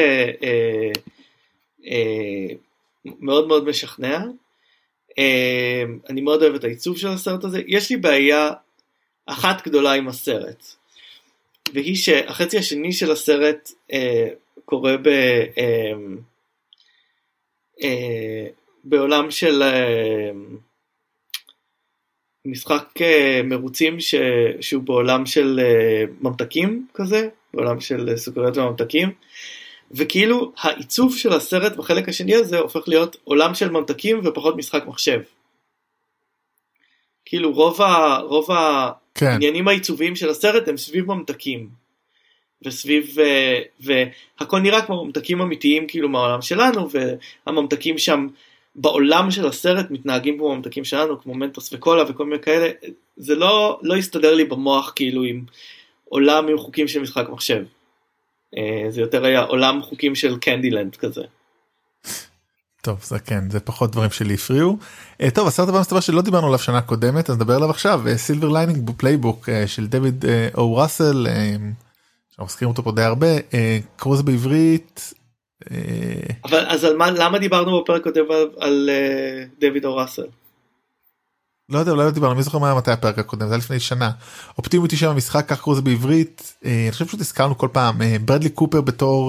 Speaker 3: מאוד מאוד משכנע. אני מאוד אוהב את העיצוב של הסרט הזה. יש לי בעיה אחת גדולה עם הסרט, והיא שהחצי השני של הסרט קורה בעולם של משחק מרוצים שהוא בעולם של ממתקים כזה, בעולם של סוכריות וממתקים, וכאילו העיצוב של הסרט בחלק השני הזה הופך להיות עולם של ממתקים ופחות משחק מחשב. כאילו רוב העניינים העיצוביים של הסרט הם סביב ממתקים, וסביב, והכל נראה כמו ממתקים אמיתיים כאילו מהעולם שלנו, והממתקים שם בעולם של הסרט מתנהגים כמו ממתקים שלנו, כמו מנטוס וקולה וכל מיני כאלה. זה לא יסתדר לי במוח כאילו עם עולם עם חוקים של משחק מחשב. זה יותר היה עולם חוקים של קנדילנד כזה.
Speaker 2: טוב, זה כן, זה פחות דברים שלי הפריעו. טוב, הסרט הבא מסתבר שלא דיברנו עליו שנה קודמת, אז נדבר עליו עכשיו, סילבר ליינינג בפלייבוק של דויד או ראסל, שאנחנו מזכירים אותו פה די הרבה, קרוא זה בעברית.
Speaker 3: אבל אז למה דיברנו בפרק קודם על דויד או ראסל?
Speaker 2: לא יודע, אולי לא דיברנו, מי זוכר מתי הפרק הקודם, זה היה לפני שנה. אופטימיות היא שם המשחק, כך קרוא זה בעברית, אני חושב פשוט הזכרנו כל פעם, ברדלי קופר בתור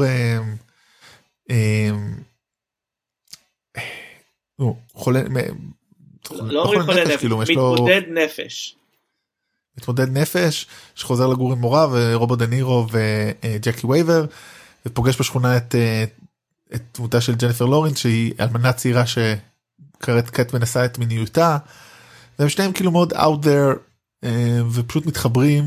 Speaker 2: חולה,
Speaker 3: לא אומרים חולה נפש, מתמודד נפש.
Speaker 2: מתמודד נפש, שחוזר לגור עם מורה, ורובו דנירו וג'קי וייבר, ופוגש בשכונה את דמותה של ג'ניפר לורנס, שהיא אלמנה צעירה שקראת קט מנסה את מיניותה, והם שניהם כאילו מאוד out there, ופשוט מתחברים,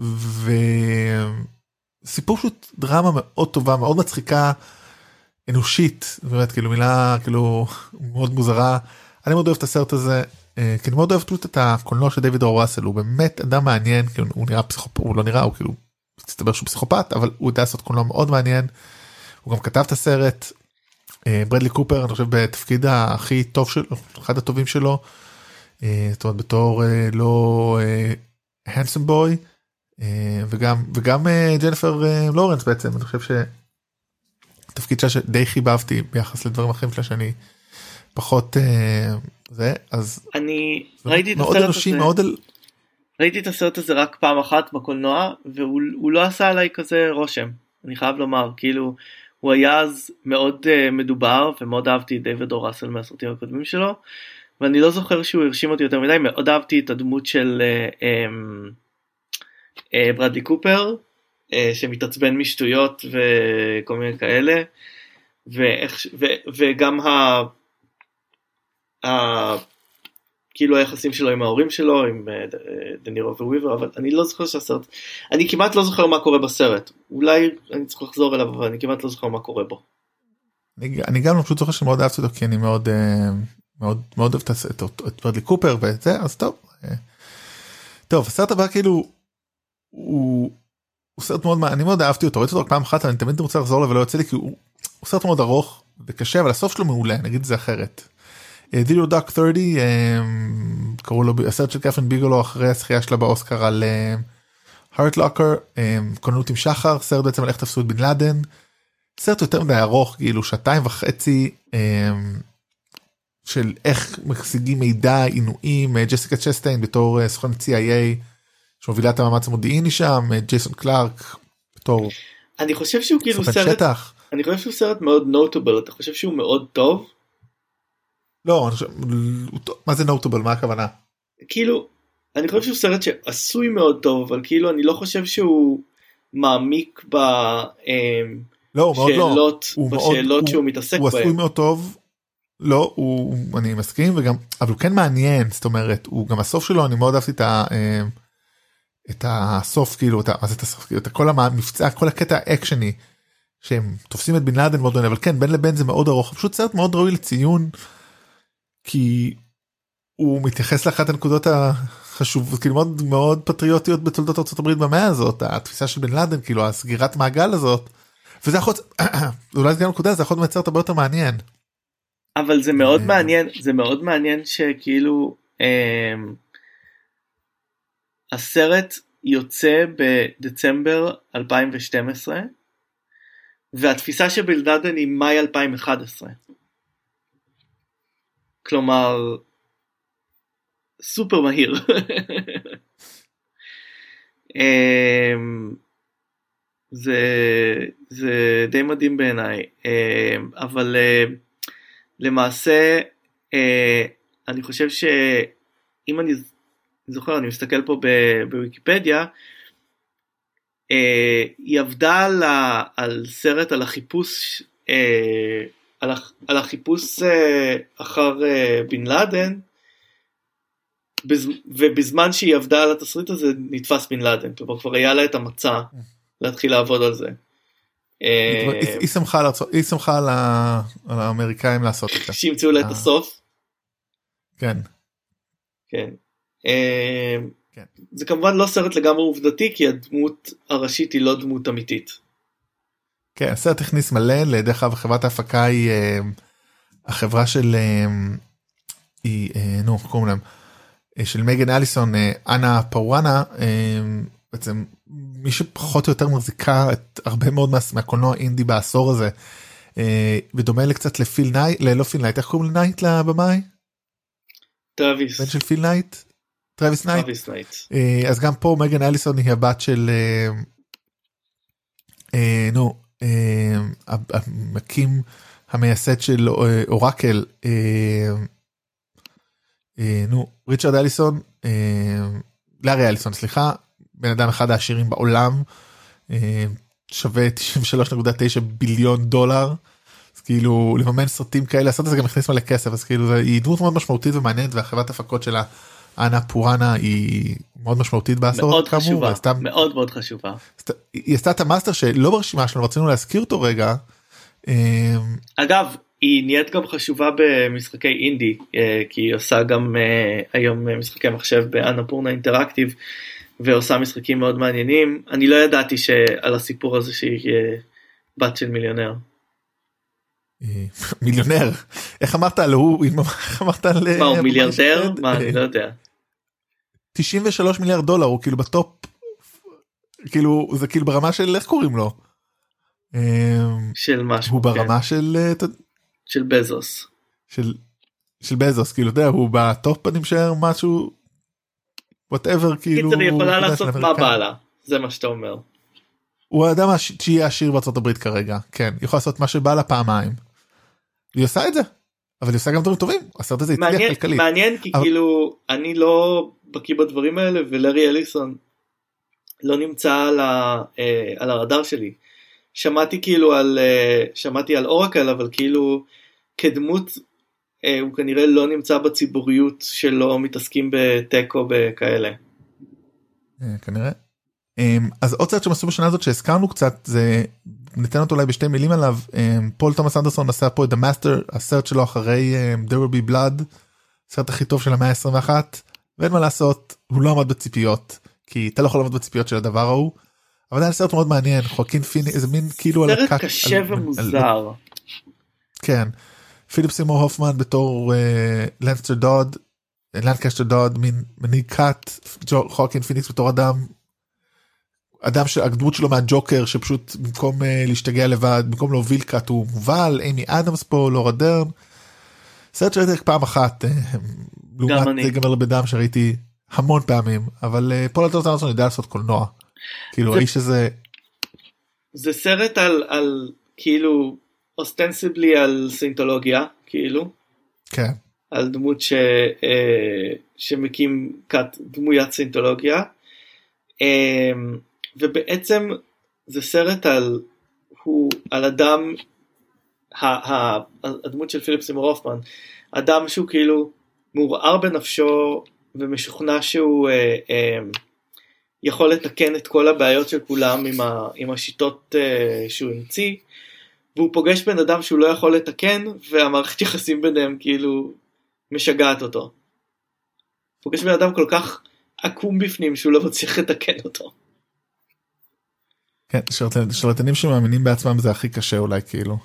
Speaker 2: וסיפור פשוט דרמה מאוד טובה, מאוד מצחיקה, אנושית, באמת כאילו מילה כאילו מאוד מוזרה. אני מאוד אוהב את הסרט הזה, כי אני מאוד אוהב את הקולנוע של דויד או ראסל, הוא באמת אדם מעניין, כאילו הוא נראה פסיכופת, הוא לא נראה, הוא כאילו מסתבר שהוא פסיכופת, אבל הוא יודע לעשות קולנוע מאוד מעניין, הוא גם כתב את הסרט. ברדלי קופר, אני חושב בתפקיד הכי טוב שלו, אחד הטובים שלו, זאת אומרת בתור לא handsome boy, וגם ג'ניפר לורנס בעצם, אני חושב תפקיד שדי חיבבתי ביחס לדברים אחרים שלה שאני פחות זה, אז
Speaker 3: אני ראיתי את הסרט הזה, ראיתי את הסרט הזה רק פעם אחת בקולנוע, והוא לא עשה עליי כזה רושם, אני חייב לומר, כאילו הוא היה אז מאוד מדובר, ומאוד אהבתי את דויד או ראסל מהסרטים הקודמים שלו, ואני לא זוכר שהוא הרשים אותי יותר מדי, מאוד אהבתי את הדמות של ברדלי קופר, שמתעצבן משטויות וכל מיני כאלה, וגם כאילו היחסים שלו עם ההורים שלו, עם דנירו וויבר, אבל אני לא זוכר שהסרט, אני כמעט לא זוכר מה קורה בסרט, אולי אני צריך לחזור אליו, אבל אני כמעט לא זוכר מה קורה בו.
Speaker 2: אני גם לא פשוט זוכר שמאוד אהבתי אותו, כי אני מאוד אוהב את ברדלי קופר ואת זה, אז טוב, הסרט הבא כאילו, הוא סרט מאוד, אני מאוד אהבתי אותו, ראיתי אותו רק פעם אחת, אני תמיד רוצה לחזור לו ולא יוצא לי, כי הוא סרט מאוד ארוך וקשה, אבל הסוף שלו מעולה, נגיד את זה אחרת. דיליו דאק 30, קראו לו, הסרט של קפרין ביגלו אחרי הזכייה שלה באוסקר על Hurt Locker, כוננות עם שחר, סרט בעצם על איך תפסו את בן לאדן, סרט יותר מדי ארוך, כאילו 2.5 של איך משיגים מידע, עינויים, ג'סיקה צ'סטיין בתור סוכנת CIA, שמובילה את המאמץ המודיעיני שם, ג'ייסון קלארק בתור
Speaker 3: אני חושב שהוא כאילו
Speaker 2: סוכן
Speaker 3: סרט,
Speaker 2: שטח.
Speaker 3: אני חושב שהוא סרט מאוד נוטבל, אתה חושב שהוא מאוד טוב?
Speaker 2: לא, מה זה נוטבל, מה הכוונה?
Speaker 3: כאילו, אני חושב שהוא סרט שעשוי מאוד טוב, אבל כאילו אני לא חושב שהוא מעמיק בשאלות שהוא מתעסק בהן.
Speaker 2: הוא עשוי מאוד טוב, לא, אני מסכים, אבל הוא כן מעניין, זאת אומרת, הוא גם הסוף שלו, אני מאוד אהבתי את הסוף, כאילו, את כל המבצע, כל הקטע האקשני, שהם תופסים את בן לאדן מאוד עונה, אבל כן, בין לבין זה מאוד ארוך, פשוט סרט מאוד ראוי לציון, כי הוא מתייחס לאחת הנקודות החשובות, כאילו מאוד מאוד פטריוטיות בתולדות ארצות הברית במאה הזאת, התפיסה של בן לאדן, כאילו הסגירת מעגל הזאת, וזה יכול, אולי זה גם נקודה, זה יכול לייצר את הרבה יותר מעניין.
Speaker 3: אבל זה מאוד מעניין, זה מאוד מעניין שכאילו, הסרט יוצא בדצמבר 2012, והתפיסה של בן לאדן היא מאי 2011. כלומר, סופר מהיר. זה די מדהים בעיניי, אבל למעשה אני חושב שאם אני זוכר, אני מסתכל פה בוויקיפדיה, היא עבדה על סרט על החיפוש על החיפוש אחר בן לאדן, ובזמן שהיא עבדה על התסריט הזה נתפס בן לאדן, כלומר כבר היה לה את המצע להתחיל לעבוד על זה.
Speaker 2: היא שמחה על האמריקאים לעשות את זה.
Speaker 3: שימצאו לה את הסוף?
Speaker 2: כן.
Speaker 3: כן. זה כמובן לא סרט לגמרי עובדתי, כי הדמות הראשית היא לא דמות אמיתית.
Speaker 2: כן, הסרט הכניס מלא, לדרך אגב חברת ההפקה היא החברה של, קוראים להם, של מייגן אליסון, אנה פרואנה, בעצם מי שפחות או יותר מחזיקה את הרבה מאוד מהקולנוע אינדי בעשור הזה, ודומה לקצת לפיל נייט, לא פיל נייט, איך קוראים לנייט לבמאי?
Speaker 3: טרוויס.
Speaker 2: בן של פיל נייט? טרוויס נייט. אז גם פה מייגן אליסון היא הבת של, המקים המייסד של אורקל, ריצ'רד אליסון, לארי אליסון, סליחה, בן אדם אחד העשירים בעולם, שווה $93.9 ביליון, אז כאילו לממן סרטים כאלה, הסרט הזה גם הכניס מלא כסף, אז כאילו היא דמות מאוד משמעותית ומעניינת, והחברת הפקות שלה, אנה פורנה, היא מאוד משמעותית בעשור.
Speaker 3: מאוד חשובה, מאוד מאוד חשובה.
Speaker 2: היא עשתה את המאסטר שלא ברשימה שלנו, רצינו להזכיר אותו רגע.
Speaker 3: אגב, היא נהיית גם חשובה במשחקי אינדי, כי היא עושה גם היום משחקי מחשב באנה פורנה אינטראקטיב, ועושה משחקים מאוד מעניינים. אני לא ידעתי על הסיפור הזה שהיא בת של מיליונר.
Speaker 2: מיליונר? איך אמרת על הוא? איך אמרת על...
Speaker 3: מה, הוא מיליארדר? מה, אני לא יודע.
Speaker 2: $93 מיליארד, הוא כאילו בטופ, כאילו, זה כאילו ברמה של, איך קוראים לו?
Speaker 3: של משהו.
Speaker 2: הוא ברמה
Speaker 3: של בזוס.
Speaker 2: של בזוס, כאילו, אתה יודע, הוא בטופ, אני משער משהו, whatever, כאילו.
Speaker 3: קיצר, היא יכולה לעשות מה בא לה, זה מה שאתה אומר.
Speaker 2: הוא האדם שיהיה עשיר בארצות הברית כרגע, כן, היא יכולה לעשות מה שבא לה פעמיים. היא עושה את זה, אבל היא עושה גם דברים טובים, הסרט הזה הצליח כלכלית.
Speaker 3: מעניין, כי כאילו, אני לא בקיא בדברים האלה, ולארי אליסון לא נמצא על הרדאר שלי. שמעתי על אורקל, אבל כאילו, כדמות, הוא כנראה לא נמצא בציבוריות שלא מתעסקים בטק או בכאלה.
Speaker 2: כנראה. אז עוד סרט שמסו בשנה הזאת שהזכרנו קצת, זה ניתן אותו אולי בשתי מילים עליו, פול תומאס אנדרסון עשה פה את The Master, הסרט שלו אחרי There Will Be Blood, הסרט הכי טוב של המאה ה-21, ואין מה לעשות, הוא לא עמד בציפיות, כי אתה לא יכול לעמוד בציפיות של הדבר ההוא, אבל זה היה סרט מאוד מעניין, חואקין פיניק, איזה מין כאילו...
Speaker 3: סרט קשה ומוזר.
Speaker 2: כן, פיליפ סימור הופמן בתור לנקסטר דוד, מין מנהיג קאט, חואקין פיניקס בתור אדם, הדמות שלו מהג'וקר, שפשוט במקום להשתגע לבד, במקום להוביל קאט, הוא מובל, אימי אדמס פה, לורה דרן. סרט שראיתי רק פעם אחת, לעומת זה גמר בדם שראיתי המון פעמים, אבל פול תומאס אנדרסון יודע לעשות קולנוע. כאילו האיש הזה...
Speaker 3: זה סרט על כאילו, אוסטנסיבלי על סינטולוגיה, כאילו.
Speaker 2: כן.
Speaker 3: על דמות שמקים קאט דמוית סינטולוגיה. ובעצם זה סרט על אדם, הדמות של פיליפ סיימור הופמן, אדם שהוא כאילו מעורער בנפשו ומשוכנע שהוא יכול לתקן את כל הבעיות של כולם עם השיטות שהוא המציא, והוא פוגש בן אדם שהוא לא יכול לתקן, והמערכת יחסים ביניהם כאילו משגעת אותו. פוגש בן אדם כל כך עקום בפנים שהוא לא מצליח לתקן אותו.
Speaker 2: כן, שרלטנים שמאמינים בעצמם זה הכי קשה אולי כאילו.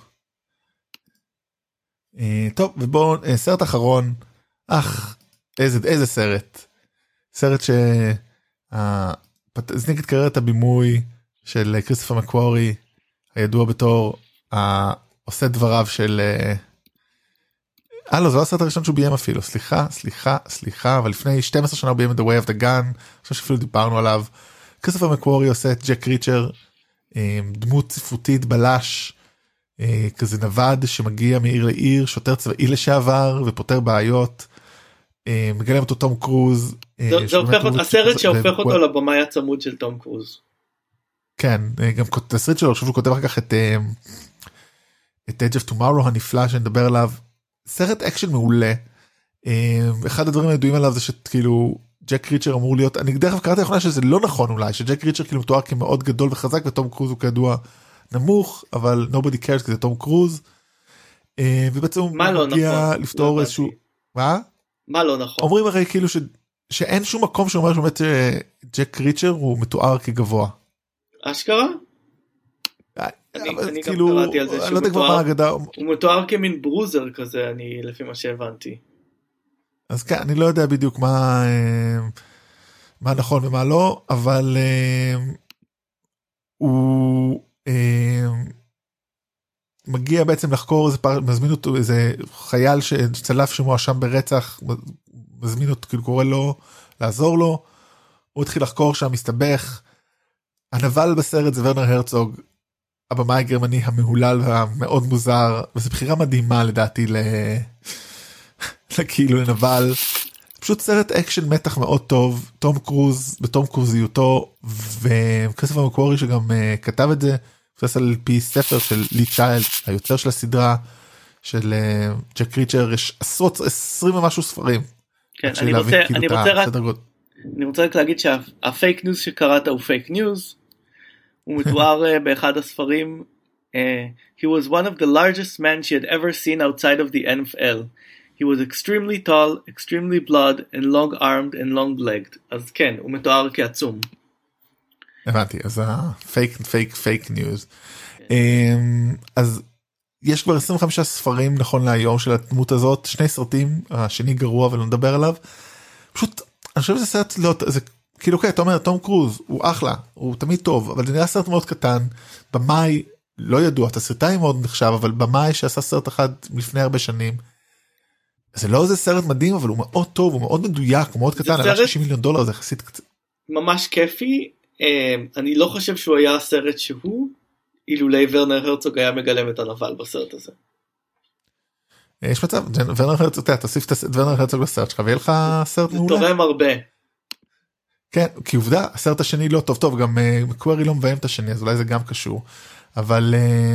Speaker 2: טוב, ובואו, סרט אחרון, איזה סרט. סרט הזניק את קריירת הבימוי של כריסטופר מקוורי, הידוע בתור עושה דבריו של... לא, זה לא הסרט הראשון שהוא ביים אפילו, סליחה, אבל לפני 12 שנה הוא ביים את The Way of the Gun, אני חושב שאפילו דיברנו עליו. כריסטופר מקוורי עושה את ג'ק ריצ'ר, דמות ספרותית בלש, כזה נווד שמגיע מעיר לעיר, שוטר צבאי לשעבר ופותר בעיות, מגלם אותו תום קרוז.
Speaker 3: זה הסרט שהופך אותו לבמאי הצמוד של תום קרוז.
Speaker 2: כן, גם תסריט שלו, שהוא כותב אחר כך את Edge of Tomorrow הנפלא שנדבר עליו, סרט אקשן מעולה. אחד הדברים הידועים עליו זה שכאילו ג'ק ריצ'ר אמור להיות, אני דרך כלל קראתי לאחרונה שזה לא נכון אולי, שג'ק ריצ'ר כאילו מתואר כמאוד גדול וחזק, ותום קרוז הוא כידוע נמוך, אבל nobody cares כי זה תום קרוז, ובעצם הוא מגיע לפתור איזשהו...
Speaker 3: מה לא נכון?
Speaker 2: אומרים הרי כאילו שאין שום מקום שאומר שבאמת ג'ק ריצ'ר הוא מתואר כגבוה.
Speaker 3: אשכרה? אני גם קראתי על זה שהוא מתואר כמין ברוזר כזה, אני לפי מה שהבנתי.
Speaker 2: אז כן, אני לא יודע בדיוק מה נכון ומה לא, אבל הוא מגיע בעצם לחקור, מזמין אותו איזה חייל שצלף שמואשם ברצח, מזמין אותו, כאילו קורא לו לעזור לו, הוא התחיל לחקור שם, מסתבך. הנבל בסרט זה ורנר הרצוג, הבמאי הגרמני המהולל והמאוד מוזר, וזו בחירה מדהימה לדעתי כאילו לנבל. פשוט סרט אקשן מתח מאוד טוב, תום קרוז בתום קרוזיותו, וכריסטופר מקוורי שגם כתב את זה, מבוסס על פי ספר של לי צ'יילד, היוצר של הסדרה של ג'ק ריצ'ר, יש 20 ומשהו ספרים.
Speaker 3: כן, אני רוצה רק להגיד שהפייק ניוז שקראת הוא פייק ניוז, הוא מתואר באחד הספרים, he was one of the largest men she had ever seen outside of the NFL. He was extremely tall, extremely blood, and long-armed and long-legged. אז כן, הוא מתואר כעצום.
Speaker 2: הבנתי, אז פייק ניוז. אז יש כבר 25 ספרים נכון להיום של הדמות הזאת, 2 סרטים, השני גרוע ולא נדבר עליו. פשוט, אני חושב שזה סרט לא... כאילו כן, אתה אומר, תום קרוז הוא אחלה, הוא תמיד טוב, אבל זה נראה סרט מאוד קטן, במאי לא ידוע, תסריטאי מאוד נחשב, אבל במאי שעשה סרט אחד לפני הרבה שנים, זה לא איזה סרט מדהים, אבל הוא מאוד טוב, הוא מאוד מדויק, הוא מאוד קטן, עלה $60 מיליון, זה יחסית קצת.
Speaker 3: ממש כיפי, אני לא חושב שהוא היה הסרט שהוא, אילולי ורנר הרצוג היה מגלם את הנבל בסרט הזה.
Speaker 2: יש מצב, ורנר הרצוג, תוסיף את ורנר הרצוג בסרט שלך, ויהיה לך סרט מעולה.
Speaker 3: זה תורם הרבה.
Speaker 2: כן, כי עובדה, הסרט השני לא טוב, גם מקוורי לא מביים את השני, אז אולי זה גם קשור, אבל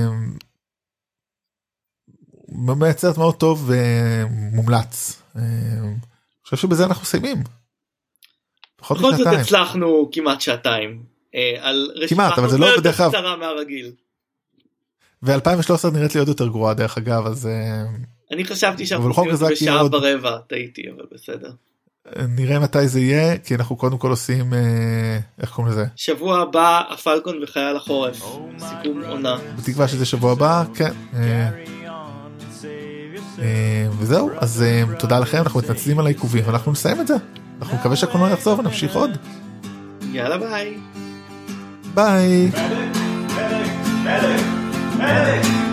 Speaker 2: באמת סרט מאוד טוב ומומלץ. אני חושב שבזה אנחנו סיימים.
Speaker 3: בכל זאת הצלחנו כמעט שעתיים, על רשימה הרבה יותר קצרה מהרגיל.
Speaker 2: ו-2013 נראית לי עוד יותר גרועה דרך אגב, אז...
Speaker 3: אני חשבתי שאנחנו בשעה ורבע, טעיתי, אבל בסדר.
Speaker 2: נראה מתי זה יהיה, כי אנחנו קודם כל עושים, איך קוראים לזה?
Speaker 3: שבוע הבא, הפלקון וחייל החורף, סיכום עונה.
Speaker 2: בתקווה שזה שבוע הבא, כן. וזהו, אז תודה לכם, אנחנו מתנצלים על העיכובים, ואנחנו נסיים את זה. אנחנו מקווה שהקולנוע יחזור ונמשיך עוד.
Speaker 3: יאללה ביי.
Speaker 2: ביי.
Speaker 1: medic, medic, medic.